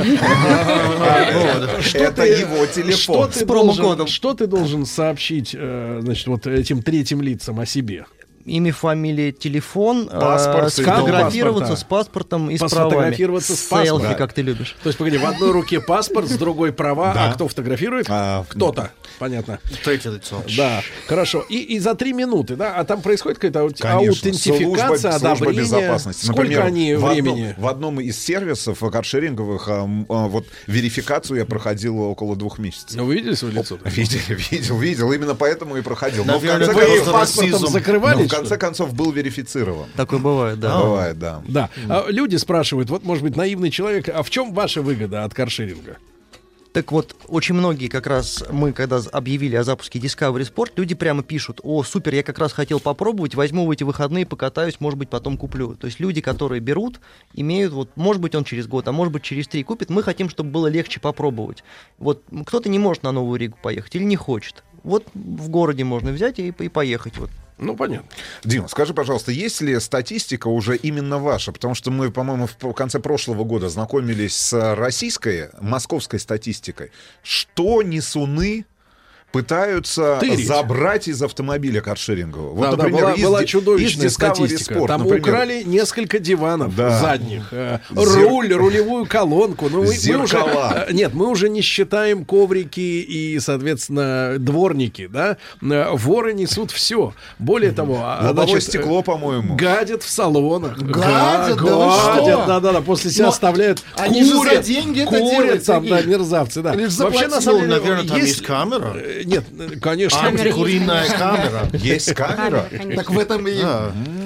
S13: Это его телефон.
S2: С промокодом. Что ты должен сообщить, значит, вот этим третьим лицам о себе?
S15: Имя, фамилия, телефон,
S13: паспорт,
S15: э, сфотографироваться паспорта. С паспортом и с правами.
S2: Сфотографироваться с паспортом.
S15: Селфи, как ты любишь.
S2: То есть, погоди, в одной руке паспорт, с другой права, да. А кто фотографирует? А, Кто-то, понятно.
S3: Третье лицо.
S2: Да, хорошо. И, и за три минуты, да? А там происходит какая-то аутентификация, служба, одобрение?
S13: Служба безопасности.
S2: Сколько
S13: Например,
S2: они
S13: в
S2: времени?
S13: Одном, в одном из сервисов каршеринговых а, а, вот верификацию я проходил около двух месяцев.
S2: Ну, вы видели свое лицо?
S13: Видел, видел, видел. Именно поэтому и проходил. Но в
S2: конце концов, паспортом закрывались?
S13: В конце концов, был верифицирован.
S15: Такое бывает, да.
S13: А, бывает, да.
S2: Да. А люди спрашивают, вот, может быть, наивный человек, а в чем ваша выгода от каршеринга?
S15: Так вот, очень многие как раз, мы когда объявили о запуске Discovery Sport, люди прямо пишут: о, супер, я как раз хотел попробовать, возьму в эти выходные, покатаюсь, может быть, потом куплю. То есть люди, которые берут, имеют, вот, может быть, он через год, а может быть, через три купит, мы хотим, чтобы было легче попробовать. Вот кто-то не может на Новую Ригу поехать или не хочет. Вот в городе можно взять и, и поехать, вот.
S2: Ну, понятно.
S13: Дима, скажи, пожалуйста, есть ли статистика уже именно ваша? Потому что мы, по-моему, в конце прошлого года знакомились с российской, московской статистикой. Что несуны пытаются Тырить. забрать из автомобиля каршерингового? Вот,
S2: да,
S13: например,
S2: да, была,
S13: из,
S2: была чудовищная
S13: из
S2: статистика.
S13: Sport,
S2: там
S13: например.
S2: украли несколько диванов
S13: да.
S2: задних, э, руль, рулевую колонку. Ну, мы, мы уже, э, нет, мы уже не считаем коврики и, соответственно, дворники. Да? Воры несут все. Более того,
S13: лобовое
S2: значит,
S13: стекло, по-моему.
S2: Гадят в салонах.
S4: Гадят,
S2: да, гадят, да, да, да, после себя Но оставляют.
S4: Они курят, же за деньги это
S2: курят
S4: делают,
S2: там, да, мерзавцы, да.
S3: Вообще, на самом деле, наверное, там есть, есть камера.
S2: Нет, конечно.
S3: А, куриная камера.
S13: Есть камера?
S4: Так в этом и...
S3: Да.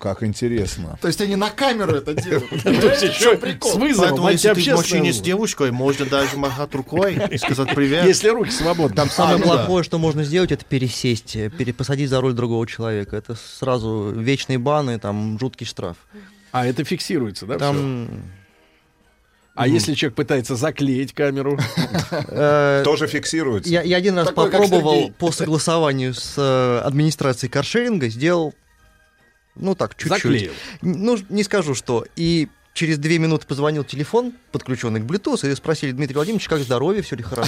S13: как интересно.
S4: То есть они на камеру это делают.
S2: С вызовом.
S3: Поэтому, если ты в машине с девушкой, можно даже махать рукой и сказать привет.
S2: Если руки свободны.
S15: Там самое
S3: А, ну
S15: плохое,
S3: да.
S15: что можно сделать, это пересесть, перепосадить за руль другого человека. Это сразу вечные баны, там жуткий штраф.
S2: А это фиксируется, да?
S15: Там...
S2: всё? А если человек пытается заклеить камеру?
S13: Тоже фиксируется.
S15: Я, я один раз
S4: Такой, как
S15: попробовал
S4: Сергей.
S15: по согласованию с э, администрацией каршеринга, сделал, ну так, чуть-чуть.
S2: Заклеил.
S15: Ну, не скажу, что. И через две минуты позвонил телефон, подключенный к Bluetooth, и спросили: Дмитрий Владимирович, как здоровье, все ли хорошо?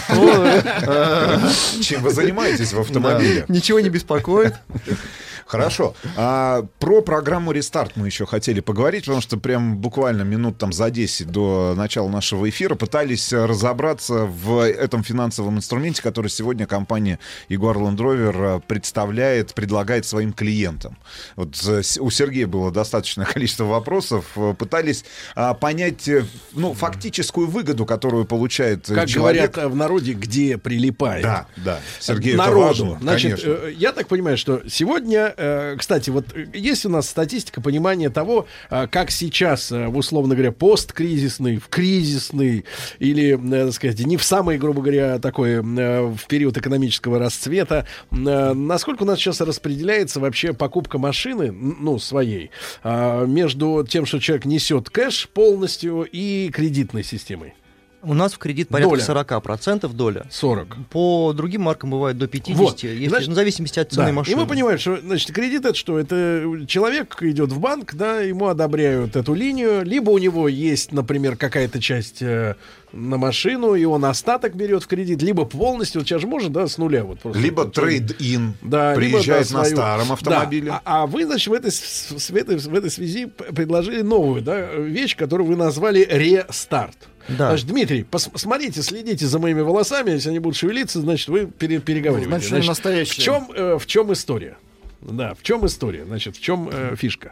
S13: Чем вы занимаетесь в автомобиле?
S15: Ничего не беспокоит.
S13: Хорошо. А, про программу «Рестарт» мы еще хотели поговорить, потому что прям буквально минут там за десять до начала нашего эфира пытались разобраться в этом финансовом инструменте, который сегодня компания Jaguar Land Rover представляет, предлагает своим клиентам. Вот у Сергея было достаточное количество вопросов. Пытались а, понять, ну, фактическую выгоду, которую получает
S2: Как
S13: человек.
S2: говорят в народе, где прилипает.
S13: Да, да. Сергей,
S2: народу.
S13: это важно,
S2: Значит,
S13: конечно.
S2: э, я так понимаю, что сегодня, э, кстати, вот э, есть у нас статистика, понимание того, э, как сейчас, э, условно говоря, посткризисный, в кризисный или, э, так сказать, не в самый, грубо говоря, такой э, в период экономического расцвета, э, насколько у нас сейчас распределяется вообще покупка машины, н- ну, своей, э, между тем, что человек несет кэш полностью и кредитной системой?
S15: У нас в кредит порядка
S2: Доля.
S15: сорок процентов доля.
S2: сорок.
S15: По другим маркам бывает до пятьдесят,
S2: Вот.
S15: если,
S2: Значит,
S15: в зависимости от цены
S2: Да.
S15: машины.
S2: И мы понимаем, что, значит, кредит это что? Это человек идет в банк, да, ему одобряют эту линию, либо у него есть, например, какая-то часть э, на машину, и он остаток берет в кредит, либо полностью, вот сейчас же можно, да, с нуля. Вот просто,
S13: Либо
S2: вот,
S13: трейд-ин,
S2: да,
S13: приезжает
S2: либо, да,
S13: на
S2: свою-
S13: старом автомобиле.
S2: Да. А, а вы, значит, в этой, с- с- в, этой, в этой связи п- предложили новую, да, вещь, которую вы назвали рестарт.
S15: Да.
S2: Значит, Дмитрий, пос- смотрите, следите за моими волосами, если они будут шевелиться, значит, вы пере- переговариваете.
S4: Значит, они настоящие.
S2: В чем, э, в чем история? Да, в чем история? Значит, в чем э, фишка?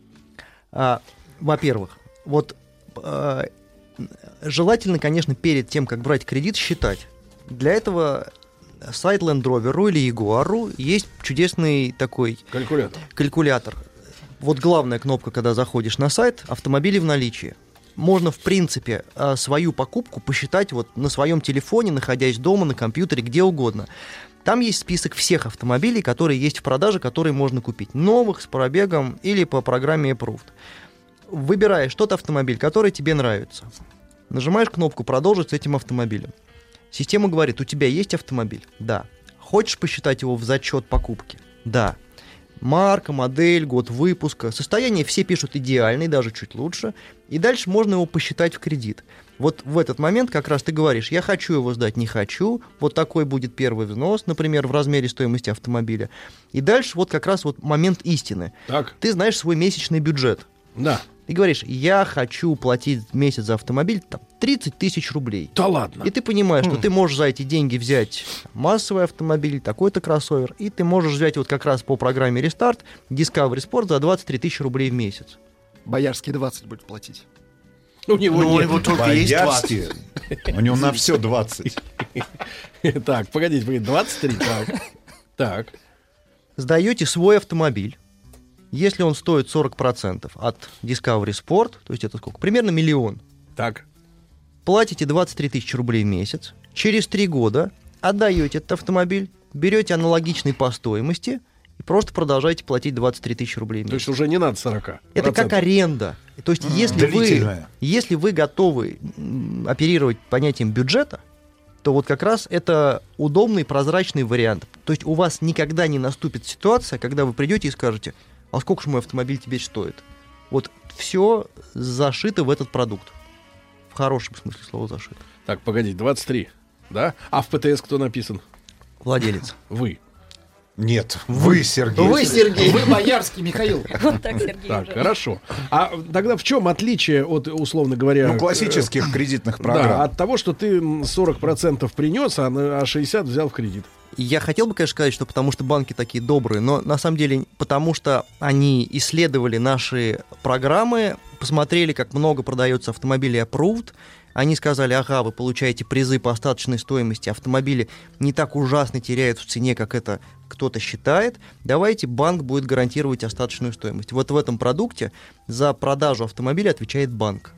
S15: А, во-первых, вот а, желательно, конечно, перед тем, как брать кредит, считать. Для этого сайт Land Rover или Jaguar есть чудесный такой
S2: Калькулятор.
S15: калькулятор. Вот главная кнопка, когда заходишь на сайт, автомобили в наличии. Можно, в принципе, а, свою покупку посчитать вот на своем телефоне, находясь дома, на компьютере, где угодно. Там есть список всех автомобилей, которые есть в продаже, которые можно купить. Новых, с пробегом или по программе Approved. Выбираешь тот автомобиль, который тебе нравится. Нажимаешь кнопку «Продолжить с этим автомобилем». Система говорит: у тебя есть автомобиль? Да. Хочешь посчитать его в зачет покупки? Да. Марка, модель, год выпуска. Состояние все пишут идеальный, даже чуть лучше. И дальше можно его посчитать в кредит. Вот в этот момент как раз ты говоришь: я хочу его сдать, не хочу. Вот такой будет первый взнос, например, в размере стоимости автомобиля. И дальше вот как раз вот момент истины.
S2: Так.
S15: Ты знаешь свой месячный бюджет.
S2: Да.
S15: Ты говоришь: я хочу платить в месяц за автомобиль там, тридцать тысяч рублей.
S2: Да ладно.
S15: И ты понимаешь, что ты можешь за эти деньги взять массовый автомобиль, такой-то кроссовер, и ты можешь взять вот как раз по программе Рестарт Discovery Sport за двадцать три тысячи рублей в месяц.
S4: Боярский двадцать будет платить.
S2: У него
S3: Ну, у
S2: нет.
S3: него только есть
S13: Боярский.
S3: двадцать.
S13: У него на все двадцать.
S2: Так, погодите, погодите, двадцать три, так. Так.
S15: Сдаете свой автомобиль. Если он стоит сорок процентов от Discovery Sport, то есть это сколько? Примерно миллион.
S2: Так.
S15: Платите двадцать три тысячи рублей в месяц. Через три года отдаете этот автомобиль, берете аналогичный по стоимости и просто продолжаете платить двадцать три тысячи рублей в месяц.
S2: То есть уже не надо сорока.
S15: Это как аренда. То есть если вы,
S13: Длительная.
S15: если вы готовы м, оперировать понятием бюджета, то вот как раз это удобный, прозрачный вариант. То есть у вас никогда не наступит ситуация, когда вы придете и скажете: а сколько же мой автомобиль теперь стоит? Вот все зашито в этот продукт. В хорошем смысле слова зашито.
S2: Так, погодите, двадцать три, да? А в ПТС кто написан?
S15: Владелец.
S2: Вы.
S13: Нет, вы, Сергей.
S15: Вы, Сергей.
S4: Вы Боярский, Михаил.
S14: Вот так, Сергей.
S2: Так,
S14: уже.
S2: хорошо. А тогда в чем отличие от, условно говоря...
S13: Ну, классических кредитных программ.
S2: Да, от того, что ты м, сорок процентов принес, а, на- а шестьдесят взял в кредит.
S15: Я хотел бы, конечно, сказать, что потому что банки такие добрые, но на самом деле потому что они исследовали наши программы, посмотрели, как много продается автомобилей Approved, они сказали: ага, вы получаете призы по остаточной стоимости, автомобили не так ужасно теряют в цене, как это, кто-то считает, давайте банк будет гарантировать остаточную стоимость. Вот в этом продукте за продажу автомобиля отвечает банк.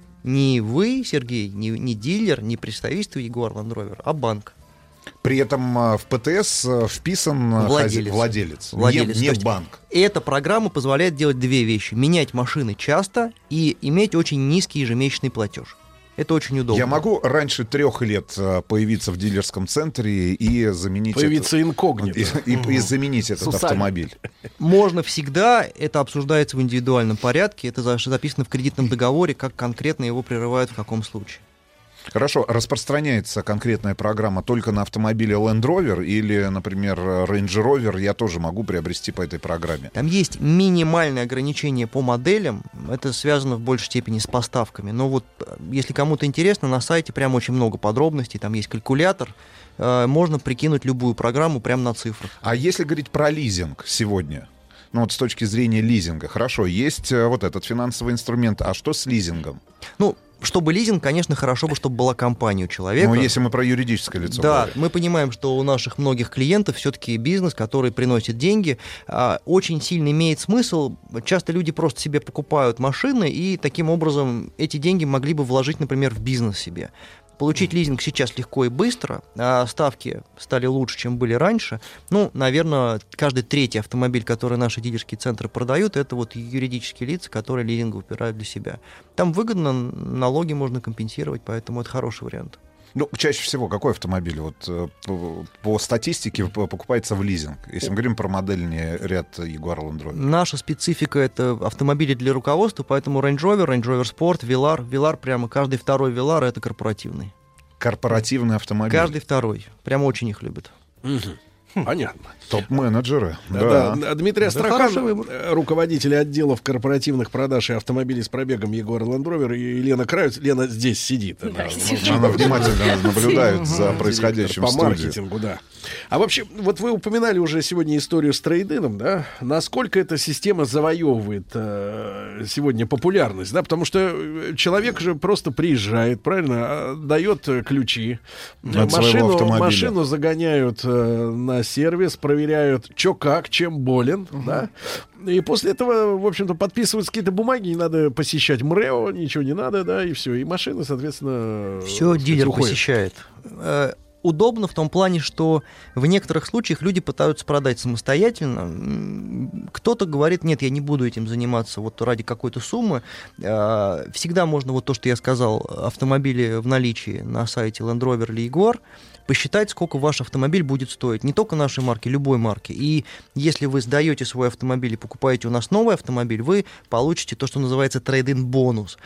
S15: Не вы, Сергей, не, не дилер, не представительство Jaguar Land Rover, а банк.
S13: При этом в ПТС вписан
S15: владелец,
S13: владелец,
S15: владелец.
S13: не, не банк.
S15: Эта программа позволяет делать две вещи. Менять машины часто и иметь очень низкий ежемесячный платеж. Это очень удобно.
S13: Я могу раньше трех лет появиться в дилерском центре и заменить...
S2: Появиться
S13: это,
S2: инкогнито.
S13: И, и, и заменить этот
S2: Сусами.
S13: автомобиль.
S15: Можно всегда, это обсуждается в индивидуальном порядке, это записано в кредитном договоре, как конкретно его прерывают в каком случае.
S13: Хорошо, распространяется конкретная программа только на автомобиле Land Rover или, например, Range Rover я тоже могу приобрести по этой программе?
S15: Там есть минимальное ограничение по моделям, это связано в большей степени с поставками. Но вот, если кому-то интересно, на сайте прям очень много подробностей, там есть калькулятор, можно прикинуть любую программу прямо на цифрах.
S13: А если говорить про лизинг сегодня? Ну вот с точки зрения лизинга, хорошо, есть вот этот финансовый инструмент, а что с лизингом?
S15: Ну, чтобы лизинг, конечно, хорошо бы, чтобы была компания у человека.
S13: Ну, если мы про юридическое лицо
S15: Да,
S13: говорим.
S15: мы понимаем, что у наших многих клиентов все-таки бизнес, который приносит деньги, очень сильно имеет смысл. Часто люди просто себе покупают машины, и таким образом эти деньги могли бы вложить, например, в бизнес себе. Получить лизинг сейчас легко и быстро, а ставки стали лучше, чем были раньше. Ну, наверное, каждый третий автомобиль, который наши дилерские центры продают, это вот юридические лица, которые лизинг выбирают для себя. Там выгодно, налоги можно компенсировать, поэтому это хороший вариант.
S13: Ну, чаще всего какой автомобиль вот, по, по статистике покупается в лизинг, если мы говорим про модельный ряд Jaguar Land Rover?
S15: Наша специфика — это автомобили для руководства, поэтому Range Rover, Range Rover Sport, Velar. Velar прямо каждый второй Velar — это корпоративный.
S13: Корпоративный автомобиль?
S15: Каждый второй. Прямо очень их любят.
S2: Угу. Понятно.
S13: Топ-менеджеры.
S2: Да.
S13: Да.
S2: Дмитрий
S15: Да,
S2: Астрахан, руководитель отделов корпоративных продаж и автомобилей с пробегом Jaguar Land Rover, и Лена Кравец. Лена здесь сидит. Она,
S13: Она внимательно наблюдает за происходящим
S2: по
S13: в студии.
S2: маркетингу, да. А вообще, вот вы упоминали уже сегодня историю с трейд-ином, да? Насколько эта система завоевывает э, сегодня популярность, да? Потому что человек же просто приезжает, правильно, дает ключи,
S13: от своего
S2: машину,
S13: автомобиля.
S2: машину загоняют э, на сервис, проверяют, что как, чем болен, uh-huh. да? И после этого, в общем-то, подписываются какие-то бумаги, не надо посещать МРЭО, ничего не надо, да, и все. И машина, соответственно,
S15: все дилер
S2: уходит.
S15: посещает. Удобно в том плане, что в некоторых случаях люди пытаются продать самостоятельно. Кто-то говорит, нет, я не буду этим заниматься вот ради какой-то суммы. Всегда можно, вот то, что я сказал, автомобили в наличии на сайте Land Rover или Jaguar, посчитать, сколько ваш автомобиль будет стоить. Не только нашей марки, любой марки. И если вы сдаете свой автомобиль и покупаете у нас новый автомобиль, вы получите то, что называется трейд-ин бонус.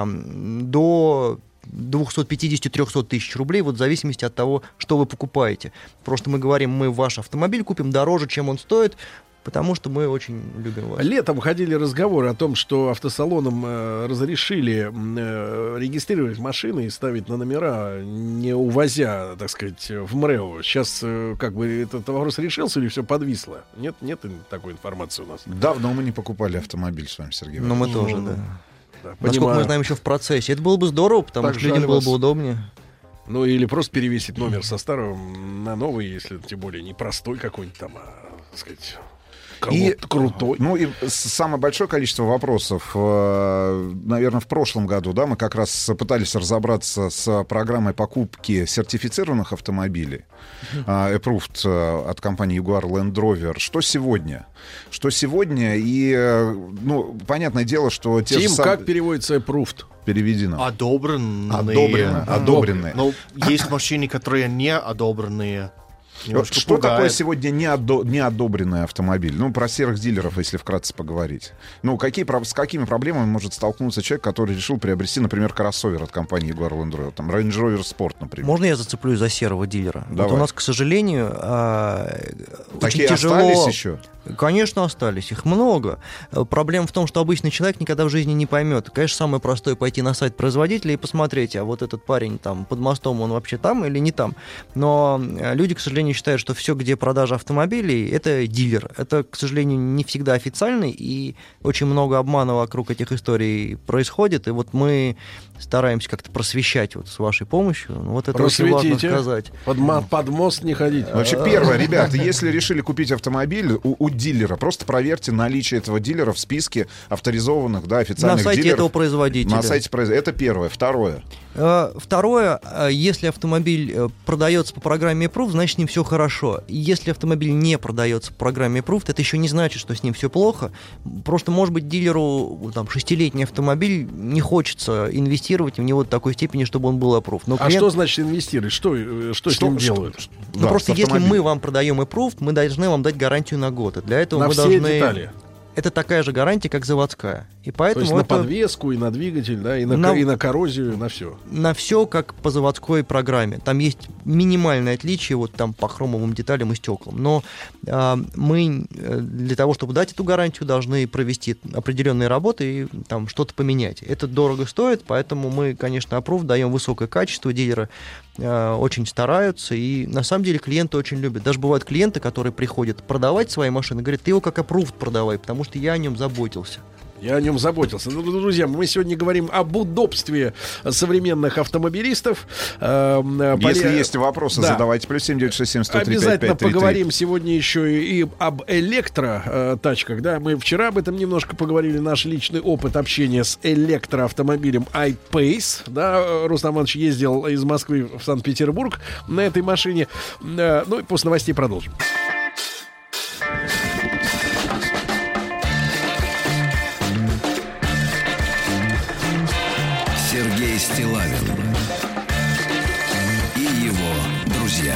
S15: Там до двести пятьдесят - триста тысяч рублей, вот в зависимости от того, что вы покупаете. Просто мы говорим, мы ваш автомобиль купим дороже, чем он стоит, потому что мы очень любим вас.
S2: Летом ходили разговоры о том, что автосалонам э, разрешили э, регистрировать машины и ставить на номера, не увозя, так сказать, в МРЭО. Сейчас э, как бы этот вопрос решился или все подвисло? Нет, нет такой информации у нас.
S13: Давно мы не покупали автомобиль с вами, Сергей.
S15: Но мы тоже, да.
S2: Да,
S15: насколько
S2: понимаю.
S15: мы знаем, еще в процессе. Это было бы здорово, потому
S2: Так
S15: что людям было
S2: вас.
S15: бы удобнее.
S2: Ну, или просто перевесить номер со старого на новый, если тем более не простой какой-нибудь там, а, так сказать,
S13: И,
S2: крутой.
S13: Ну и самое большое количество вопросов, наверное, в прошлом году, да, мы как раз пытались разобраться с программой покупки сертифицированных автомобилей, approved от компании Jaguar Land Rover. Что сегодня? Что сегодня? И, ну, понятное дело, что... те
S2: Тим,
S13: же сам...
S2: как переводится approved?
S13: Переведено.
S3: Одобренные.
S13: Одобрено. Одобренные.
S3: Но есть машины, которые не одобренные. Немножко
S13: Что
S3: пугает.
S13: такое сегодня неодо- неодобренный автомобиль? Ну, про серых дилеров, если вкратце поговорить. Ну, какие, про- с какими проблемами может столкнуться человек, который решил приобрести, например, кроссовер от компании Jaguar Land Rover, там, Range Rover Sport, например?
S15: Можно я зацеплюсь за серого дилера?
S13: Давай.
S15: Вот у нас, к сожалению, а,
S13: Такие
S15: очень тяжело...
S13: остались еще?
S15: Конечно, остались. Их много. Проблема в том, что обычный человек никогда в жизни не поймет. Конечно, самое простое пойти на сайт производителя и посмотреть, а вот этот парень там под мостом, он вообще там или не там. Но люди, к сожалению, считают, что все, где продажа автомобилей, это дилер. Это, к сожалению, не всегда официальный, и очень много обмана вокруг этих историй происходит. И вот мы стараемся как-то просвещать вот с вашей помощью. Вот это очень важно сказать.
S2: Под, под мост не ходить.
S13: Вообще, первое, ребята, если решили купить автомобиль у, у дилера, просто проверьте наличие этого дилера в списке авторизованных, да, официальных дилеров.
S15: На сайте
S13: дилеров.
S15: этого производителя.
S13: На сайте производителя. Это первое. Второе.
S15: Второе, если автомобиль продается по программе Approved, значит, с ним все хорошо. Если автомобиль не продается по программе Approved, это еще не значит, что с ним все плохо. Просто, может быть, дилеру там, шестилетний автомобиль не хочется инвестировать в него до такой степени, чтобы он был Approved. Но
S2: клиент... А что значит инвестировать? Что, что, что с ним делают?
S15: Что? Ну, да, просто если мы вам продаем Approved, мы должны вам дать гарантию на год. И для этого
S2: на
S15: мы
S2: все
S15: должны...
S2: детали.
S15: Это такая же гарантия, как заводская. И поэтому
S2: То есть
S15: это...
S2: на подвеску, и на двигатель, да, и на, на... и на коррозию, на все.
S15: На все, как по заводской программе. Там есть минимальное отличие вот там по хромовым деталям и стеклам. Но э, мы для того, чтобы дать эту гарантию, должны провести определенные работы и там что-то поменять. Это дорого стоит, поэтому мы, конечно, Approved даем высокое качество. Дилеры э, очень стараются, и на самом деле клиенты очень любят. Даже бывают клиенты, которые приходят продавать свои машины, говорят, ты его как Approved продавай, потому что я о нем заботился.
S2: Я о нем заботился. Ну, друзья, мы сегодня говорим об удобстве современных автомобилистов.
S13: Если Поле... есть вопросы, да. задавайте. Плюс семь девять шесть семь сто три пять пять три три.
S2: Обязательно поговорим сегодня еще и об электротачках. Да? Мы вчера об этом немножко поговорили. Наш личный опыт общения с электроавтомобилем iPace. Да? Рустам Иванович ездил из Москвы в Санкт-Петербург на этой машине. Ну и после новостей продолжим.
S1: Сергей Стиллавин и его друзья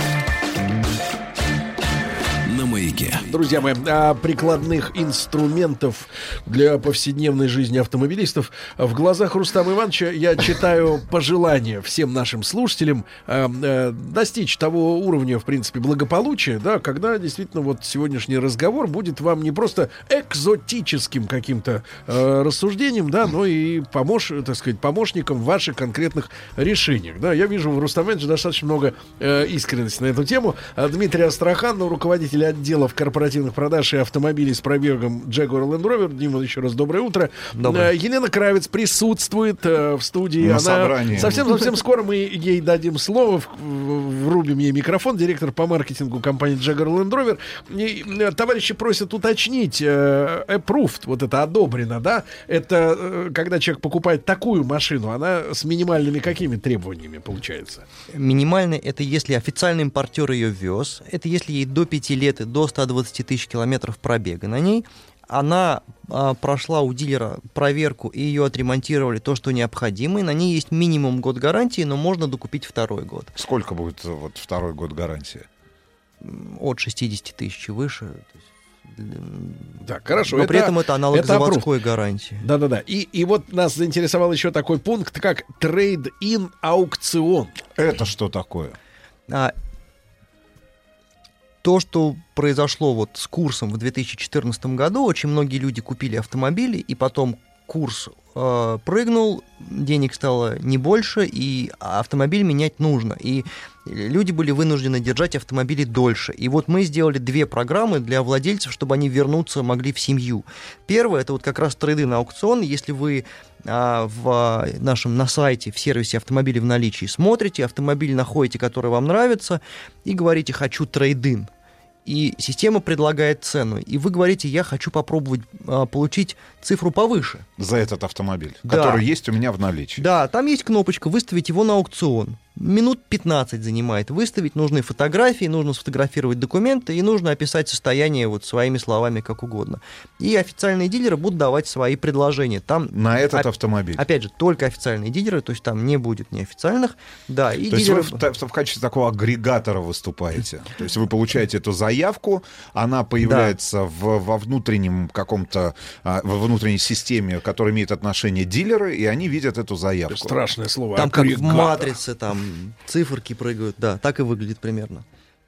S1: на Маяке.
S2: Друзья мои, о прикладных инструментов для повседневной жизни автомобилистов в глазах Рустама Ивановича я читаю пожелания всем нашим слушателям э, э, достичь того уровня, в принципе, благополучия, да, когда действительно вот сегодняшний разговор будет вам не просто экзотическим каким-то э, рассуждением, да, но и помощ, так сказать, помощником в ваших конкретных решениях. Да, я вижу в Рустаме Ивановиче достаточно много э, искренности на эту тему. Дмитрий Астрахан, руководитель отделов корпоративных продаж и автомобилей с пробегом Jaguar Land Rover. Дима, еще раз доброе утро. Доброе. Елена Кравец присутствует э, в студии.
S13: На
S2: Она
S13: собрании.
S2: Совсем, совсем скоро мы ей дадим слово, врубим ей микрофон. Директор по маркетингу компании Jaguar Land Rover. И, э, товарищи просят уточнить, э, approved, вот это одобрено, да? Это э, когда человек покупает такую машину, она с минимальными какими требованиями получается?
S15: Минимальный — это если официальный импортер ее вез, это если ей до пяти лет и до ста двадцати тысяч километров пробега на ней, она а, прошла у дилера проверку и ее отремонтировали то, что необходимо, и на ней есть минимум год гарантии, но можно докупить второй год.
S13: Сколько будет вот второй год гарантии?
S15: От шестидесяти тысяч и выше.
S2: Так, хорошо.
S15: Но
S2: это,
S15: при этом это аналог
S2: это
S15: заводской гарантии.
S2: Да-да-да. И, и вот нас заинтересовал еще такой пункт, как трейд-ин аукцион.
S13: Это что такое?
S15: А, то, что произошло вот с курсом в две тысячи четырнадцатом году, очень многие люди купили автомобили, и потом курс э, прыгнул, денег стало не больше, и автомобиль менять нужно. И люди были вынуждены держать автомобили дольше. И вот мы сделали две программы для владельцев, чтобы они вернуться могли в семью. Первое — это вот как раз трейд-ин аукцион. Если вы а, в нашем на сайте, в сервисе автомобилей в наличии смотрите, автомобиль находите, который вам нравится, и говорите «хочу трейд-ин». И система предлагает цену. И вы говорите, я хочу попробовать а, получить цифру повыше.
S13: За этот автомобиль,
S15: да.
S13: который есть у меня в наличии.
S15: Да, там есть кнопочка «Выставить его на аукцион». Минут пятнадцать занимает выставить. Нужны фотографии, нужно сфотографировать документы и нужно описать состояние вот своими словами как угодно. И официальные дилеры будут давать свои предложения. Там,
S13: на этот
S15: оп-
S13: автомобиль.
S15: Опять же, только официальные дилеры, то есть там не будет неофициальных. Да, и
S13: то
S15: дилеры...
S13: есть вы в, в качестве такого агрегатора выступаете. То есть вы получаете эту заявку, она появляется да. в, во внутреннем каком-то, во внутренней системе, которая имеет отношение дилеры, и они видят эту заявку.
S2: Страшное слово.
S15: Там
S2: агрегатор.
S15: Как в матрице, там циферки прыгают, да, так и выглядит примерно.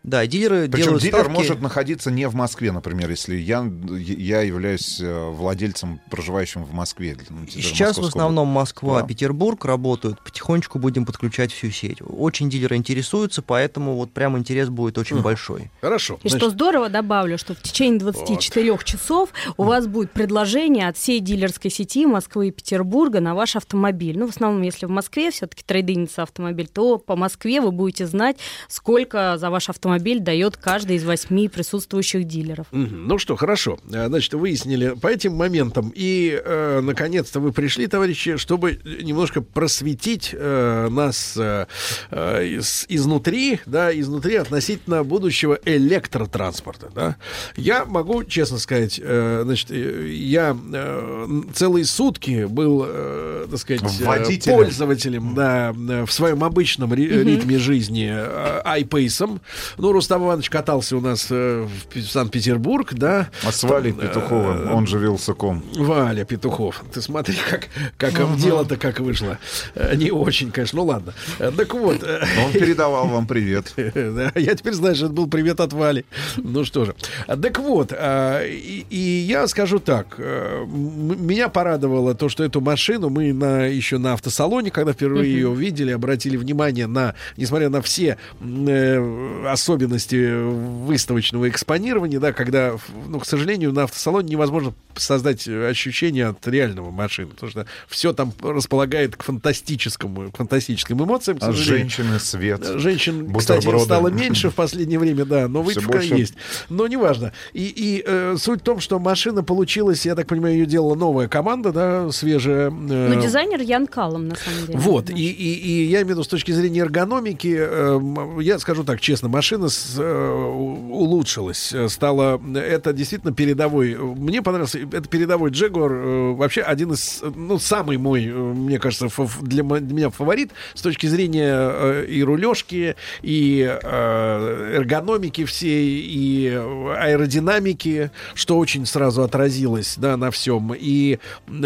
S15: Да, дилеры
S13: Причем
S15: делают
S13: дилер
S15: ставки...
S13: может находиться не в Москве, например, если я, я являюсь владельцем, проживающим в Москве.
S15: Сейчас в основном Москва,
S13: да.
S15: Петербург работают. Потихонечку будем подключать всю сеть. Очень дилеры интересуются, поэтому вот прям интерес будет очень mm. большой.
S2: Хорошо.
S14: И Значит... что здорово, добавлю, что в течение двадцати четырёх вот. часов у вас будет предложение от всей дилерской сети Москвы и Петербурга на ваш автомобиль. Ну, в основном, если в Москве все-таки трейдинится автомобиль, то по Москве вы будете знать, сколько за ваш автомобиль дает каждый из восьми присутствующих дилеров.
S2: Ну что, хорошо. Значит, выяснили по этим моментам. И, э, наконец-то, вы пришли, товарищи, чтобы немножко просветить э, нас э, э, изнутри, да, изнутри относительно будущего электротранспорта. Да. Я могу честно сказать, э, значит, я э, целые сутки был, э, так сказать, водителем. пользователем, да, в своем обычном ри- mm-hmm. ритме жизни э, iPace. Ну, Рустам Иванович катался у нас э, в Санкт-Петербург, да.
S13: А с Валей Петуховым, он же Вилсаком.
S2: Валя Петухов. Ты смотри, как, как uh-huh. дело-то как вышло. Не очень, конечно, ну ладно. Так вот.
S13: Он передавал вам привет.
S2: Я теперь знаю, что это был привет от Вали. Ну что же. Так вот, и, и я скажу так. Меня порадовало то, что эту машину мы на, еще на автосалоне, когда впервые uh-huh. ее увидели, обратили внимание на, несмотря на все э, особенности выставочного экспонирования, да, когда, ну, к сожалению, на автосалоне невозможно создать ощущение от реального машины, потому что все там располагает к фантастическому, к фантастическим эмоциям. К
S13: а женщины, свет,
S2: женщин, кстати, стало меньше в последнее время, да, но выпивка есть. Но неважно. И, и э, суть в том, что машина получилась, я так понимаю, ее делала новая команда, да, свежая. Э,
S14: Но дизайнер Ян Каллом, на самом деле.
S2: Вот, и, и, и я имею в виду с точки зрения эргономики, э, я скажу так честно, машина с, э, улучшилась, стала, это действительно передовой, мне понравился, это передовой Jaguar, э, вообще один из, ну, самый мой, мне кажется, фав, для, для меня фаворит с точки зрения э, и рулежки, и э, эргономики всей, и аэродинамики, что очень сразу отразилось, да, на всем, и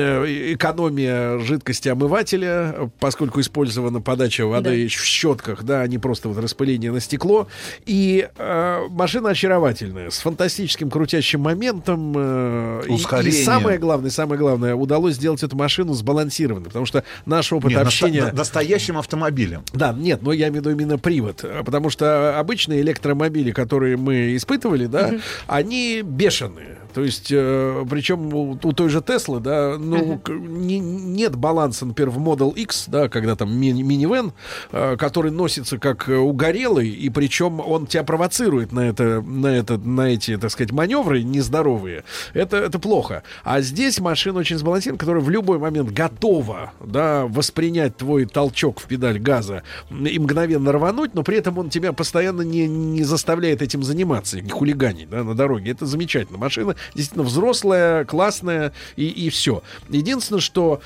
S2: э, экономия жидкости омывателя, поскольку использована подача воды да. в щетках, да, а не просто вот распыление на стекло, и э, машина очаровательная, с фантастическим крутящим моментом, э, и, и самое главное, самое главное, удалось сделать эту машину сбалансированной, потому что наш опыт
S13: нет,
S2: общения...
S13: Наста- настоящим автомобилем.
S2: Да, нет, но я имею в виду именно привод, потому что обычные электромобили, которые мы испытывали, да, uh-huh. они бешеные. То есть, э, причем у, у той же Теслы, да, ну, uh-huh. не, нет баланса, например, в Model X, да, когда там ми- минивэн, э, который носится как угорелый, и причем он тебя провоцирует на это, на это, на эти, так сказать, маневры нездоровые. Это, это плохо. А здесь машина очень сбалансирована, которая в любой момент готова, да, воспринять твой толчок в педаль газа и мгновенно рвануть, но при этом он тебя постоянно не, не заставляет этим заниматься, не хулиганить, да, на дороге. Это замечательно. Машина действительно взрослая, классная, и, и все. Единственное, что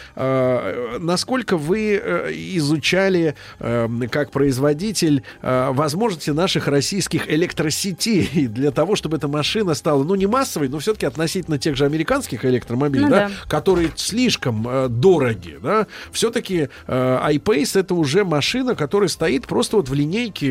S2: э, насколько вы э, изучали э, как производитель э, возможности наших российских электросетей для того, чтобы эта машина стала, ну, не массовой, но все-таки относительно тех же американских электромобилей, ну, да, да. которые слишком э, дороги, да, все-таки э, iPace — это уже машина, которая стоит просто вот в линейке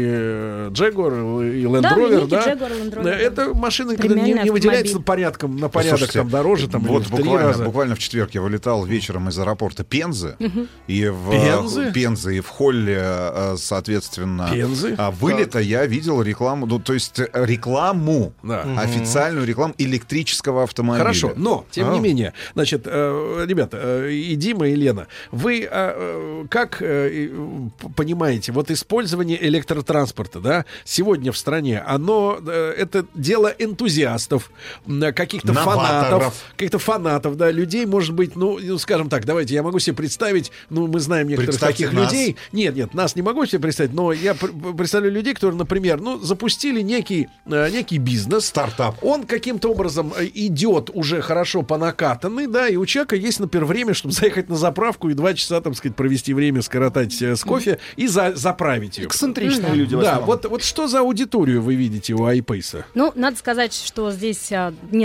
S2: Jaguar и Land Rover, да, да? Jaguar, Land Rover, это да. машина, которая не, не выделяется порядком, на порядок. Слушайте, там дороже, там,
S13: вот буквально, буквально в четверг я вылетал вечером из аэропорта Пензы, uh-huh. и в Пензы? Пензы, и в холле, соответственно, Пензы? вылета так. я видел рекламу, ну, то есть рекламу, да. официальную рекламу электрического автомобиля.
S2: Хорошо, но, тем а? не менее, значит, э, ребята, э, и Дима, и Лена, вы э, как э, понимаете, вот использование электротранспорта, да, сегодня в стране, оно, э, это дело энтузиастов, каких-то Новаторов. фанатов, каких-то фанатов, да, людей, может быть, ну, ну, скажем так, давайте, я могу себе представить, ну, мы знаем некоторых Представьте таких нас. людей. Нет, нет, нас не могу себе представить, но я пр- представляю людей, которые, например, ну, запустили некий, э, некий бизнес.
S13: Стартап.
S2: Он каким-то образом идет уже хорошо по накатанной, да, и у человека есть, например, время, чтобы заехать на заправку и два часа, там сказать, провести время, скоротать э, с кофе и за- заправить ее.
S4: Эксцентричные mm-hmm. люди.
S2: Да, вот, вот что за аудиторию вы видите у iPace?
S14: Ну, надо сказать, что здесь а, несколько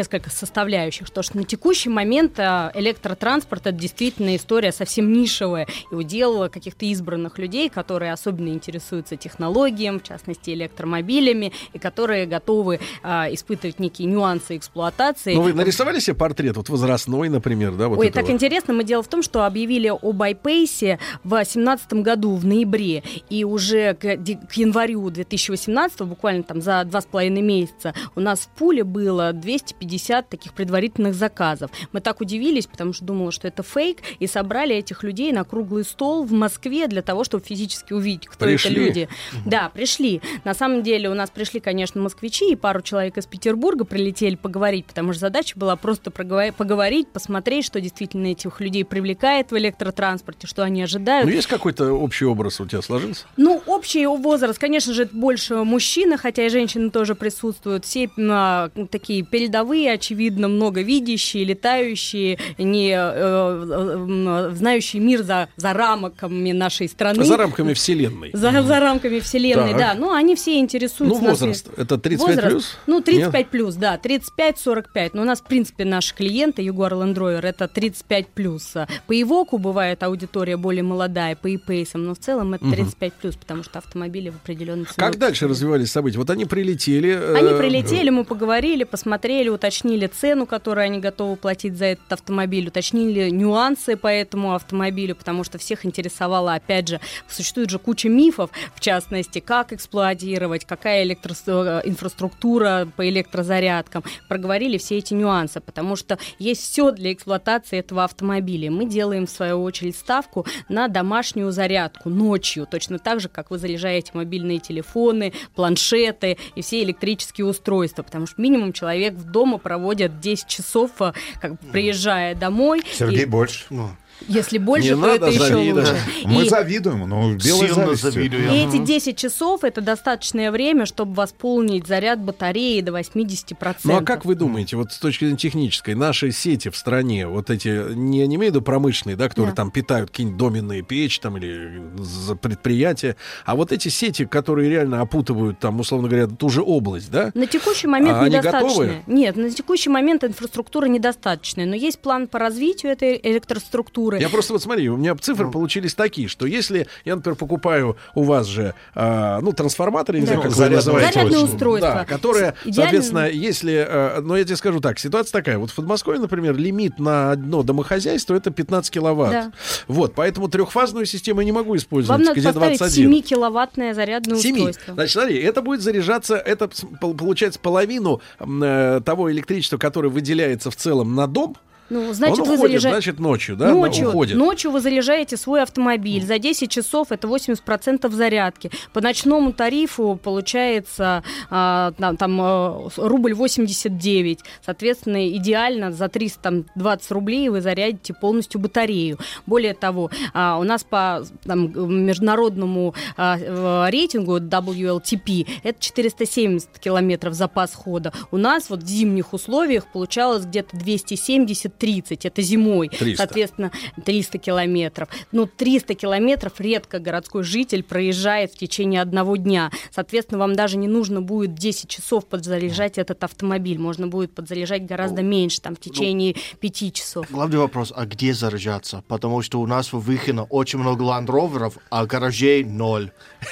S14: несколько составляющих. То, что на текущий момент электротранспорт — это действительно история совсем нишевая и удел каких-то избранных людей, которые особенно интересуются технологиями, в частности электромобилями, и которые готовы а, испытывать некие нюансы эксплуатации.
S2: Ну, вы нарисовали себе портрет, вот возрастной, например, да? Вот
S14: Ой,
S2: этого?
S14: так интересно. Мы дело в том, что объявили об iPace в две тысячи семнадцатом году, в ноябре, и уже к, к январю две тысячи восемнадцатого, буквально там за два с половиной месяца, у нас в пуле было двести пятьдесят таких предварительных заказов. Мы так удивились, потому что думала, что это фейк, и собрали этих людей на круглый стол в Москве для того, чтобы физически увидеть, кто
S2: пришли?
S14: это люди. Да, пришли. На самом деле у нас пришли, конечно, москвичи, и пару человек из Петербурга прилетели поговорить, потому что задача была просто проговор- поговорить, посмотреть, что действительно этих людей привлекает в электротранспорте, что они ожидают.
S2: Ну, есть какой-то общий образ у тебя сложился?
S14: Ну, общий возраст, конечно же, это больше мужчины, хотя и женщины тоже присутствуют. Все а, такие передовые, очевидно, многовидящие, летающие, не э, э, знающие мир за, за рамками нашей страны.
S2: За рамками вселенной.
S14: За, за рамками вселенной, так. Да. Ну, они все интересуются.
S2: Ну, возраст.
S14: Нас...
S2: Это тридцать пять
S14: возраст,
S2: плюс?
S14: Ну, тридцать пять плюс, да. тридцать пять сорок пять. Но у нас, в принципе, наши клиенты, Jaguar Land Rover, это тридцать пять плюс. По Evoque бывает аудитория более молодая, по E-Pace, но в целом это тридцать пять плюс, потому что автомобили в определенной цене.
S2: Как дальше развивались события? Вот они прилетели.
S14: Они прилетели, мы поговорили, посмотрели, уточнили цену, которую они готовы платить за этот автомобиль, уточнили нюансы по этому автомобилю, потому что всех интересовало, опять же, существует же куча мифов, в частности, как эксплуатировать, какая электро... инфраструктура по электрозарядкам. Проговорили все эти нюансы, потому что есть все для эксплуатации этого автомобиля. Мы делаем, в свою очередь, ставку на домашнюю зарядку ночью, точно так же, как вы заряжаете мобильные телефоны, планшеты и все электрические устройства, потому что минимум человек в дома проводит десять часов, как бы, приезжая домой.
S13: Сергей
S14: и...
S13: больше.
S14: Не больше,
S2: не
S14: то
S2: надо
S14: это еще
S2: завидовать.
S14: лучше.
S13: Мы
S14: и...
S13: завидуем, но белой завистью.
S14: И эти десять часов — это достаточное время, чтобы восполнить заряд батареи до восемьдесят процентов.
S2: Ну а как вы думаете, вот с точки зрения технической, наши сети в стране, вот эти, не, не имею в виду промышленные, да, которые да. там питают какие-нибудь доменные печи там, или предприятия, а вот эти сети, которые реально опутывают, там, условно говоря, ту же область, да?
S14: На текущий момент
S2: а
S14: недостаточно. Нет, на текущий момент инфраструктура недостаточная, но есть план по развитию этой электроструктуры.
S2: Я просто вот смотри, у меня цифры получились такие, что если я, например, покупаю у вас же, а, ну, трансформаторы, не знаю, как вы называете.
S14: Зарядное устройство.
S2: Да, которое,
S14: Идеально...
S2: соответственно, если, а, ну, я тебе скажу так, ситуация такая, вот в Подмосковье, например, лимит на одно домохозяйство это пятнадцать киловатт. Да. Вот, поэтому трехфазную систему я не могу использовать.
S14: Вам надо поставить семикиловаттное зарядное
S2: семь.
S14: устройство.
S2: Значит, смотри, это будет заряжаться, это получается половину э, того электричества, которое выделяется в целом на дом.
S14: Ну, значит,
S2: он
S14: вы
S2: уходит,
S14: заряжаете...
S2: значит, ночью, да?
S14: Ночью,
S2: уходит.
S14: ночью вы заряжаете свой автомобиль. За десять часов это восемьдесят процентов зарядки. По ночному тарифу получается а, там, там а, рубль восемьдесят девять. Соответственно, идеально за триста двадцать рублей вы зарядите полностью батарею. Более того, а, у нас по там, международному а, рейтингу дабл ю эл ти пи это четыреста семьдесят километров запас хода. У нас вот в зимних условиях получалось где-то двести семьдесят тридцать, это зимой,
S2: триста.
S14: Соответственно, триста километров. Но триста километров редко городской житель проезжает в течение одного дня. Соответственно, вам даже не нужно будет десять часов подзаряжать этот автомобиль. Можно будет подзаряжать гораздо ну, меньше, там, в течение ну, пяти часов.
S3: Главный вопрос, а где заряжаться? Потому что у нас в Выхино очень много ландроверов, а гаражей ноль.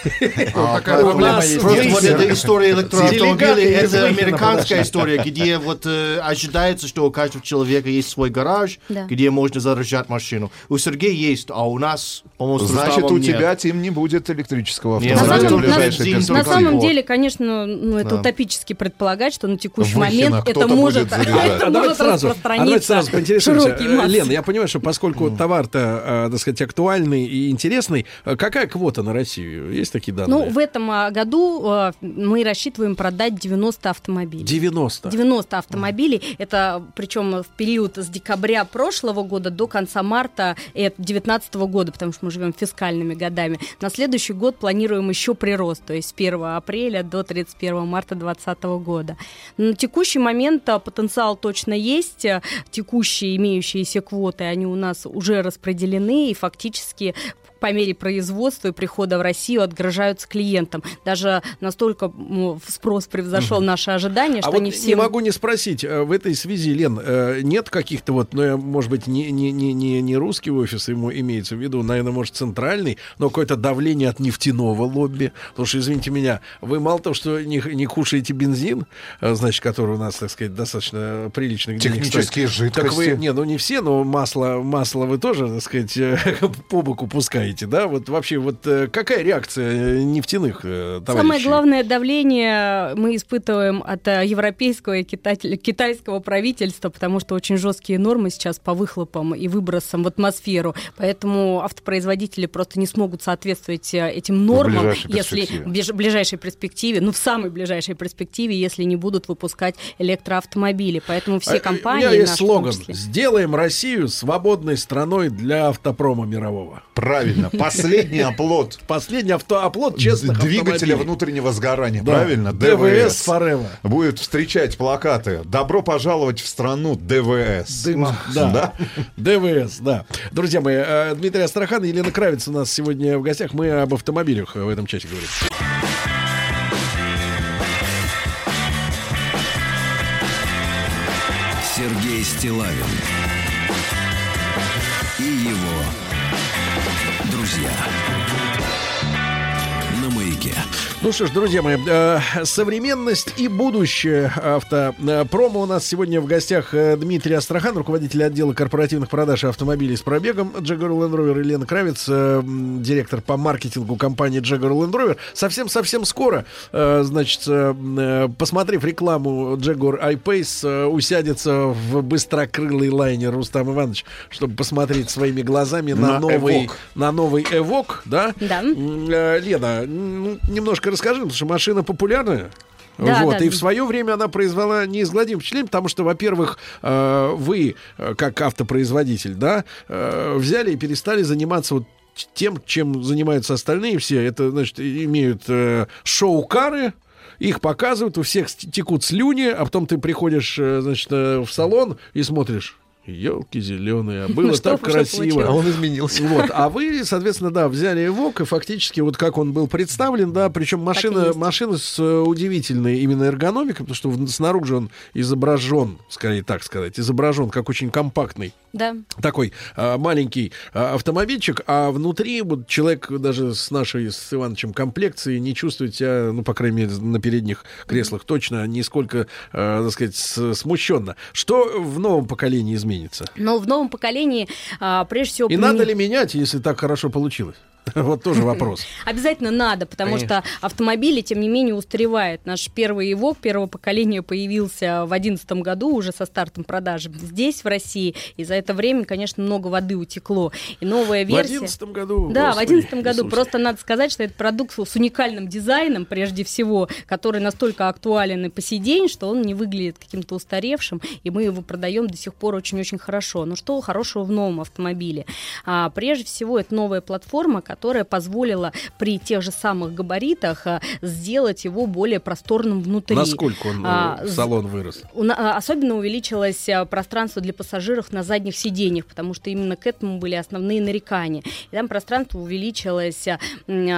S2: Такая у нас
S3: вот эта история электроавтомобилей, это американская история, где вот ожидается, что у каждого человека есть свой гараж, да. где можно заряжать машину. У Сергея есть, а у нас, по-моему,
S13: значит, у
S3: нет.
S13: тебя, Тим, не будет электрического автомобиля.
S14: На самом,
S13: в ближайшей
S14: на, на самом деле, конечно, ну, это да. утопически предполагать, что на текущий
S13: Выхино
S14: момент это может, это
S2: а
S14: может
S2: сразу,
S14: распространиться.
S2: А широкий масс. Лен, я понимаю, что поскольку mm. товар-то, так сказать, актуальный и интересный, какая квота на Россию? Есть такие данные?
S14: Ну, в этом году мы рассчитываем продать девяносто автомобилей.
S2: девяносто?
S14: девяносто автомобилей. Mm. Это, причем в период с декабря прошлого года до конца марта две тысячи девятнадцатого года, потому что мы живем фискальными годами. На следующий год планируем еще прирост, то есть с первого апреля до тридцать первого марта две тысячи двадцатого года. На текущий момент потенциал точно есть. Текущие имеющиеся квоты, они у нас уже распределены, и фактически по мере производства и прихода в Россию отгружаются клиентам. Даже настолько ну, спрос превзошел mm-hmm. наши ожидания, что
S2: а
S14: они
S2: вот
S14: все...
S2: не могу не спросить, в этой связи, Лен, нет каких-то вот, ну, может быть, не, не, не, не русский офис ему имеется в виду, наверное, может, центральный, но какое-то давление от нефтяного лобби, потому что, извините меня, вы мало того, что не, не кушаете бензин, значит, который у нас, так сказать, достаточно приличных денег стоит.
S13: Технические жидкости.
S2: Так вы, не, ну не все, но масло, масло вы тоже, так сказать, по боку пускаете, да? Вот вообще, вот какая реакция нефтяных товарищей?
S14: Самое главное давление мы испытываем от европейского и китайского правительства, потому что очень жесткие нормы сейчас по выхлопам и выбросам в атмосферу, поэтому автопроизводители просто не смогут соответствовать этим нормам, в если в ближайшей перспективе, ну в самой ближайшей перспективе, если не будут выпускать электроавтомобили. Поэтому все компании...
S2: У меня есть слоган: «Сделаем Россию свободной страной для автопрома мирового».
S13: Правильно. Последний оплот.
S2: Последний оплот честных автомобилей.
S13: Двигателя внутреннего сгорания.
S2: Да.
S13: Правильно?
S2: ДВС Forever.
S13: Будет встречать плакаты: «Добро пожаловать в страну ДВС».
S2: Дым, да. ДВС, да. Друзья мои, Дмитрий Астрахан и Елена Кравец у нас сегодня в гостях. Мы об автомобилях в этом часе говорим.
S1: Сергей Стиллавин и его друзья на Маяке.
S2: Ну что ж, друзья мои, э, современность и будущее автопрома. У нас сегодня в гостях Дмитрий Астрахан, руководитель отдела корпоративных продаж автомобилей с пробегом Jaguar Land Rover, и Лена Кравец, э, директор по маркетингу компании Jaguar Land Rover. Совсем-совсем скоро, э, значит, э, посмотрев рекламу Jaguar I-Pace, э, усядется в быстрокрылый лайнер Рустам Иванович, чтобы посмотреть своими глазами на, на новый, на новый Evoque, да?
S14: Да.
S2: Э, Лена, ну, немножко расскажи, потому что машина популярная.
S14: Да,
S2: вот,
S14: да.
S2: и в свое время она произвела неизгладимое впечатление, потому что, во-первых, э, вы, как автопроизводитель, да, э, взяли и перестали заниматься вот тем, чем занимаются остальные все. Это, значит, имеют э, шоу-кары, их показывают, у всех текут слюни, а потом ты приходишь, значит, в салон и смотришь: елки зеленые, а было так красиво.
S15: А он изменился.
S2: Вот. А вы, соответственно, да, взяли Evoque, и фактически вот как он был представлен, да, причем машина, машина с удивительной именно эргономикой, потому что снаружи он изображен, скорее так сказать, изображен как очень компактный.
S14: Да.
S2: Такой а, маленький а, автомобильчик, а внутри вот человек даже с нашей, с Ивановичем, комплекцией не чувствует себя, ну, по крайней мере, на передних креслах точно нисколько, а, так сказать, смущенно. Что в новом поколении изменится?
S14: Но в новом поколении, а, прежде всего...
S2: И надо ли менять, если так хорошо получилось? Вот тоже вопрос.
S14: Обязательно надо, потому
S2: Конечно.
S14: что автомобили, тем не менее, устаревают. Наш первый Evoque первого поколения появился в две тысячи одиннадцатом году уже со стартом продажи здесь, в России. И за это время, конечно, много воды утекло. И новая версия...
S2: В две тысячи одиннадцатом году?
S14: Да,
S2: Господи,
S14: в две тысячи одиннадцатом году.
S2: Иисусе.
S14: Просто надо сказать, что это продукт с уникальным дизайном, прежде всего, который настолько актуален и по сей день, что он не выглядит каким-то устаревшим, и мы его продаем до сих пор очень-очень хорошо. Но что хорошего в новом автомобиле? А, прежде всего, это новая платформа, которая позволила при тех же самых габаритах а, сделать его более просторным внутри.
S2: Насколько он,
S14: а,
S2: салон вырос?
S14: У, а, особенно увеличилось а, пространство для пассажиров на задних сиденьях, потому что именно к этому были основные нарекания. И там пространство увеличилось а,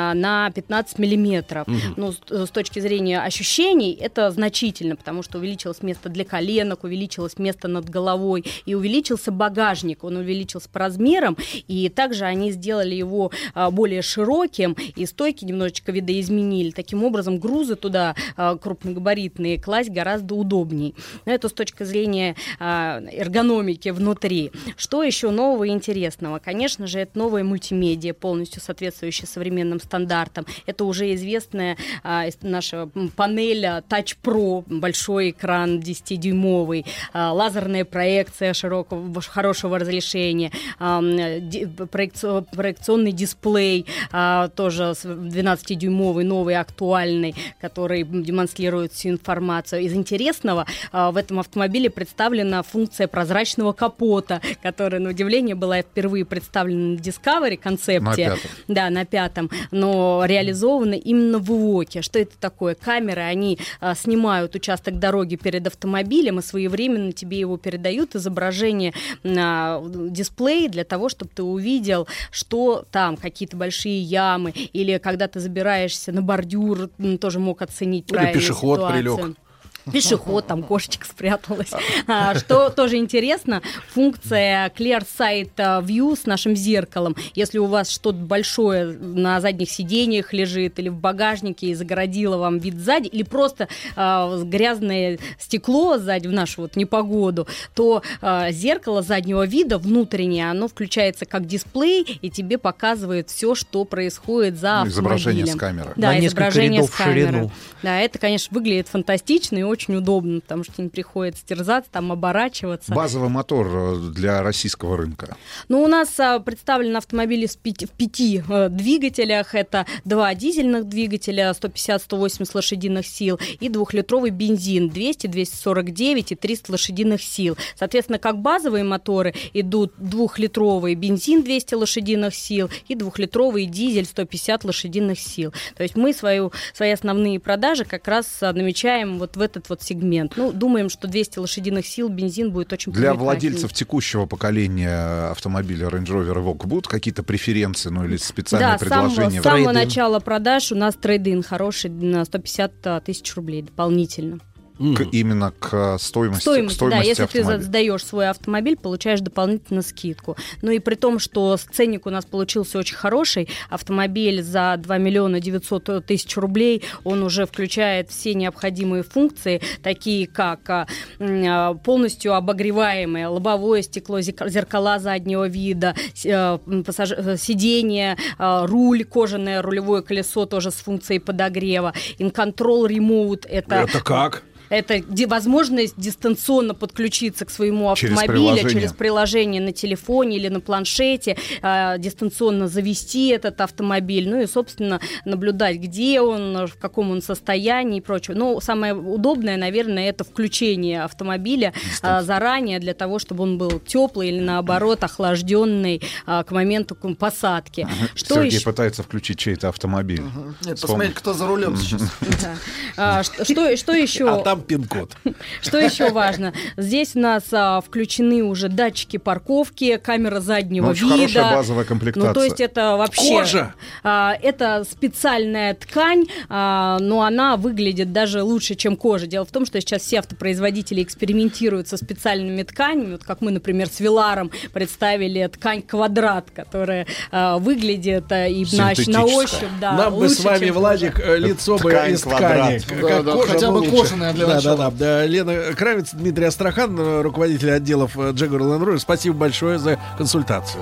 S14: на пятнадцать миллиметров. Угу. Ну, с, с точки зрения ощущений это значительно, потому что увеличилось место для коленок, увеличилось место над головой, и увеличился багажник. Он увеличился по размерам, и также они сделали его а, более широким, и стойки немножечко видоизменили. Таким образом, грузы туда а, крупногабаритные класть гораздо удобнее. Но это с точки зрения а, эргономики внутри. Что еще нового и интересного? Конечно же, это новая мультимедиа, полностью соответствующая современным стандартам. Это уже известная а, наша панель Touch Pro, большой экран десятидюймовый, а, лазерная проекция широкого, хорошего разрешения, а, ди, проекци, проекционный дисплей, а, тоже двенадцатидюймовый, новый, актуальный, который демонстрирует всю информацию. Из интересного а, в этом автомобиле представлена функция прозрачного капота, которая, на удивление, была впервые представлена на Discovery концепте.
S13: На пятом.
S14: Да, на пятом, но реализована именно в Evoque. Что это такое? Камеры, они а, снимают участок дороги перед автомобилем и своевременно тебе его передают, изображение на дисплей для того, чтобы ты увидел, что там, какие какие-то большие ямы, или когда ты забираешься на бордюр, тоже мог оценить
S2: Или
S14: правильную
S2: пешеход
S14: ситуацию.
S2: прилег.
S14: Пешеход, там кошечка спряталась. А, что тоже интересно, функция Clear Sight View с нашим зеркалом. Если у вас что-то большое на задних сиденьях лежит или в багажнике и загородило вам вид сзади, или просто а, грязное стекло сзади в нашу вот непогоду, то а, зеркало заднего вида внутреннее, оно включается как дисплей и тебе показывает все, что происходит за автомобилем.
S13: Изображение с камеры.
S14: Да,
S15: на несколько
S14: изображение
S15: рядов
S14: с камеры.
S15: в ширину.
S14: Да, это, конечно, выглядит фантастично и очень удобно, потому что не приходится терзаться, там оборачиваться.
S13: Базовый мотор для российского рынка.
S14: Ну, у нас а, представлены автомобили с пяти, в пяти а, двигателях. Это два дизельных двигателя, сто пятьдесят - сто восемьдесят лошадиных сил, и двухлитровый бензин двести - двести сорок девять и триста лошадиных сил. Соответственно, как базовые моторы идут двухлитровый бензин двести лошадиных сил и двухлитровый дизель сто пятьдесят лошадиных сил. То есть мы свою, свои основные продажи как раз а, намечаем вот в этот вот сегмент. Ну, думаем, что двести лошадиных сил бензин будет очень
S13: Для
S14: привлекательный.
S13: владельцев текущего поколения автомобиля Range Rover Evoque будут какие-то преференции, ну или специальные
S14: да,
S13: предложения?
S14: Да, с самого начала продаж у нас трейд-ин хороший на сто пятьдесят тысяч рублей дополнительно.
S13: К, именно к стоимости,
S14: Стоимость,
S13: к стоимости
S14: да, если
S13: автомобиля.
S14: ты сдаешь свой автомобиль, получаешь дополнительно скидку. Ну и при том, что ценник у нас получился очень хороший, автомобиль за два миллиона девятьсот тысяч рублей, он уже включает все необходимые функции, такие как полностью обогреваемое лобовое стекло, зеркала заднего вида, сиденье, руль, кожаное рулевое колесо тоже с функцией подогрева, InControl Remote. Это,
S2: это как?
S14: Это возможность дистанционно подключиться к своему
S13: Через
S14: автомобилю
S13: приложение.
S14: через приложение на телефоне или на планшете, э, дистанционно завести этот автомобиль, ну и, собственно, наблюдать, где он, в каком он состоянии и прочее. Но самое удобное, наверное, это включение автомобиля э, заранее для того, чтобы он был теплый или, наоборот, охлажденный э, к моменту посадки.
S13: Ага.
S14: Что
S13: Сергей
S14: еще?
S13: пытается включить чей-то автомобиль.
S4: Угу. Нет, посмотреть, кто за рулем сейчас.
S14: Что еще?
S2: А там пин-код.
S14: Что еще важно? Здесь у нас а, включены уже датчики парковки, камера заднего
S13: Ну, очень
S14: вида.
S13: хорошая базовая комплектация.
S14: Ну, то есть это вообще...
S2: Кожа!
S14: А, это специальная ткань, а, но она выглядит даже лучше, чем кожа. Дело в том, что сейчас все автопроизводители экспериментируют со специальными тканями. Вот как мы, например, с Веларом представили ткань квадрат, которая а, выглядит а, и на, на ощупь. Да,
S2: Нам бы с вами, Владик, лицо бы из ткани.
S4: Да, да, хотя бы кожаная для
S2: Да,
S4: начала.
S2: да, да. Лена Кравец, Дмитрий Астрахан, руководитель отделов Jaguar Land Rover. Спасибо большое за консультацию.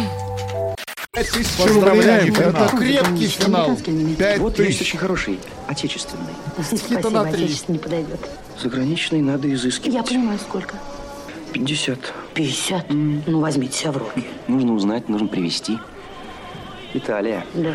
S13: Поздравляем.
S4: Это крепкий финал.
S13: Пять
S6: Вот есть
S13: тысяч.
S6: очень хороший, отечественный.
S4: Стихи-то на три.
S16: не подойдет.
S6: Заграничный надо изыскивать.
S16: Я понимаю, сколько.
S6: пятьдесят.
S16: пятьдесят? Ну, возьмите себя в руки.
S6: Нужно узнать, нужно привезти. Италия.
S16: Да.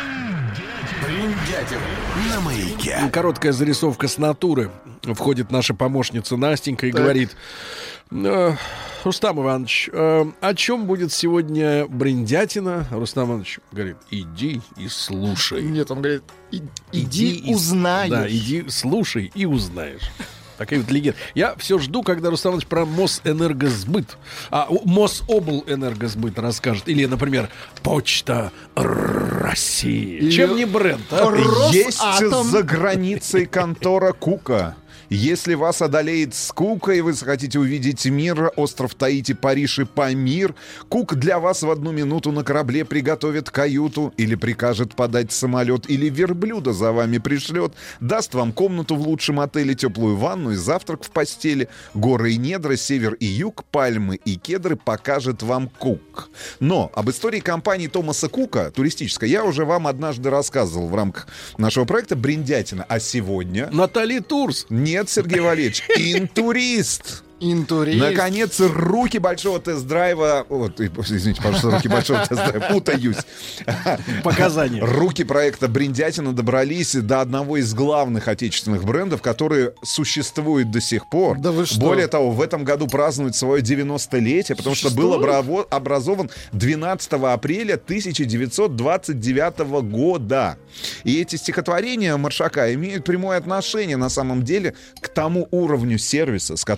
S1: Бриндятин на маяке.
S2: Короткая зарисовка с натуры. Входит наша помощница Настенька и
S4: Так.
S2: говорит: «Э, Рустам Иванович, э, о чем будет сегодня бриндятина?» Рустам Иванович говорит: иди и слушай.
S4: Нет, он говорит, «И- иди,
S2: и-
S4: узнаешь».
S2: Да, иди слушай и узнаешь. Такая вот легенда. Я все жду, когда Рустам Иванович про Мосэнергосбыт, а, Мособлэнергосбыт расскажет. Или, например, Почта России.
S4: Или
S2: Чем не бренд, а?
S13: Есть
S4: Росатом.
S13: за границей контора Кука. Если вас одолеет скука и вы захотите увидеть мир, остров Таити, Париж и Памир, Кук для вас в одну минуту на корабле приготовит каюту или прикажет подать самолет, или верблюда за вами пришлет, даст вам комнату в лучшем отеле, теплую ванну и завтрак в постели, горы и недра, север и юг, пальмы и кедры покажет вам Кук. Но об истории компании Томаса Кука, туристической, я уже вам однажды рассказывал в рамках нашего проекта «Бриндятина». А сегодня...
S2: Натали Турс.
S13: Нет, Сергей Валерьевич, интурист.
S4: Интурист.
S13: Наконец, руки большого тест-драйва... Вот, извините, пожалуйста, руки большого тест-драйва. Путаюсь.
S2: Показания.
S13: Руки проекта «Бриндятина» добрались до одного из главных отечественных брендов, которые существуют до сих пор.
S4: Да вы что?
S13: Более того, в этом году празднует свое девяностолетие, потому что был обраво- образован двенадцатого апреля тысяча девятьсот двадцать девятого года. И эти стихотворения Маршака имеют прямое отношение, на самом деле, к тому уровню сервиса, с которым стал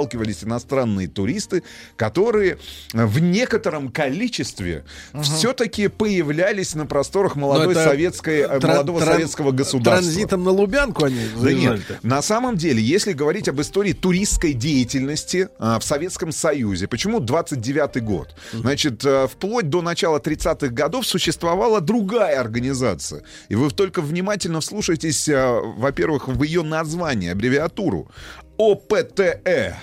S13: сталкивались иностранные туристы, которые в некотором количестве
S2: Ага.
S13: все-таки появлялись на просторах молодой
S2: Но это
S13: советской, э,
S2: тран-
S13: молодого
S2: тран-
S13: советского государства.
S2: Транзитом на Лубянку они
S13: Да нет,
S2: заезжали-то?
S13: на самом деле, если говорить об истории туристской деятельности а, в Советском Союзе, почему двадцать девятый год? Значит, а, вплоть до начала тридцатых годов существовала другая организация. И вы только внимательно вслушайтесь, а, во-первых, в ее название, аббревиатуру. О П Т Э.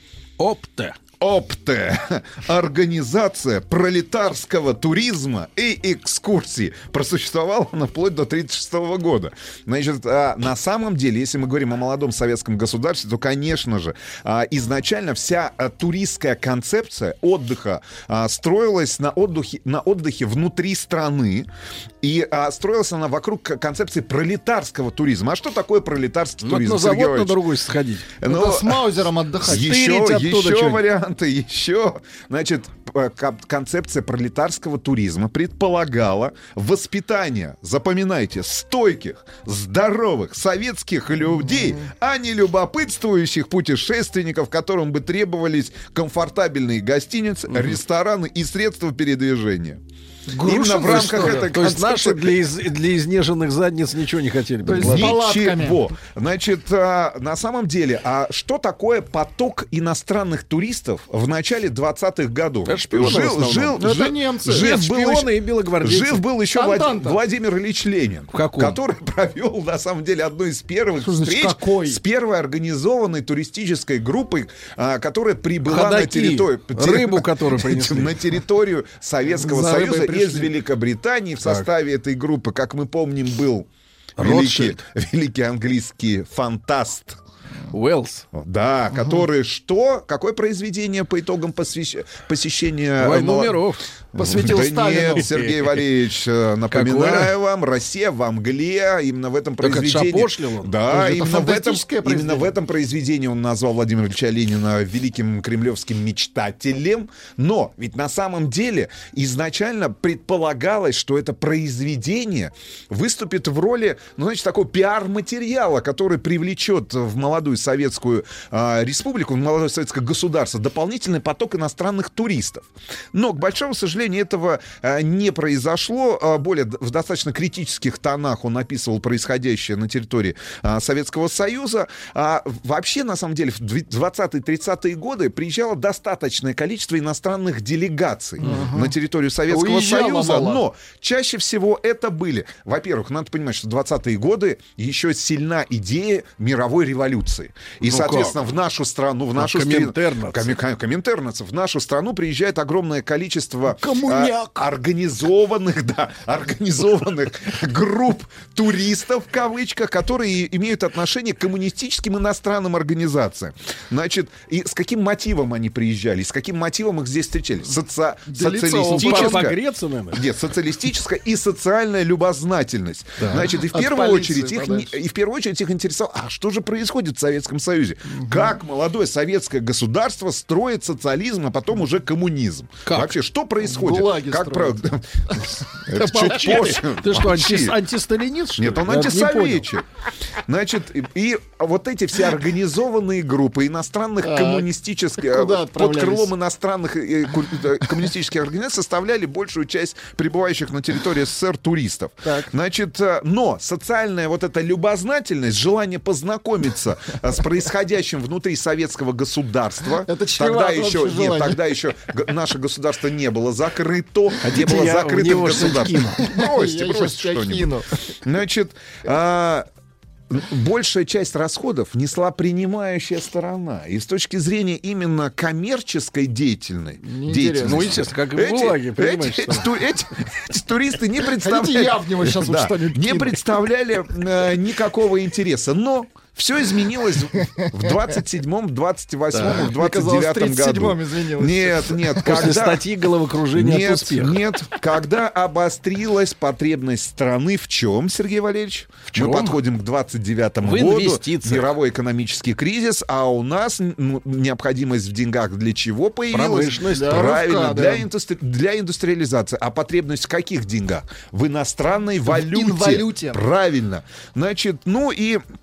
S2: ОПТЭ.
S13: ОПТЭ. Организация пролетарского туризма и экскурсий. Просуществовала она вплоть до тридцать шестого года. Значит, а, на самом деле, если мы говорим о молодом советском государстве, то, конечно же, а, изначально вся а, туристская концепция отдыха а, строилась на отдыхе, на отдыхе внутри страны. И а, строилась она вокруг концепции пролетарского туризма. А что такое пролетарский
S2: Ну,
S13: туризм?
S2: на
S13: Сергей
S2: завод на
S13: Валерьевич?
S2: другой сходить.
S13: Ну,
S4: Это с Маузером отдыхать.
S13: Еще,
S2: Стырить оттуда
S13: еще
S2: что-нибудь.
S13: варианты, еще. Значит, п- кон- концепция пролетарского туризма предполагала воспитание, запоминайте, стойких, здоровых советских людей, а не любопытствующих путешественников, которым бы требовались комфортабельные гостиницы, рестораны и средства передвижения. Именно в рамках этой
S2: То есть наши
S13: концепции-
S2: для, из- для изнеженных задниц ничего не хотели предложить.
S13: Ничего. Значит, а, на самом деле, а что такое поток иностранных туристов в начале двадцатых годов?
S2: Это шпионы в
S13: жил,
S2: основном.
S13: жил,
S4: Ну, это
S13: жил-
S4: немцы.
S13: жив
S2: Нет,
S13: был
S2: шпионы
S13: еще-
S2: и белогвардейцы.
S13: Жив был еще Влад-
S4: Антанта.
S13: Владимир Ильич Ленин,
S2: В каком?
S13: который провел, на самом деле, одну из первых
S4: Что значит
S13: встреч
S4: какой?
S13: с первой организованной туристической группой, а, которая прибыла на
S2: Ходаки,
S13: территорию...
S2: рыбу, которую принесли.
S13: На территорию Советского
S2: За рыбой
S13: Союза
S2: пришли.
S13: из Великобритании. В составе этой группы, как мы помним, был великий,
S2: Ротшильд.
S13: великий английский фантаст.
S2: Уэллс.
S13: Да, который что? Какое произведение по итогам посвящ- посещения...
S2: «Войну
S13: мало-
S2: миров».
S4: Посвятил
S13: да
S4: Сталину.
S13: нет, Сергей Валерьевич, э, напоминаю вам, «Россия в мгле», именно в этом
S2: Так это
S13: произведении...
S2: шапошлил он?
S13: Да,
S4: Это
S13: именно в, этом,
S4: фантастическое
S13: именно в
S4: произведение.
S13: этом произведении он назвал Владимира Ильича Ленина великим кремлевским мечтателем. Но ведь на самом деле изначально предполагалось, что это произведение выступит в роли, ну, значит, такого пиар-материала, который привлечет в молодую советскую а, республику, в молодое советское государство дополнительный поток иностранных туристов. Но, к большому сожалению, этого а, не произошло. А, более д- в достаточно критических тонах он описывал происходящее на территории а, Советского Союза. А, вообще, на самом деле, в двадцатые-тридцатые годы приезжало достаточное количество иностранных делегаций
S4: Ага.
S13: на территорию Советского
S4: Уезжало
S13: Союза.
S4: мало.
S13: Но чаще всего это были, во-первых, надо понимать, что в двадцатые годы еще сильна идея мировой революции. И,
S2: Ну
S13: соответственно,
S2: как?
S13: в нашу страну, в нашу
S2: коминтерновцы.
S13: страну, коми- коминтерновцы, в нашу страну приезжает огромное количество
S4: Коммуняк.
S13: а, организованных, да, организованных групп туристов, в кавычках, которые имеют отношение к коммунистическим иностранным организациям. Значит, и с каким мотивом они приезжали, с каким мотивом их здесь встречали? Соци-
S4: Делиться
S13: Социалистическая,
S2: Погреться, наверное.
S13: нет, социалистическая и социальная любознательность.
S2: Да.
S13: Значит, и в
S4: От
S13: первую
S4: полиции
S13: очередь их, не-
S4: подальше.
S13: и в первую очередь их интересовало, а что же происходит в Советском Союзе? Как молодое советское государство строит социализм, а потом уже коммунизм?
S2: Как?
S13: Вообще, что происходит?
S4: Гулаги
S13: Как
S4: строят.
S13: про- Это чуть
S2: Молчи.
S13: позже.
S2: Ты что,
S13: Молчи.
S2: анти- антисталинист, что ли?
S13: Нет, он
S2: Я не понял.
S13: антисоветчик. Значит, и, и вот эти все организованные группы иностранных
S4: Так.
S13: коммунистических,
S4: Куда
S13: под
S4: отправлялись?
S13: крылом иностранных э, ку- э, коммунистических организаций составляли большую часть пребывающих на территории СССР туристов.
S4: Так.
S13: Значит, э, но социальная вот эта любознательность, желание познакомиться э, с происходящим внутри советского государства.
S4: Это
S13: Тогда
S4: чревато
S13: еще,
S4: вообще
S13: нет,
S4: желание.
S13: тогда еще г- наше государство не было закрыто, не
S2: Хотите,
S13: было
S2: я в
S13: закрытым
S2: него что-нибудь
S13: государством. Бросьте,
S4: Я щас
S13: бросьте
S4: тебя
S13: что-нибудь.
S4: кину.
S13: Значит, а, большая часть расходов несла принимающая сторона. И с точки зрения именно коммерческой деятельной, деятельности.
S2: Ну, естественно, как и в ГУЛАГе, понимаешь,
S13: эти,
S2: что-
S13: эти, ту- эти- эти туристы не
S4: Хотите,
S13: представляли,
S4: я в него сейчас вот
S13: Да,
S4: что-нибудь
S13: не
S4: кину?
S13: представляли э, никакого интереса. Но все изменилось в двадцать седьмом, двадцать восьмом и в
S4: Мне казалось, в
S13: двадцать девятом
S4: тридцать
S13: году.
S4: седьмом изменилось.
S13: Нет, нет.
S2: После
S13: когда-
S2: статьи «Головокружение от
S13: нет,
S2: успеха».
S13: нет. Когда обострилась потребность страны в чем, Сергей Валерьевич?
S2: В чем?
S13: Мы подходим к двадцать девятому
S2: В
S13: году.
S2: инвестициях.
S13: Мировой экономический кризис, а у нас ну, необходимость в деньгах для чего появилась?
S2: Промышленность.
S4: Для
S13: Правильно,
S4: рывка,
S13: для,
S4: да.
S13: индустри- для индустриализации. А потребность в каких деньгах? В иностранной валюте.
S4: инвалюте.
S13: Правильно. Значит, ну и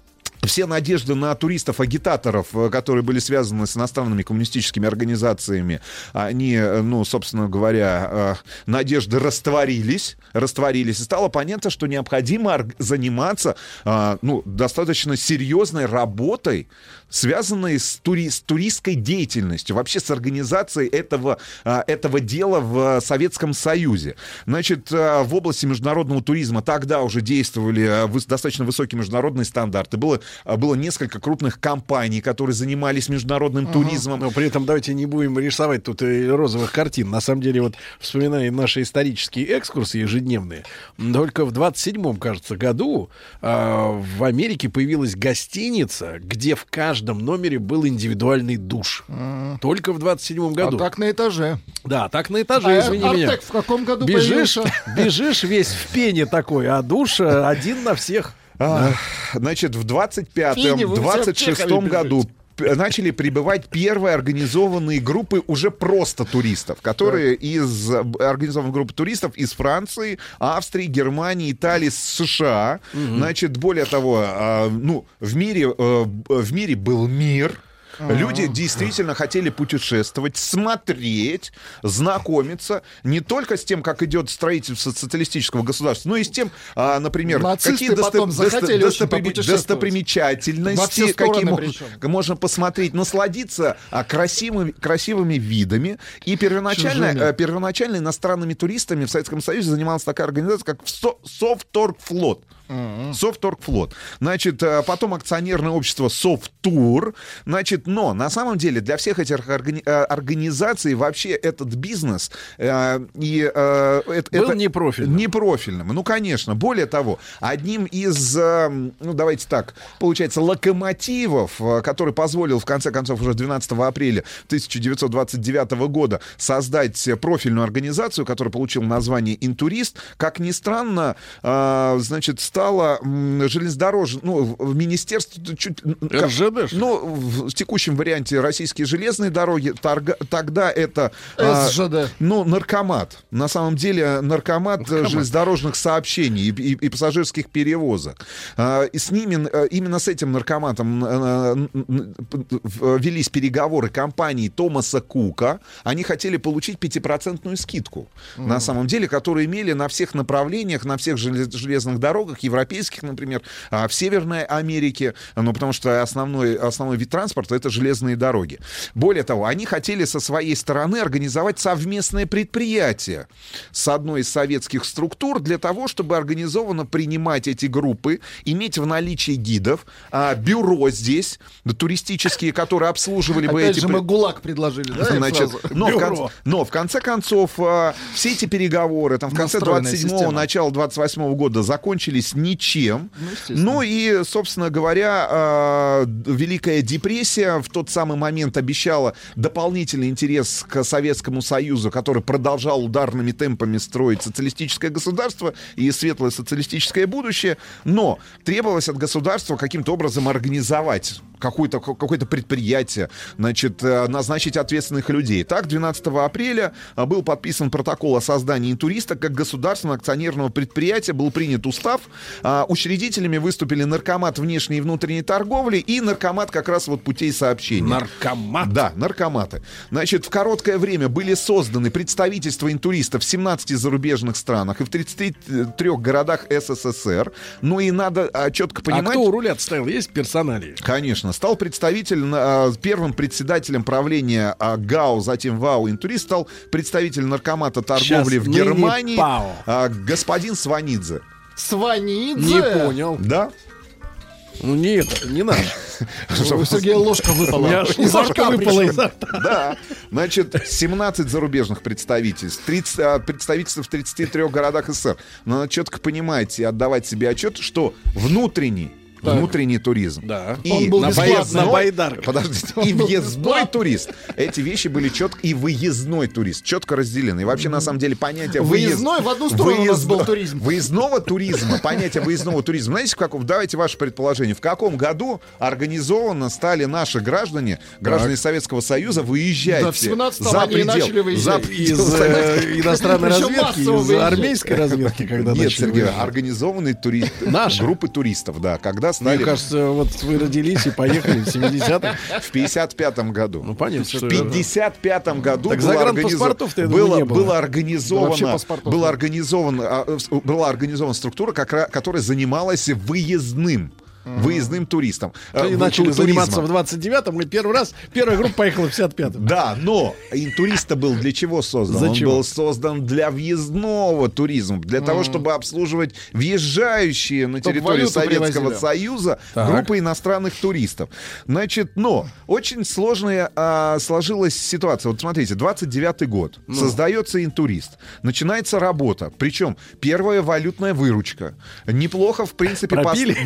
S13: все надежды на туристов-агитаторов, которые были связаны с иностранными коммунистическими организациями, они, ну, собственно говоря, надежды растворились, растворились, и стало понятно, что необходимо заниматься, ну, достаточно серьезной работой, связанной с, тури- с туристской деятельностью, вообще с организацией этого, этого дела в Советском Союзе. Значит, в области международного туризма тогда уже действовали достаточно высокие международные стандарты. Было, было несколько крупных компаний, которые занимались международным uh-huh. туризмом.
S2: Но при этом давайте не будем рисовать тут и розовых картин. На самом деле, вот вспоминая наши исторические экскурсы ежедневные, только в двадцать седьмом, кажется, году э, в Америке появилась гостиница, где в каждом номере был индивидуальный душ. Uh-huh. Только в двадцать седьмом году.
S4: А так на этаже.
S2: Да, так на этаже,
S4: а
S2: извини
S4: Артек
S2: меня.
S4: в каком году
S2: бежишь,
S4: появился?
S2: Бежишь весь в пене такой, а душ один на всех.
S13: А, да. Значит, в двадцать пятом, двадцать шестом году начали прибывать первые организованные группы уже просто туристов, которые да. из организованных групп туристов из Франции, Австрии, Германии, Италии, США. Угу. Значит, более того, ну, в мире, в мире был мир. Люди действительно хотели путешествовать, смотреть, знакомиться не только с тем, как идет строительство социалистического государства, но и с тем, а, например,
S4: нацисты
S13: какие досто-
S4: досто-
S13: достоприм- достопримечательности, какие мо- можно посмотреть, насладиться а, красивыми, красивыми видами. И первоначально, а, первоначально иностранными туристами в Советском Союзе занималась такая организация, как Совторгфлот. Uh-huh. Совторгфлот. Значит, потом акционерное общество Совтур. Значит, но на самом деле для всех этих органи- организаций вообще этот бизнес э, и, э, это,
S2: был
S13: это
S2: непрофильным.
S13: непрофильным. Ну, конечно. Более того, одним из, э, ну, давайте так, получается, локомотивов, который позволил, в конце концов, уже двенадцатого апреля тысяча девятьсот двадцать девятого года создать профильную организацию, которая получила название «Интурист», как ни странно, э, значит, стало железнодорожное, ну, в министерстве чуть...
S2: эр жэ дэ?
S13: Ну, в текущем варианте российские железные дороги, торга, тогда это...
S4: эс жэ дэ.
S13: А, ну, наркомат. На самом деле наркомат, наркомат. железнодорожных сообщений и, и, и пассажирских перевозок. А, и с ними, именно с этим наркоматом а, велись переговоры компании Томаса Кука. Они хотели получить пятипроцентную скидку, mm. на самом деле, которую имели на всех направлениях, на всех железных дорогах, европейских, например, в Северной Америке, ну, потому что основной, основной вид транспорта — это железные дороги. Более того, они хотели со своей стороны организовать совместное предприятие с одной из советских структур для того, чтобы организованно принимать эти группы, иметь в наличии гидов, бюро здесь, туристические, которые обслуживали бы
S4: Опять
S13: эти...
S4: же мы ГУЛАГ предложили, да?
S13: Значит, но, в конце, но в конце концов все эти переговоры там, в конце двадцать седьмого, начало двадцать восьмого года закончились ничем. Ну, ну и, собственно говоря, Великая депрессия в тот самый момент обещала дополнительный интерес к Советскому Союзу, который продолжал ударными темпами строить социалистическое государство и светлое социалистическое будущее, но требовалось от государства каким-то образом организовать какое-то, какое-то предприятие, значит, назначить ответственных людей. Так, двенадцатого апреля был подписан протокол о создании «Интуриста» как государственного акционерного предприятия, был принят устав. Учредителями выступили Наркомат внешней и внутренней торговли и Наркомат как раз вот путей сообщения.
S2: Наркомат?
S13: Да, наркоматы. Значит, в короткое время были созданы представительства «Интуриста» в семнадцати зарубежных странах и в тридцати трёх городах эс эс эс эр. Ну и надо четко понимать...
S2: А кто у руля стоял? Есть персоналии?
S13: Конечно. Стал представитель, первым председателем правления ГАУ, затем ВАУ «Интурист», стал представитель Наркомата торговли
S2: Сейчас
S13: в Германии, господин Сванидзе.
S4: Сванидзе?
S2: Не понял.
S13: Да.
S2: Ну не это, не наш.
S4: У Сергея ложка выпала.
S2: Изо рта выпала изо рта.
S13: Да. Значит, семнадцать зарубежных представительств, тридцать, представительств в тридцати трёх городах эс эс эс эр. Но надо четко понимать и отдавать себе отчет, что внутренний Так. внутренний туризм.
S2: Да.
S13: И
S2: на,
S13: въездной,
S2: на байдарках.
S13: Подождите, и въездной турист. Эти вещи были четко. И выездной турист. Четко разделены. И вообще, на самом деле, понятие
S4: выездной
S13: выезд...
S4: в одну сторону выезд... у нас был туризм.
S13: Выездного туризма. Понятие выездного туризма. Знаете, в каком? Давайте ваше предположение. В каком году организованно стали наши граждане, граждане так. Советского Союза, выезжать
S4: да, в семнадцатом
S13: за
S4: они
S13: предел,
S4: начали выезжать.
S13: За
S2: из э, иностранной разведки, из армейской разведки, когда
S13: Нет,
S2: начали
S13: Сергей,
S2: выезжать.
S13: организованные тури... группы туристов, да, когда стали...
S2: Мне кажется, вот вы родились и поехали в семидесятых.
S13: В пятьдесят пятом году.
S2: Ну, понятно,
S13: В пятьдесят пятом году
S2: так
S13: было
S2: загранпаспортов-то, я думаю,
S13: было,
S2: не было.
S13: было организовано,
S4: паспортов
S13: было
S4: нет.
S13: организовано, а, с- была организована структура, как ра- которая занималась выездным. Выездным туристом.
S2: Они
S13: Э,
S2: начали
S13: туризмом.
S2: заниматься в двадцать девятом, и первый раз, первая группа поехала в пятьдесят пятом.
S13: Да, но интурист-то был для чего создан?
S2: Для
S13: Он
S2: чего?
S13: был создан для въездного туризма, для того, чтобы обслуживать въезжающие на
S4: Чтоб
S13: территорию
S4: валюту
S13: Советского
S4: привозили.
S13: Союза
S2: Так.
S13: группы иностранных туристов. Значит, но очень сложная а, сложилась ситуация. Вот смотрите, двадцать девятый год.
S2: Ну.
S13: Создается интурист. Начинается работа. Причем первая валютная выручка. Неплохо, в принципе, пос-
S2: Пропили?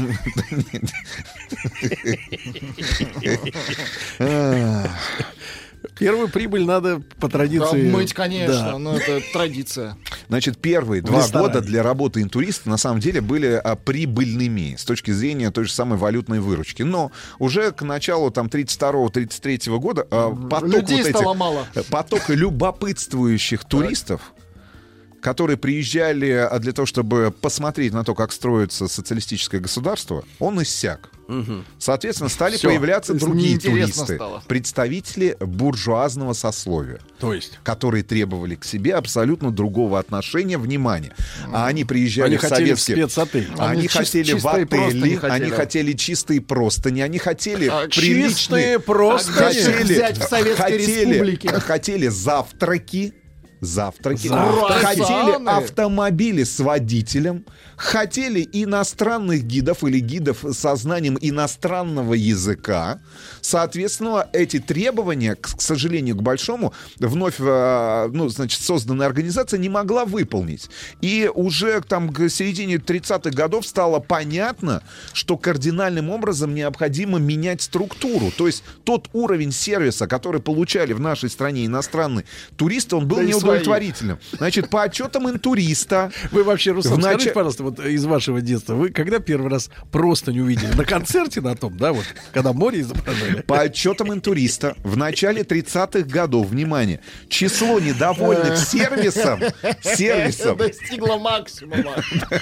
S2: Первую прибыль надо по
S4: Да,
S2: традиции...
S4: мыть, конечно,
S2: Да.
S4: но это традиция.
S13: Значит, первые
S2: В
S13: два
S2: ресторане.
S13: года для работы интуриста на самом деле были а, прибыльными с точки зрения той же самой валютной выручки. Но уже к началу там тридцать второго тридцать третьего года а, поток
S4: Людей
S13: вот этих-
S4: стало мало.
S13: поток любопытствующих туристов, которые приезжали а, для того, чтобы посмотреть на то, как строится социалистическое государство, он иссяк.
S2: Мгм.
S13: Соответственно, стали
S2: Всё.
S13: появляться
S4: То есть
S13: другие
S4: неинтересно
S13: туристы,
S4: стало.
S13: представители буржуазного сословия,
S2: То есть?
S13: которые требовали к себе абсолютно другого отношения, внимания. А они приезжали
S2: Они
S13: в
S2: хотели в
S13: советские...
S2: спецотель.
S13: Они,
S4: Они чис-
S13: хотели в
S4: чистые простыни
S13: отели,
S4: хотели.
S13: они хотели чистые простыни, они хотели
S4: А,
S13: приличные...
S2: Чистые просто.
S4: А где их взять в Советской
S13: хотели,
S4: Республике?
S13: хотели завтраки, завтраки,
S4: Завтраки.
S13: хотели
S4: Круассаны.
S13: автомобили с водителем, хотели иностранных гидов или гидов со знанием иностранного языка. Соответственно, эти требования, к, к сожалению, к большому, вновь э, ну, значит, созданная организация не могла выполнить. И уже там к середине тридцатых годов стало понятно, что кардинальным образом необходимо менять структуру. То есть тот уровень сервиса, который получали в нашей стране иностранные туристы, он был
S4: Да и
S13: неудовлетворительным. Значит, по отчетам интуриста...
S2: Вы вообще, Руслан,
S13: В нач-
S2: скажите, пожалуйста, вот из вашего детства, вы когда первый раз просто не увидели? На концерте на том, да, вот, когда море изображали?
S13: По отчетам интуриста, в начале тридцатых годов, внимание, число недовольных сервисом, сервисом
S4: Достигла максимума.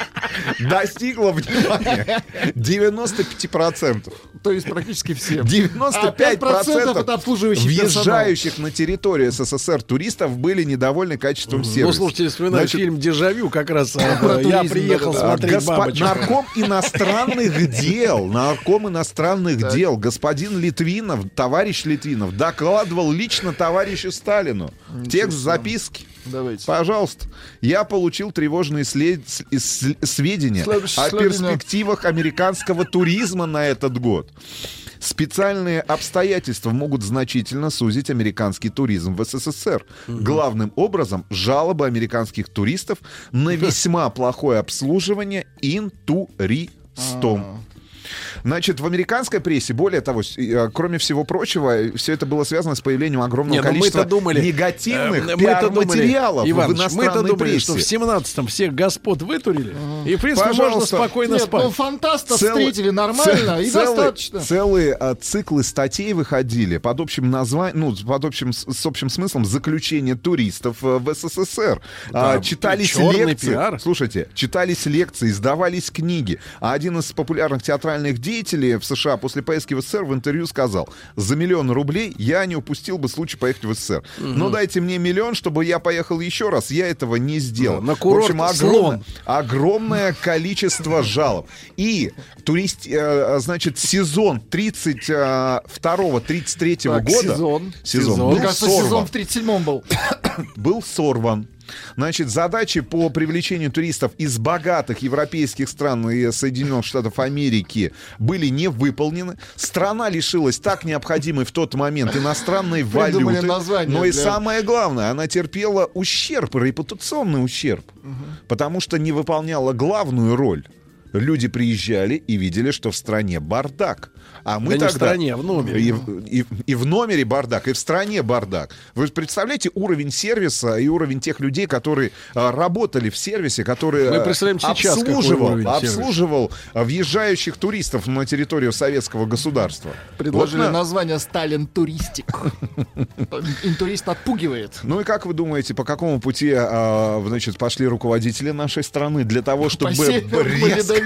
S13: достигло, внимание, девяносто пять процентов.
S4: То есть практически все.
S13: девяносто пять процентов
S4: это обслуживающий персонал.
S13: въезжающих на территорию СССР туристов были недовольны качеством сервиса.
S2: Ну, слушайте, вспоминаю
S13: Значит,
S2: фильм «Дежавю», как раз а,
S4: Про
S2: я
S4: туризм,
S2: приехал
S4: да-да-да.
S2: смотреть
S13: Госпо-
S2: бабочек.
S13: Нарком иностранных дел, нарком иностранных дел, господин Литвинов, товарищ Литвинов, докладывал лично товарищу Сталину. Текст записки.
S4: Давайте.
S13: Пожалуйста. Я получил тревожные след- с- ис- сведения
S4: Следующее
S13: о
S4: сведение.
S13: перспективах американского туризма на этот год. Специальные обстоятельства могут значительно сузить американский туризм в СССР. Главным образом, жалобы американских туристов на весьма плохое обслуживание интуристом. Значит, в американской прессе, более того, с- э, кроме всего прочего, все это было связано с появлением огромного
S2: Не, ну
S13: количества
S2: мы-то думали,
S13: негативных
S2: э, мы-то думали,
S13: пиар-материалов в
S2: Иваныч, мы-то
S13: иностранной
S2: думали,
S13: прессе.
S2: что в семнадцатом всех господ вытурили, и, в принципе, можно
S13: Пожалуйста.
S2: спокойно
S4: Нет,
S2: спать.
S4: ну фантаста
S13: Целый-
S4: встретили нормально
S13: ц-
S4: и
S13: целый-
S4: достаточно.
S13: Целые а, циклы статей выходили под общим названием, ну, под общим, с с общим смыслом заключения туристов э, в СССР. А,
S2: Да,
S13: читались
S2: чёрный
S13: лекции.
S2: пиар.
S13: Слушайте, читались лекции, издавались книги. А один из популярных театральных деятелей в США после поездки в СССР в интервью сказал: за миллион рублей я не упустил бы случай поехать в СССР. Но дайте мне миллион, чтобы я поехал еще раз. Я этого не сделал.
S2: Да, на курорт
S13: в общем,
S2: «Слон».
S13: огромное, огромное количество жалоб. И турист, э, значит, сезон тридцать второго тридцать третьего
S4: Так,
S13: года.
S4: сезон.
S13: Сезон.
S2: Сезон.
S13: Был
S4: Мне кажется,
S13: сорван.
S4: сезон в тридцать седьмом был.
S13: Был сорван. Значит, задачи по привлечению туристов из богатых европейских стран и Соединенных Штатов Америки были не выполнены. Страна лишилась так необходимой в тот момент иностранной
S4: Придумали
S13: валюты.
S4: название
S13: Но и
S4: для-
S13: самое главное, она терпела ущерб, репутационный ущерб. Потому что не выполняла главную роль. Люди приезжали и видели, что в стране бардак. А мы
S2: Да не
S13: тогда...
S2: в стране, а в номере.
S13: И, в- и- и в номере бардак, и в стране бардак. Вы представляете уровень сервиса и уровень тех людей, которые а, работали в сервисе, которые
S2: Мы
S13: а,
S2: представляем сейчас, какой
S13: обслуживал,
S2: уровень сервиса.
S13: обслуживал а, въезжающих туристов на территорию советского государства.
S4: Предложили
S13: Вот на-
S4: название «Сталин Туристик». Интурист отпугивает.
S13: Ну и как вы думаете, по какому пути а, значит, пошли руководители нашей страны для того, чтобы
S4: северу
S13: резко,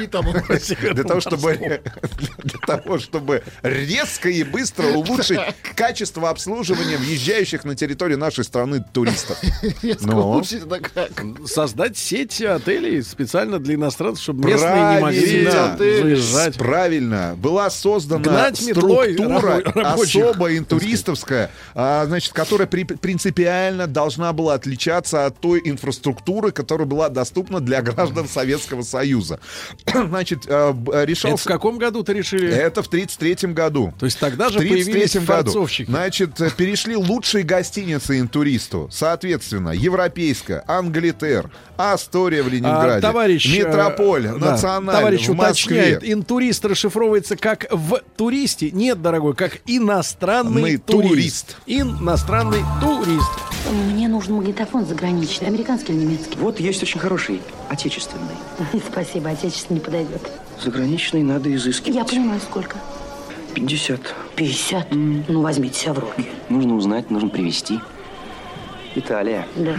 S4: там.
S13: Для того, чтобы, для того, чтобы резко и быстро улучшить качество обслуживания въезжающих на территорию нашей страны туристов.
S4: Резко улучшить это как?
S2: Создать сеть отелей специально для иностранцев, чтобы местные не могли заезжать.
S13: Правильно. Была создана
S2: Гнать метлой
S13: структура
S2: рабочих.
S13: особая интуристовская, а, значит, которая при- принципиально должна была отличаться от той инфраструктуры, которая была доступна для граждан Советского Союза. Значит, а, б- решался...
S2: Это в каком году-то решили?
S13: Это в тридцать третьем году.
S2: То есть тогда же
S13: В тридцать
S2: появились
S13: третьем году.
S2: форцовщики.
S13: Значит, перешли лучшие гостиницы интуристу. Соответственно, Европейская, Англитер, Астория в Ленинграде,
S2: А, товарищ,
S13: Метрополь,
S2: э, да,
S13: Националь
S2: товарищ
S13: в Москве.
S2: уточняет, интурист расшифровывается как в туристе. Нет, дорогой, как иностранный
S13: Мы
S2: турист. Иностранный турист.
S16: Мне нужен магнитофон заграничный. Американский или немецкий?
S6: Вот есть очень хороший, отечественный.
S16: Спасибо, отечественный не подойдет.
S6: Заграничный надо изыскивать.
S16: Я понимаю, сколько?
S6: пятьдесят.
S16: пятьдесят? Ну, возьмите себя в руки.
S6: Нужно узнать, нужно привезти. Италия.
S16: Да.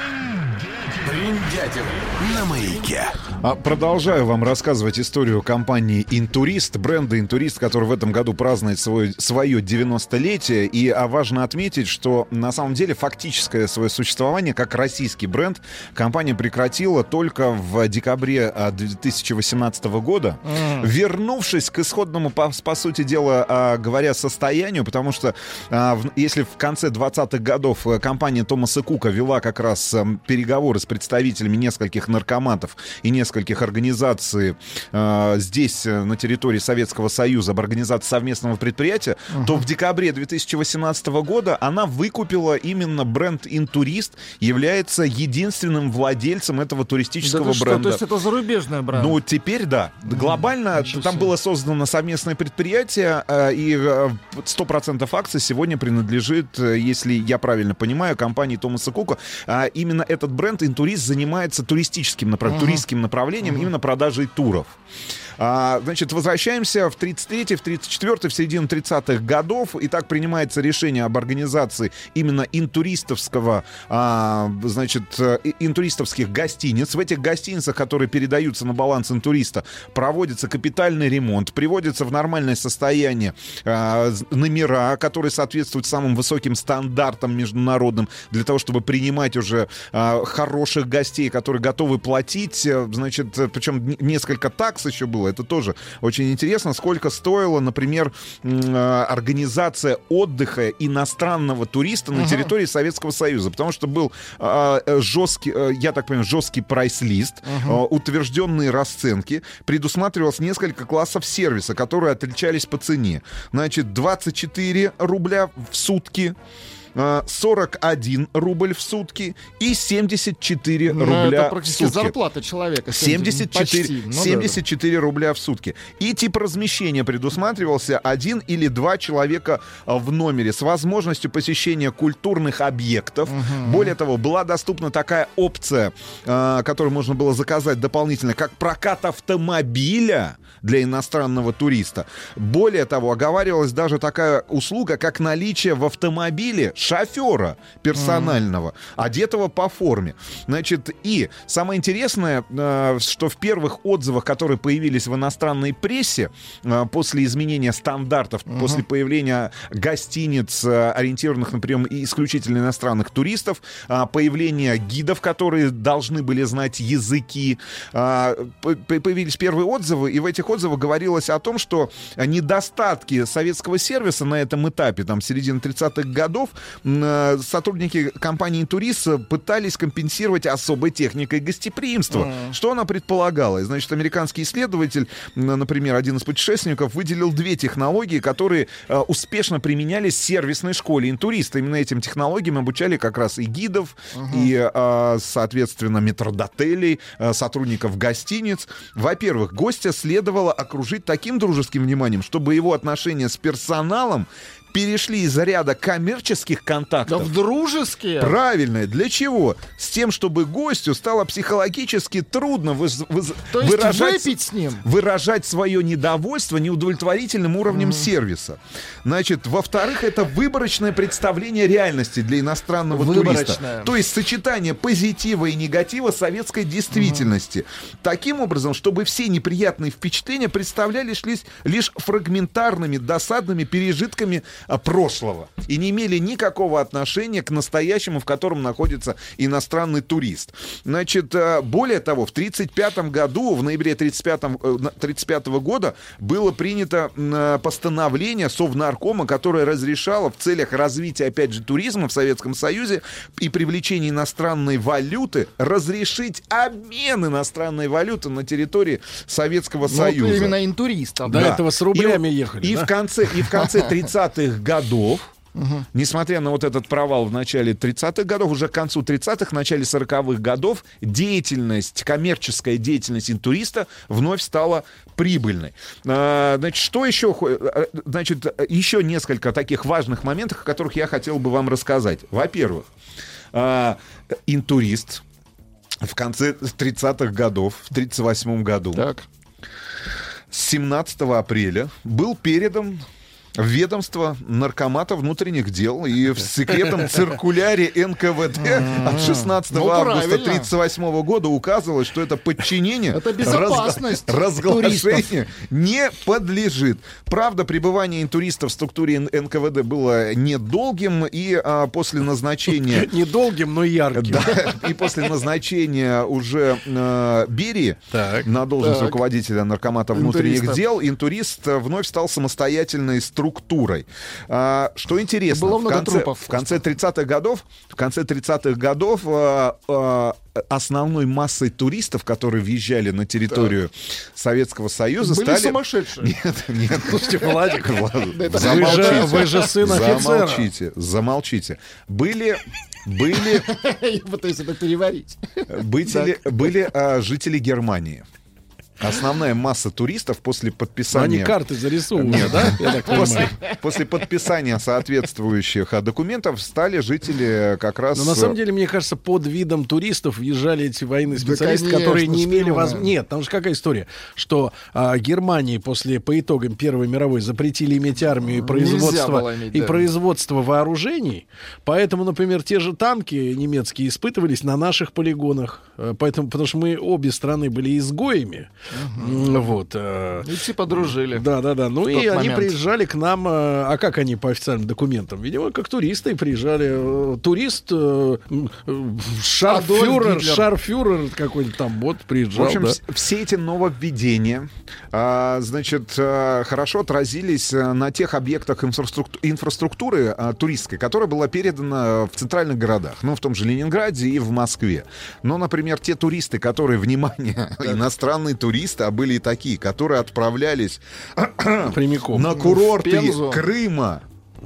S1: Бриндятин на маяке.
S13: А продолжаю вам рассказывать историю компании «Интурист», бренда «Интурист», который в этом году празднует свой, свое девяностолетие. И а важно отметить, что на самом деле фактическое свое существование как российский бренд компания прекратила только в декабре две тысячи восемнадцатого года, mm. вернувшись к исходному, по, по сути дела, говоря, состоянию, потому что если в конце двадцатых годов компания Томаса Кука вела как раз переговоры с представителями нескольких наркоматов и нескольких организаций э, здесь, на территории Советского Союза, об организации совместного предприятия, uh-huh. то в декабре две тысячи восемнадцатого года она выкупила именно бренд «Интурист», является единственным владельцем этого туристического
S4: да
S13: бренда.
S4: Что, то есть это зарубежный бренд?
S13: Ну, теперь да. Глобально mm-hmm. там было создано совместное предприятие, э, и сто процентов акций сегодня принадлежит, если я правильно понимаю, компании Томаса Кука. А именно этот бренд «Интурист» занимается туристическим направлением, uh-huh. туристским направлением, uh-huh. именно продажей туров. А, значит, возвращаемся в тридцать третий, в тридцать четвёртый, в середину тридцатых годов. И так принимается решение об организации именно интуристовского, а, значит, интуристовских гостиниц. В этих гостиницах, которые передаются на баланс интуриста, проводится капитальный ремонт, приводится в нормальное состояние а, номера, которые соответствуют самым высоким стандартам международным, для того, чтобы принимать уже а, хороших гостей, которые готовы платить. Значит, причем несколько такс еще было. Это тоже очень интересно, сколько стоила, например, организация отдыха иностранного туриста на территории uh-huh. Советского Союза. Потому что был э, жесткий, э, я так понимаю, жесткий прайс-лист, uh-huh. э, утвержденные расценки, предусматривалось несколько классов сервиса, которые отличались по цене. Значит, двадцать четыре рубля в сутки, сорок один рубль в сутки и семьдесят четыре
S4: ну,
S13: рубля
S4: это практически
S13: в сутки.
S4: Зарплата человека.
S13: семьдесят четыре,
S4: почти, ну,
S13: семьдесят четыре рубля в сутки. И тип размещения предусматривался один или два человека в номере с возможностью посещения культурных объектов. Угу. Более того, была доступна такая опция, которую можно было заказать дополнительно, как прокат автомобиля для иностранного туриста. Более того, оговаривалась даже такая услуга, как наличие в автомобиле шофера персонального, mm-hmm. одетого по форме. Значит, и самое интересное, что в первых отзывах, которые появились в иностранной прессе после изменения стандартов, mm-hmm. после появления гостиниц, ориентированных на прием исключительно иностранных туристов, появления гидов, которые должны были знать языки, появились первые отзывы, и в этих отзывах говорилось о том, что недостатки советского сервиса на этом этапе, там, середины тридцатых годов, сотрудники компании «Интурист» пытались компенсировать особой техникой гостеприимства. Mm. Что она предполагала? Значит, американский исследователь, например, один из путешественников, выделил две технологии, которые э, успешно применялись в сервисной школе «Интурист». Именно этим технологиям обучали как раз и гидов, uh-huh. и, э, соответственно, метрдотелей, э, сотрудников гостиниц. Во-первых, гостя следовало окружить таким дружеским вниманием, чтобы его отношения с персоналом перешли из ряда коммерческих контактов
S4: Да в дружеские.
S13: Правильно. Для чего? С тем, чтобы гостю стало психологически трудно выз, выз,
S4: То есть
S13: выражать,
S4: выпить с ним.
S13: выражать свое недовольство неудовлетворительным уровнем mm-hmm. сервиса. Значит, во-вторых, это выборочное представление реальности для иностранного
S4: Выборочное.
S13: туриста. То есть сочетание позитива и негатива советской действительности. Mm-hmm. Таким образом, чтобы все неприятные впечатления представлялись лишь, лишь фрагментарными, досадными пережитками прошлого и не имели никакого отношения к настоящему, в котором находится иностранный турист. Значит, более того, в тридцать пятом году, в ноябре тридцать пятого года было принято постановление Совнаркома, которое разрешало в целях развития, опять же, туризма в Советском Союзе и привлечения иностранной валюты разрешить обмен иностранной валюты на территории Советского Союза.
S4: Вот именно интуристов.
S2: До
S13: да.
S2: этого с рублями
S13: и,
S2: ехали.
S13: И,
S2: да?
S13: в конце, и в конце тридцатых годов, угу. несмотря на вот этот провал в начале тридцатых годов, уже к концу тридцатых, в начале сороковых годов деятельность, коммерческая деятельность интуриста вновь стала прибыльной. А, значит, что еще? Значит, еще несколько таких важных моментов, о которых я хотел бы вам рассказать. Во-первых, а, интурист в конце тридцатых годов, в тридцать восьмом году, так. с семнадцатого апреля был передан в ведомство Наркомата внутренних дел и в секретном циркуляре эн ка вэ дэ от шестнадцатого августа тридцать восьмого года указывалось, что это подчинение,
S4: это безопасность
S13: разглашению не подлежит. Правда, пребывание интуристов в структуре эн ка вэ дэ было недолгим, и а, после назначения...
S2: Недолгим, но ярким.
S13: Да, и после назначения уже а, Берии так, на должность так. руководителя Наркомата внутренних Интуристов. дел, интурист вновь стал самостоятельной структурой. структурой. А, что интересно, в конце, в конце тридцатых годов, в конце тридцатых годов а, а, основной массой туристов, которые въезжали на территорию так. Советского Союза,
S4: были
S13: стали...
S4: сомасшедшие.
S13: Нет, нет.
S2: Слушайте, Владик,
S13: замолчите.
S2: Вы же сын офицера.
S13: Замолчите, замолчите. Были... Были...
S4: Я пытаюсь это переварить.
S13: Были, были а, жители Германии. Основная масса туристов после подписания...
S2: Они карты зарисовывают, да? Я так
S13: после, после подписания соответствующих документов стали жители как раз...
S2: Но на самом деле, мне кажется, под видом туристов въезжали эти военные специалисты,
S4: да, конечно,
S2: которые не имели
S4: шпионы.
S2: возможности... Нет, там же какая история, что а, Германии после, по итогам Первой мировой запретили иметь армию и производство, иметь, и да. производство вооружений, поэтому, например, те же танки немецкие испытывались на наших полигонах, поэтому, потому что мы обе страны были изгоями. Uh-huh. Вот. Э,
S4: и все подружили.
S2: Да, да, да. Ну и
S4: момент.
S2: они приезжали к нам. Э, а как они по официальным документам? Видимо, как туристы приезжали. Э, турист, э, шарфюрер, шарфюрер какой-нибудь там вот приезжал.
S13: В общем,
S2: да.
S13: все эти нововведения, э, значит, э, хорошо отразились на тех объектах инфраструкту- инфраструктуры э, туристской, которая была передана в центральных городах, ну, в том же Ленинграде и в Москве. Но, например, те туристы, которые, внимание, иностранные туристы, а были и такие, которые отправлялись
S2: прямиком
S13: на курорты Крыма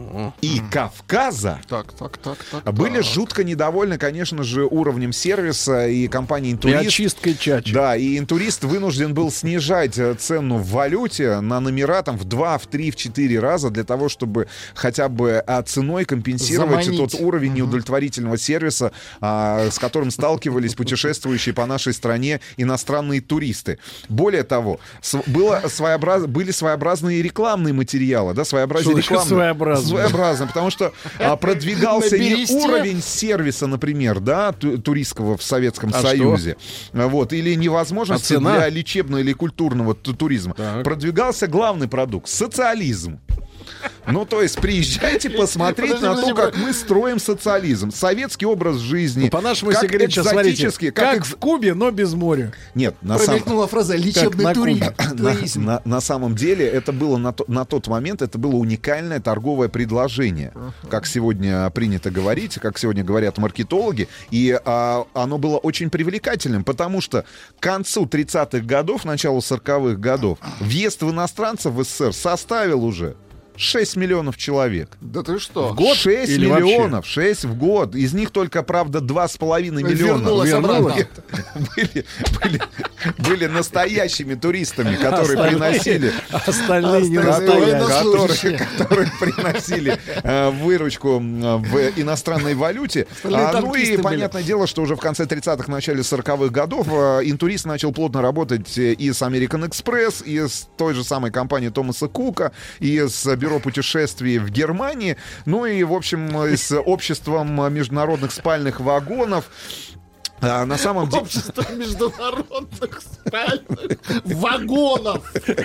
S13: и Кавказа,
S4: так, так, так, так,
S13: были
S4: так.
S13: жутко недовольны, конечно же, уровнем сервиса и компании «Интурист».
S2: И очисткой чачи.
S13: Да, и «Интурист» вынужден был снижать цену в валюте на номера там в два, в три, в четыре раза для того, чтобы хотя бы а, ценой компенсировать
S4: Заманить.
S13: тот уровень неудовлетворительного сервиса, а, с которым сталкивались путешествующие по нашей стране иностранные туристы. Более того, с, было своеобраз... были своеобразные рекламные материалы, да, своеобразие рекламные.
S2: Своеобразно.
S13: Своеобразно, потому что а, продвигался не уровень сервиса, например, да, ту- туристского в Советском
S2: а
S13: Союзе, что? Вот, или невозможности
S2: а
S13: для лечебного или культурного ту- туризма. Так. Продвигался главный продукт — социализм. Ну, то есть, приезжайте посмотреть подожди, на подожди, то, как подожди. мы строим социализм. Советский образ жизни.
S2: Ну, по-нашему, если говорить, сейчас, смотрите, как, как экз... в Кубе, но без моря.
S13: Нет, на
S4: Промелькнула
S13: сам...
S4: фраза «лечебный туризм».
S13: На, на, на самом деле, это было на, то, на тот момент, это было уникальное торговое предложение. Uh-huh. Как сегодня принято говорить, как сегодня говорят маркетологи. И а, оно было очень привлекательным, потому что к концу тридцатых годов, началу сороковых годов, въезд в иностранцев в СССР составил уже шесть миллионов человек.
S4: Да ты что?
S2: В год?
S13: шесть
S2: Или
S13: миллионов, шесть в год. Из них только, правда, два с половиной миллиона
S4: Вернулось обратно.
S13: были, были, были настоящими туристами, которые приносили,
S2: Остальные не
S13: которые,
S2: настоящие.
S13: которые, которые приносили э, выручку в иностранной валюте. А, ну и понятное дело, что уже в конце тридцатых, начале сороковых годов э, интурист начал плотно работать и с American Express, и с той же самой компанией Томаса Кука, и с бюро путешествий в Германии, ну и, в общем, с обществом международных спальных вагонов. А на самом деле...
S4: Общество международных спальных вагонов.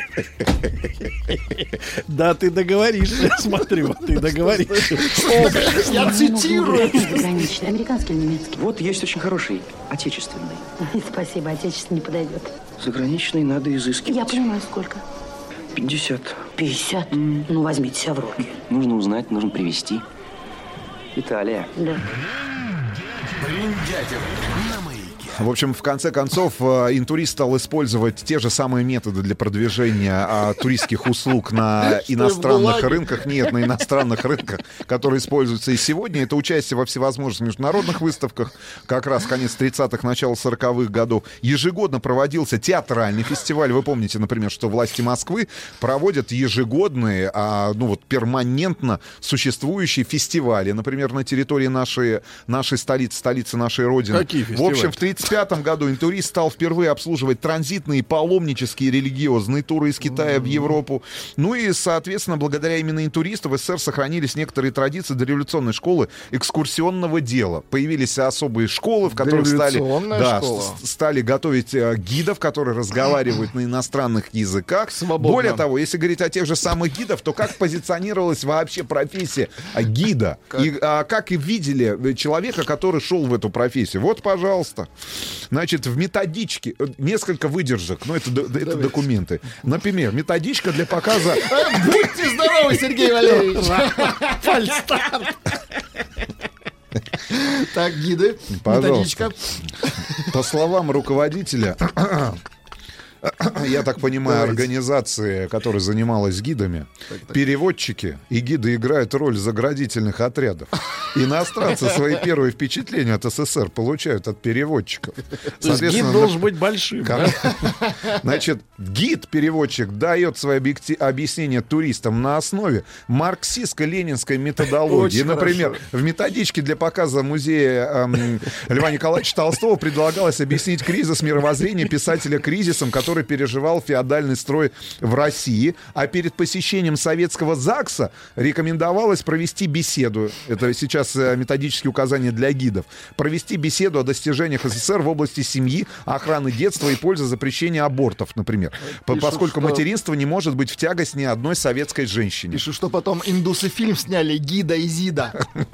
S2: Да, ты договоришься, я смотрю, ты договоришься.
S4: Я цитирую.
S16: Заграничный, американский или немецкий?
S6: Вот есть очень хороший, отечественный.
S16: Спасибо, отечественный не подойдет.
S6: Заграничный надо изыскивать.
S16: Я понимаю, сколько?
S6: пятьдесят.
S16: пятьдесят? Ну, возьмите себя в руки.
S6: Нужно узнать, нужно привезти. Италия.
S16: Да.
S1: Бриндятин на маяке.
S13: В общем, в конце концов, интурист стал использовать те же самые методы для продвижения а, туристских услуг на иностранных рынках. Нет, на иностранных рынках, которые используются и сегодня. Это участие во всевозможных международных выставках. Как раз конец тридцатых, начало сороковых годов. Ежегодно проводился театральный фестиваль. Вы помните, например, что власти Москвы проводят ежегодные, а, ну вот перманентно существующие фестивали. Например, на территории нашей, нашей столицы, столицы нашей Родины.
S2: Какие фестивали?
S13: В общем, в тридцать пятом году интурист стал впервые обслуживать транзитные паломнические религиозные туры из Китая в Европу. Ну и, соответственно, благодаря именно интуристу в СССР сохранились некоторые традиции дореволюционной школы экскурсионного дела. Появились особые школы, в которых стали, да, с- стали готовить э, гидов, которые разговаривают на иностранных языках.
S4: Свободно.
S13: Более того, если говорить о тех же самых гидов, то как позиционировалась вообще профессия а, гида?
S4: Как?
S13: И а, как и видели человека, который шел в эту профессию? Вот, пожалуйста. Значит, в методичке несколько выдержек, ну, это, это документы. Например, методичка для показа...
S4: Будьте здоровы, Сергей Валерьевич. Фальстарт. Так, гиды, методичка.
S13: По словам руководителя... Я так понимаю,
S4: Давайте.
S13: организации, которая занималась гидами, так, так. переводчики и гиды играют роль заградительных отрядов. Иностранцы свои первые впечатления от СССР получают от переводчиков.
S2: То есть гид должен быть большим. Да?
S13: Значит, гид-переводчик дает свои объекти... объяснения туристам на основе марксистско-ленинской методологии. Очень Например, хорошо. В методичке для показа музея эм, Льва Николаевича Толстого предлагалось объяснить кризис мировоззрения писателя кризисом, который переживал феодальный строй в России, а перед посещением советского ЗАГСа рекомендовалось провести беседу, это сейчас методические указания для гидов, провести беседу о достижениях СССР в области семьи, охраны детства и пользы запрещения абортов, например, Пишут, поскольку что... материнство не может быть в тягость ни одной советской женщине.
S4: Пишут, что потом индусы фильм сняли «Гида и Зида».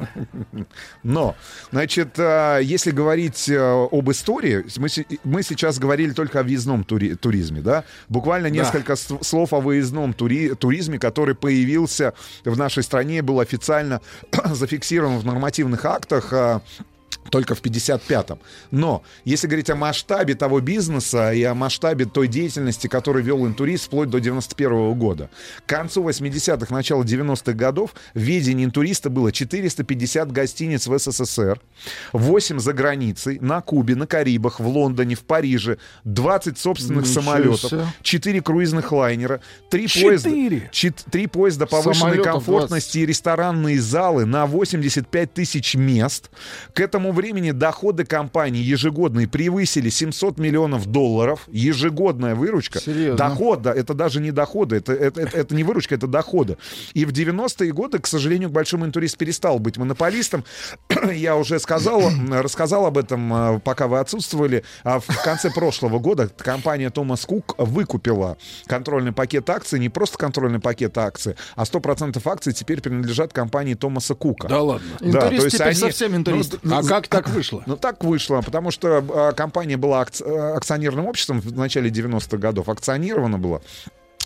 S13: Но, значит, если говорить об истории, мы, мы сейчас говорили только о въездном тури, туризме, да? Буквально несколько да. слов о выездном тури, туризме, который появился в нашей стране, был официально зафиксирован в нормативных актах только в пятьдесят пятом. Но если говорить о масштабе того бизнеса и о масштабе той деятельности, которую вел интурист вплоть до девяносто первого года, к концу восьмидесятых, начало девяностых годов в ведении интуриста было четыреста пятьдесят гостиниц в СССР, восемь за границей, на Кубе, на Карибах, в Лондоне, в Париже, двадцать собственных Ничего самолетов, себе. четыре круизных лайнера, три поезда, чет, три поезда повышенной Самолетов комфортности двадцать. И ресторанные залы на восемьдесят пять тысяч мест. К этому времени доходы компании ежегодные превысили семьсот миллионов долларов. Ежегодная выручка.
S4: Серьезно?
S13: Доход, да, это даже не доходы, это, это, это, это не выручка, это доходы. И в девяностые годы, к сожалению, большой интурист перестал быть монополистом. Я уже сказал, рассказал об этом, пока вы отсутствовали. А в конце прошлого года компания Томас Кук выкупила контрольный пакет акций, не просто контрольный пакет акций, а сто процентов акций теперь принадлежат компании Томаса Кука.
S2: Да ладно?
S13: Да,
S4: интурист
S13: то есть
S4: теперь
S13: они,
S4: совсем интурист.
S13: Ну,
S2: а как так вышло?
S13: Ну, так вышло, потому что э, компания была акци- акционерным обществом в начале девяностых годов, акционирована была.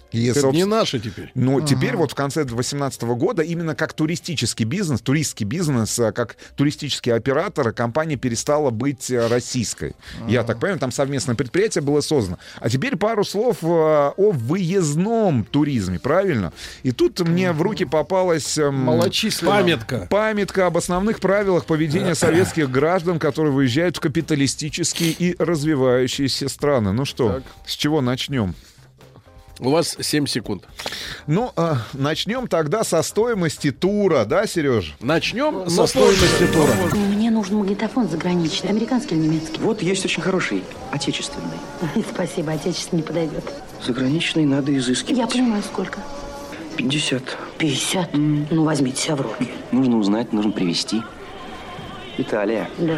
S13: И,
S2: это не наши теперь.
S13: Ну,
S2: ага.
S13: теперь вот в конце две тысячи восемнадцатого года именно как туристический бизнес, туристский бизнес, как туристический оператор, компания перестала быть российской. Ага. Я так понимаю, там совместное предприятие было создано. А теперь пару слов о выездном туризме, правильно? И тут мне в руки попалась
S4: памятка.
S13: памятка об основных правилах поведения советских граждан, которые выезжают в капиталистические и развивающиеся страны. Ну что, так. с чего начнем?
S2: У вас семь секунд.
S13: Ну, э, начнем тогда со стоимости тура, да, Сереж?
S2: Начнем ну, со стоимости тура.
S16: Мне нужен магнитофон заграничный, американский или немецкий?
S6: Вот есть очень хороший, отечественный.
S16: Спасибо, отечественный не подойдет.
S6: Заграничный надо изыскивать.
S16: Я понимаю, сколько?
S6: пятьдесят.
S16: пятьдесят? Mm. Ну, возьмите себя в руки.
S6: Нужно узнать, нужно привезти. Италия.
S16: Да.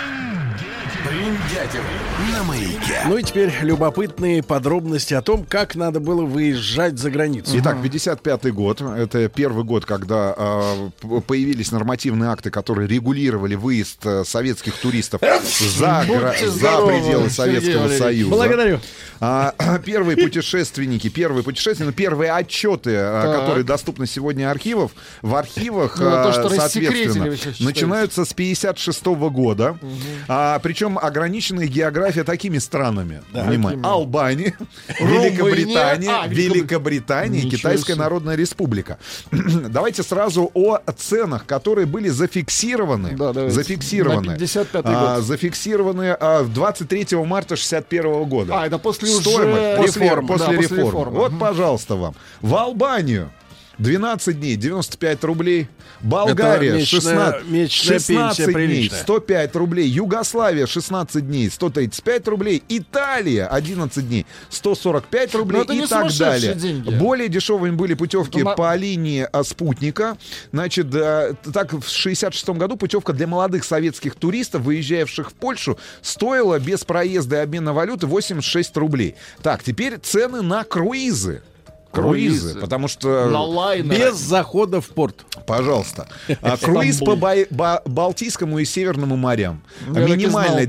S1: Бриндятин на Маяке.
S2: Ну и теперь любопытные подробности о том, как надо было выезжать за границу.
S13: Итак, пятьдесят пятый год. Это первый год, когда э, появились нормативные акты, которые регулировали выезд э, советских туристов за, гра- за пределы Советского Союза.
S2: Благодарю.
S13: А, первые путешественники, первые путешественники, первые отчеты, так. которые доступны сегодня архивов, в архивах, ну, то, что соответственно, начинаются с пятьдесят шестого года. Угу. А, причем ограниченная география такими странами. Да, Внимание. Албания, Великобритания, а, Великобритания и Китайская себе. Народная Республика. Давайте сразу о ценах, которые были зафиксированы. Да, зафиксированы.
S4: пятьдесят пятый год.
S13: А, зафиксированы а, двадцать третьего марта шестьдесят первого года.
S4: А, это после
S13: Стоимость,
S4: уже реформ,
S13: после,
S4: да,
S13: после
S4: после
S13: реформы.
S4: реформы.
S13: Вот, угу. пожалуйста, вам. В Албанию двенадцать дней, девяносто пять рублей. Болгария,
S2: месячная, месячная
S13: шестнадцать дней, сто пять рублей. Югославия, шестнадцать дней, сто тридцать пять рублей. Италия, одиннадцать дней, сто сорок пять рублей и так далее.
S4: Деньги.
S13: Более дешевыми были путевки
S4: Это...
S13: по линии а, спутника. Значит, а, так в шестьдесят шестом году путевка для молодых советских туристов, выезжавших в Польшу, стоила без проезда и обмена валюты восемьдесят шесть рублей. Так, теперь цены на круизы. Круизы, круизы, потому что...
S2: Без захода в порт.
S13: Пожалуйста. А, круиз по Бай- Ба- Балтийскому и Северному морям. Минимальный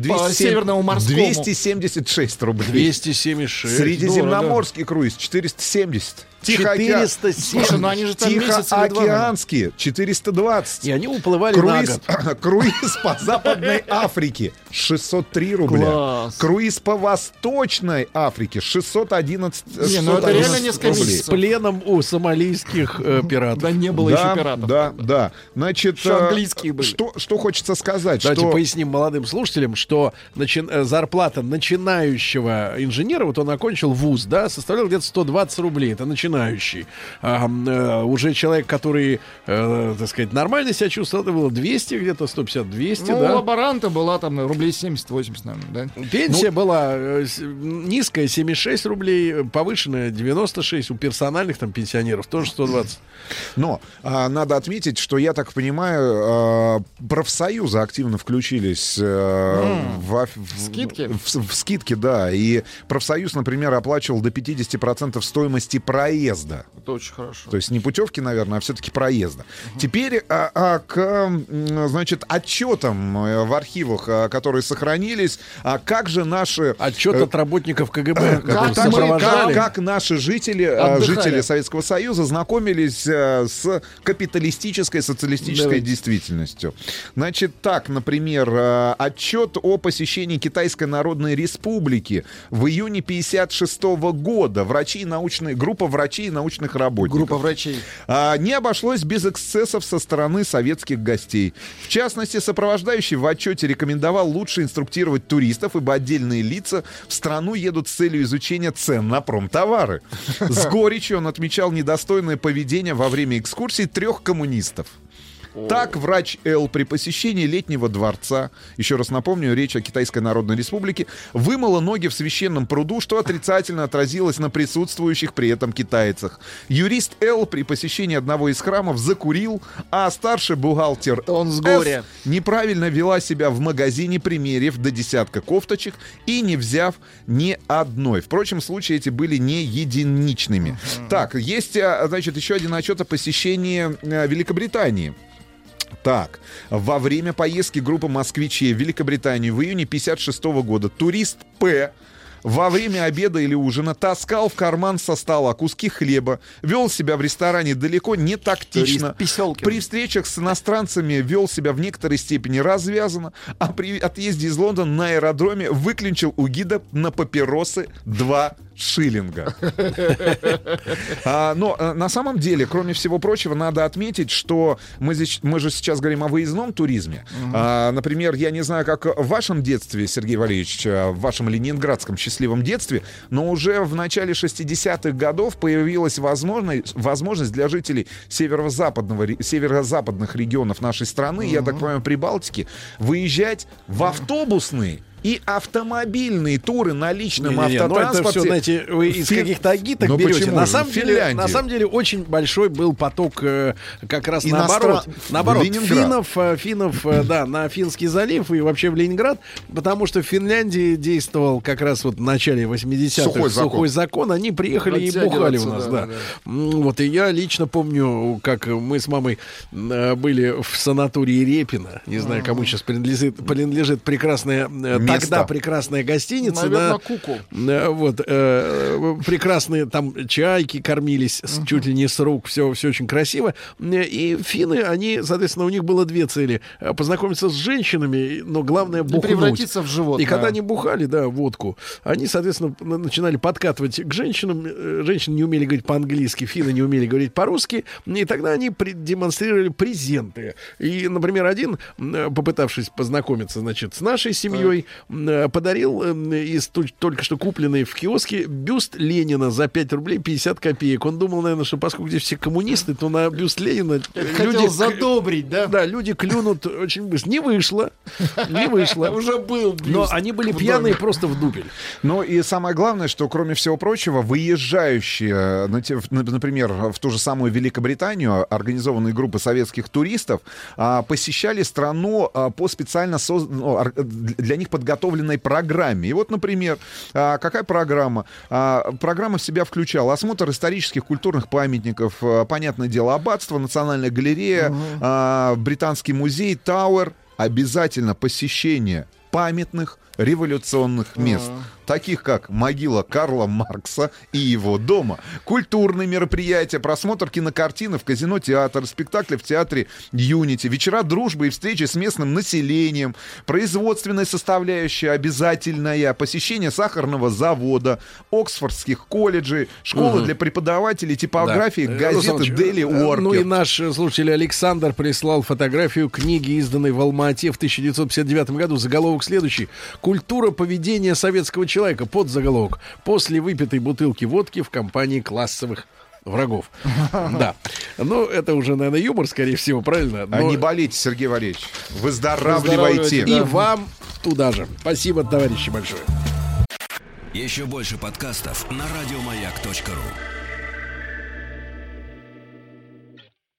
S13: двести семьдесят шесть рублей.
S2: двести семьдесят шесть.
S13: Средиземноморский круиз четыреста семьдесят.
S2: четыреста семьдесят.
S4: Слушай, ну они же там
S13: Тихоокеанские четыреста двадцать.
S2: И они уплывали
S13: круиз,
S2: на год.
S13: Круиз по Западной Африке шестьсот три рубля.
S4: Класс.
S13: Круиз по Восточной Африке шестьсот одиннадцать
S4: Не, ну это реально несколько
S13: рублей.
S4: месяцев.
S2: С пленом у сомалийских э, пиратов.
S4: Да не было
S13: да,
S4: еще пиратов.
S13: Да, да. Значит,
S4: еще английские были.
S13: Что, что хочется сказать?
S2: Давайте
S13: что...
S2: поясним молодым слушателям, что начи... зарплата начинающего инженера, вот он окончил вуз, да, составляла где-то сто двадцать рублей. Это начинающий. А, э, уже человек, который, э, так сказать, нормально себя чувствовал, это было двести, где-то сто пятьдесят двести,
S4: ну,
S2: да?
S4: у лаборанта была там рублей семьдесят-восемьдесят, наверное, да?
S2: Пенсия ну... была э, низкая, семьдесят шесть рублей, повышенная девяносто шесть, у персональных там пенсионеров тоже сто двадцать.
S13: Но а, надо отметить, что, я так понимаю, а, профсоюзы активно включились а, mm. в, в,
S4: скидки?
S13: В, в скидки, да. И профсоюз, например, оплачивал до пятьдесят процентов стоимости проезда.
S4: Это очень хорошо.
S13: То есть не путевки, наверное, а все-таки проезда. Uh-huh. Теперь а, а, к, значит, отчетам в архивах, а, которые сохранились, а как же наши...
S2: Отчет от работников КГБ,
S13: как, как, как наши жители, а, жители Советского Союза знакомились а, с капиталистической, социалистической Давайте. действительностью. Значит, так, например, а, отчет о посещении Китайской Народной Республики в июне пятьдесят шестого года. Врачи и научные, группа врачей и научных работников.
S4: Группа врачей.
S13: А, не обошлось без эксцессов со стороны советских гостей. В частности, сопровождающий в отчете рекомендовал лучше инструктировать туристов, ибо отдельные лица в страну едут с целью изучения цен на промтовары. С горечью он отмечал недостойное поведение во время экскурсий трех коммунистов. Так врач Л при посещении Летнего дворца, еще раз напомню, речь о Китайской Народной Республике, вымыла ноги в священном пруду, что отрицательно отразилось на присутствующих при этом китайцах. Юрист Л при посещении одного из храмов закурил, а старший бухгалтер
S4: Он с горя.
S13: С неправильно вела себя в магазине, примерив до десятка кофточек и не взяв ни одной. Впрочем, случаи эти были не единичными. Uh-huh. Так, есть, значит, еще один отчет о посещении Великобритании. Так, во время поездки группы москвичей в Великобританию в июне пятьдесят шестого года турист П во время обеда или ужина таскал в карман со стола куски хлеба, вел себя в ресторане далеко не тактично, при встречах с иностранцами вел себя в некоторой степени развязанно, а при отъезде из Лондона на аэродроме выклинчил у гида на папиросы два шиллинга. а, но а, на самом деле, кроме всего прочего, надо отметить, что мы, здесь, мы же сейчас говорим о выездном туризме. Mm-hmm. а, например, я не знаю, как в вашем детстве, Сергей Валерьевич, в вашем ленинградском счастливом детстве, но уже в начале шестидесятых годов появилась возможность, возможность для жителей северо-западного, северо-западных регионов нашей страны, mm-hmm. я так понимаю, Прибалтики, выезжать в автобусные и автомобильные туры на личном не, не, не, автотранспорте.
S2: Ну это все, знаете, вы из Фин... каких-то агиток
S13: но
S2: берете. На
S13: же?
S2: самом, деле, на самом деле очень большой был поток э, как раз Иностран... наоборот. Наоборот, финнов, э, финнов э, да, на Финский залив и вообще в Ленинград, потому что в Финляндии действовал как раз вот в начале восьмидесятых сухой, сухой закон. закон. Они приехали и бухали у нас. Да, да. Да. Вот, и я лично помню, как мы с мамой э, были в санатории Репино. Не знаю, кому сейчас принадлежит, принадлежит прекрасная э, тогда прекрасная гостиница.
S4: Наверное,
S2: да,
S4: Куку.
S2: Вот, э, прекрасные там чайки кормились uh-huh. чуть ли не с рук, все, все очень красиво. И финны, они, соответственно, у них было две цели. Познакомиться с женщинами, но главное бухнуть. И
S4: превратиться в животное.
S2: И когда они бухали, да, водку, они, соответственно, начинали подкатывать к женщинам. Женщины не умели говорить по-английски, финны не умели говорить по-русски. И тогда они демонстрировали презенты. И, например, один, попытавшись познакомиться, значит, с нашей семьей, подарил из только что купленной в киоске бюст Ленина за пять рублей пятьдесят копеек. Он думал, наверное, что поскольку здесь все коммунисты, то на бюст Ленина
S4: хотел люди задобрить, да?
S2: Да, люди клюнут очень быстро. Не вышло. Не вышло.
S4: Уже был бюст.
S2: Но они были пьяные просто в дупель.
S13: Ну и самое главное, что, кроме всего прочего, выезжающие, например, в ту же самую Великобританию, организованные группы советских туристов посещали страну по специально созданной, для них подготовленной программе. И вот, например, какая программа? Программа в себя включала осмотр исторических культурных памятников, понятное дело, аббатство, Национальная галерея, угу. Британский музей, Тауэр. Обязательно посещение памятных революционных мест, uh-huh. таких как могила Карла Маркса и его дома, культурные мероприятия, просмотр кинокартины в казино театр, спектакли в театре Юнити, вечера дружбы и встречи с местным населением, производственная составляющая обязательная, посещение сахарного завода, Оксфордских колледжей, школы uh-huh. для преподавателей типографии, да. газеты Daily Worker.
S2: Ну и наш слушатель Александр прислал фотографию книги, изданной в Алма-Ате в тысяча девятьсот пятьдесят девятом году. Заголовок следующий: «Культура поведения советского человека». Под заголовок: «После выпитой бутылки водки в компании классовых врагов». Да. Ну, это уже, наверное, юмор, скорее всего, правильно?
S13: Но... А не болейте, Сергей Валерьевич. Выздоравливайте.
S2: И вам туда же. Спасибо, товарищи, большое.
S1: Еще больше подкастов на радиомаяк точка ру.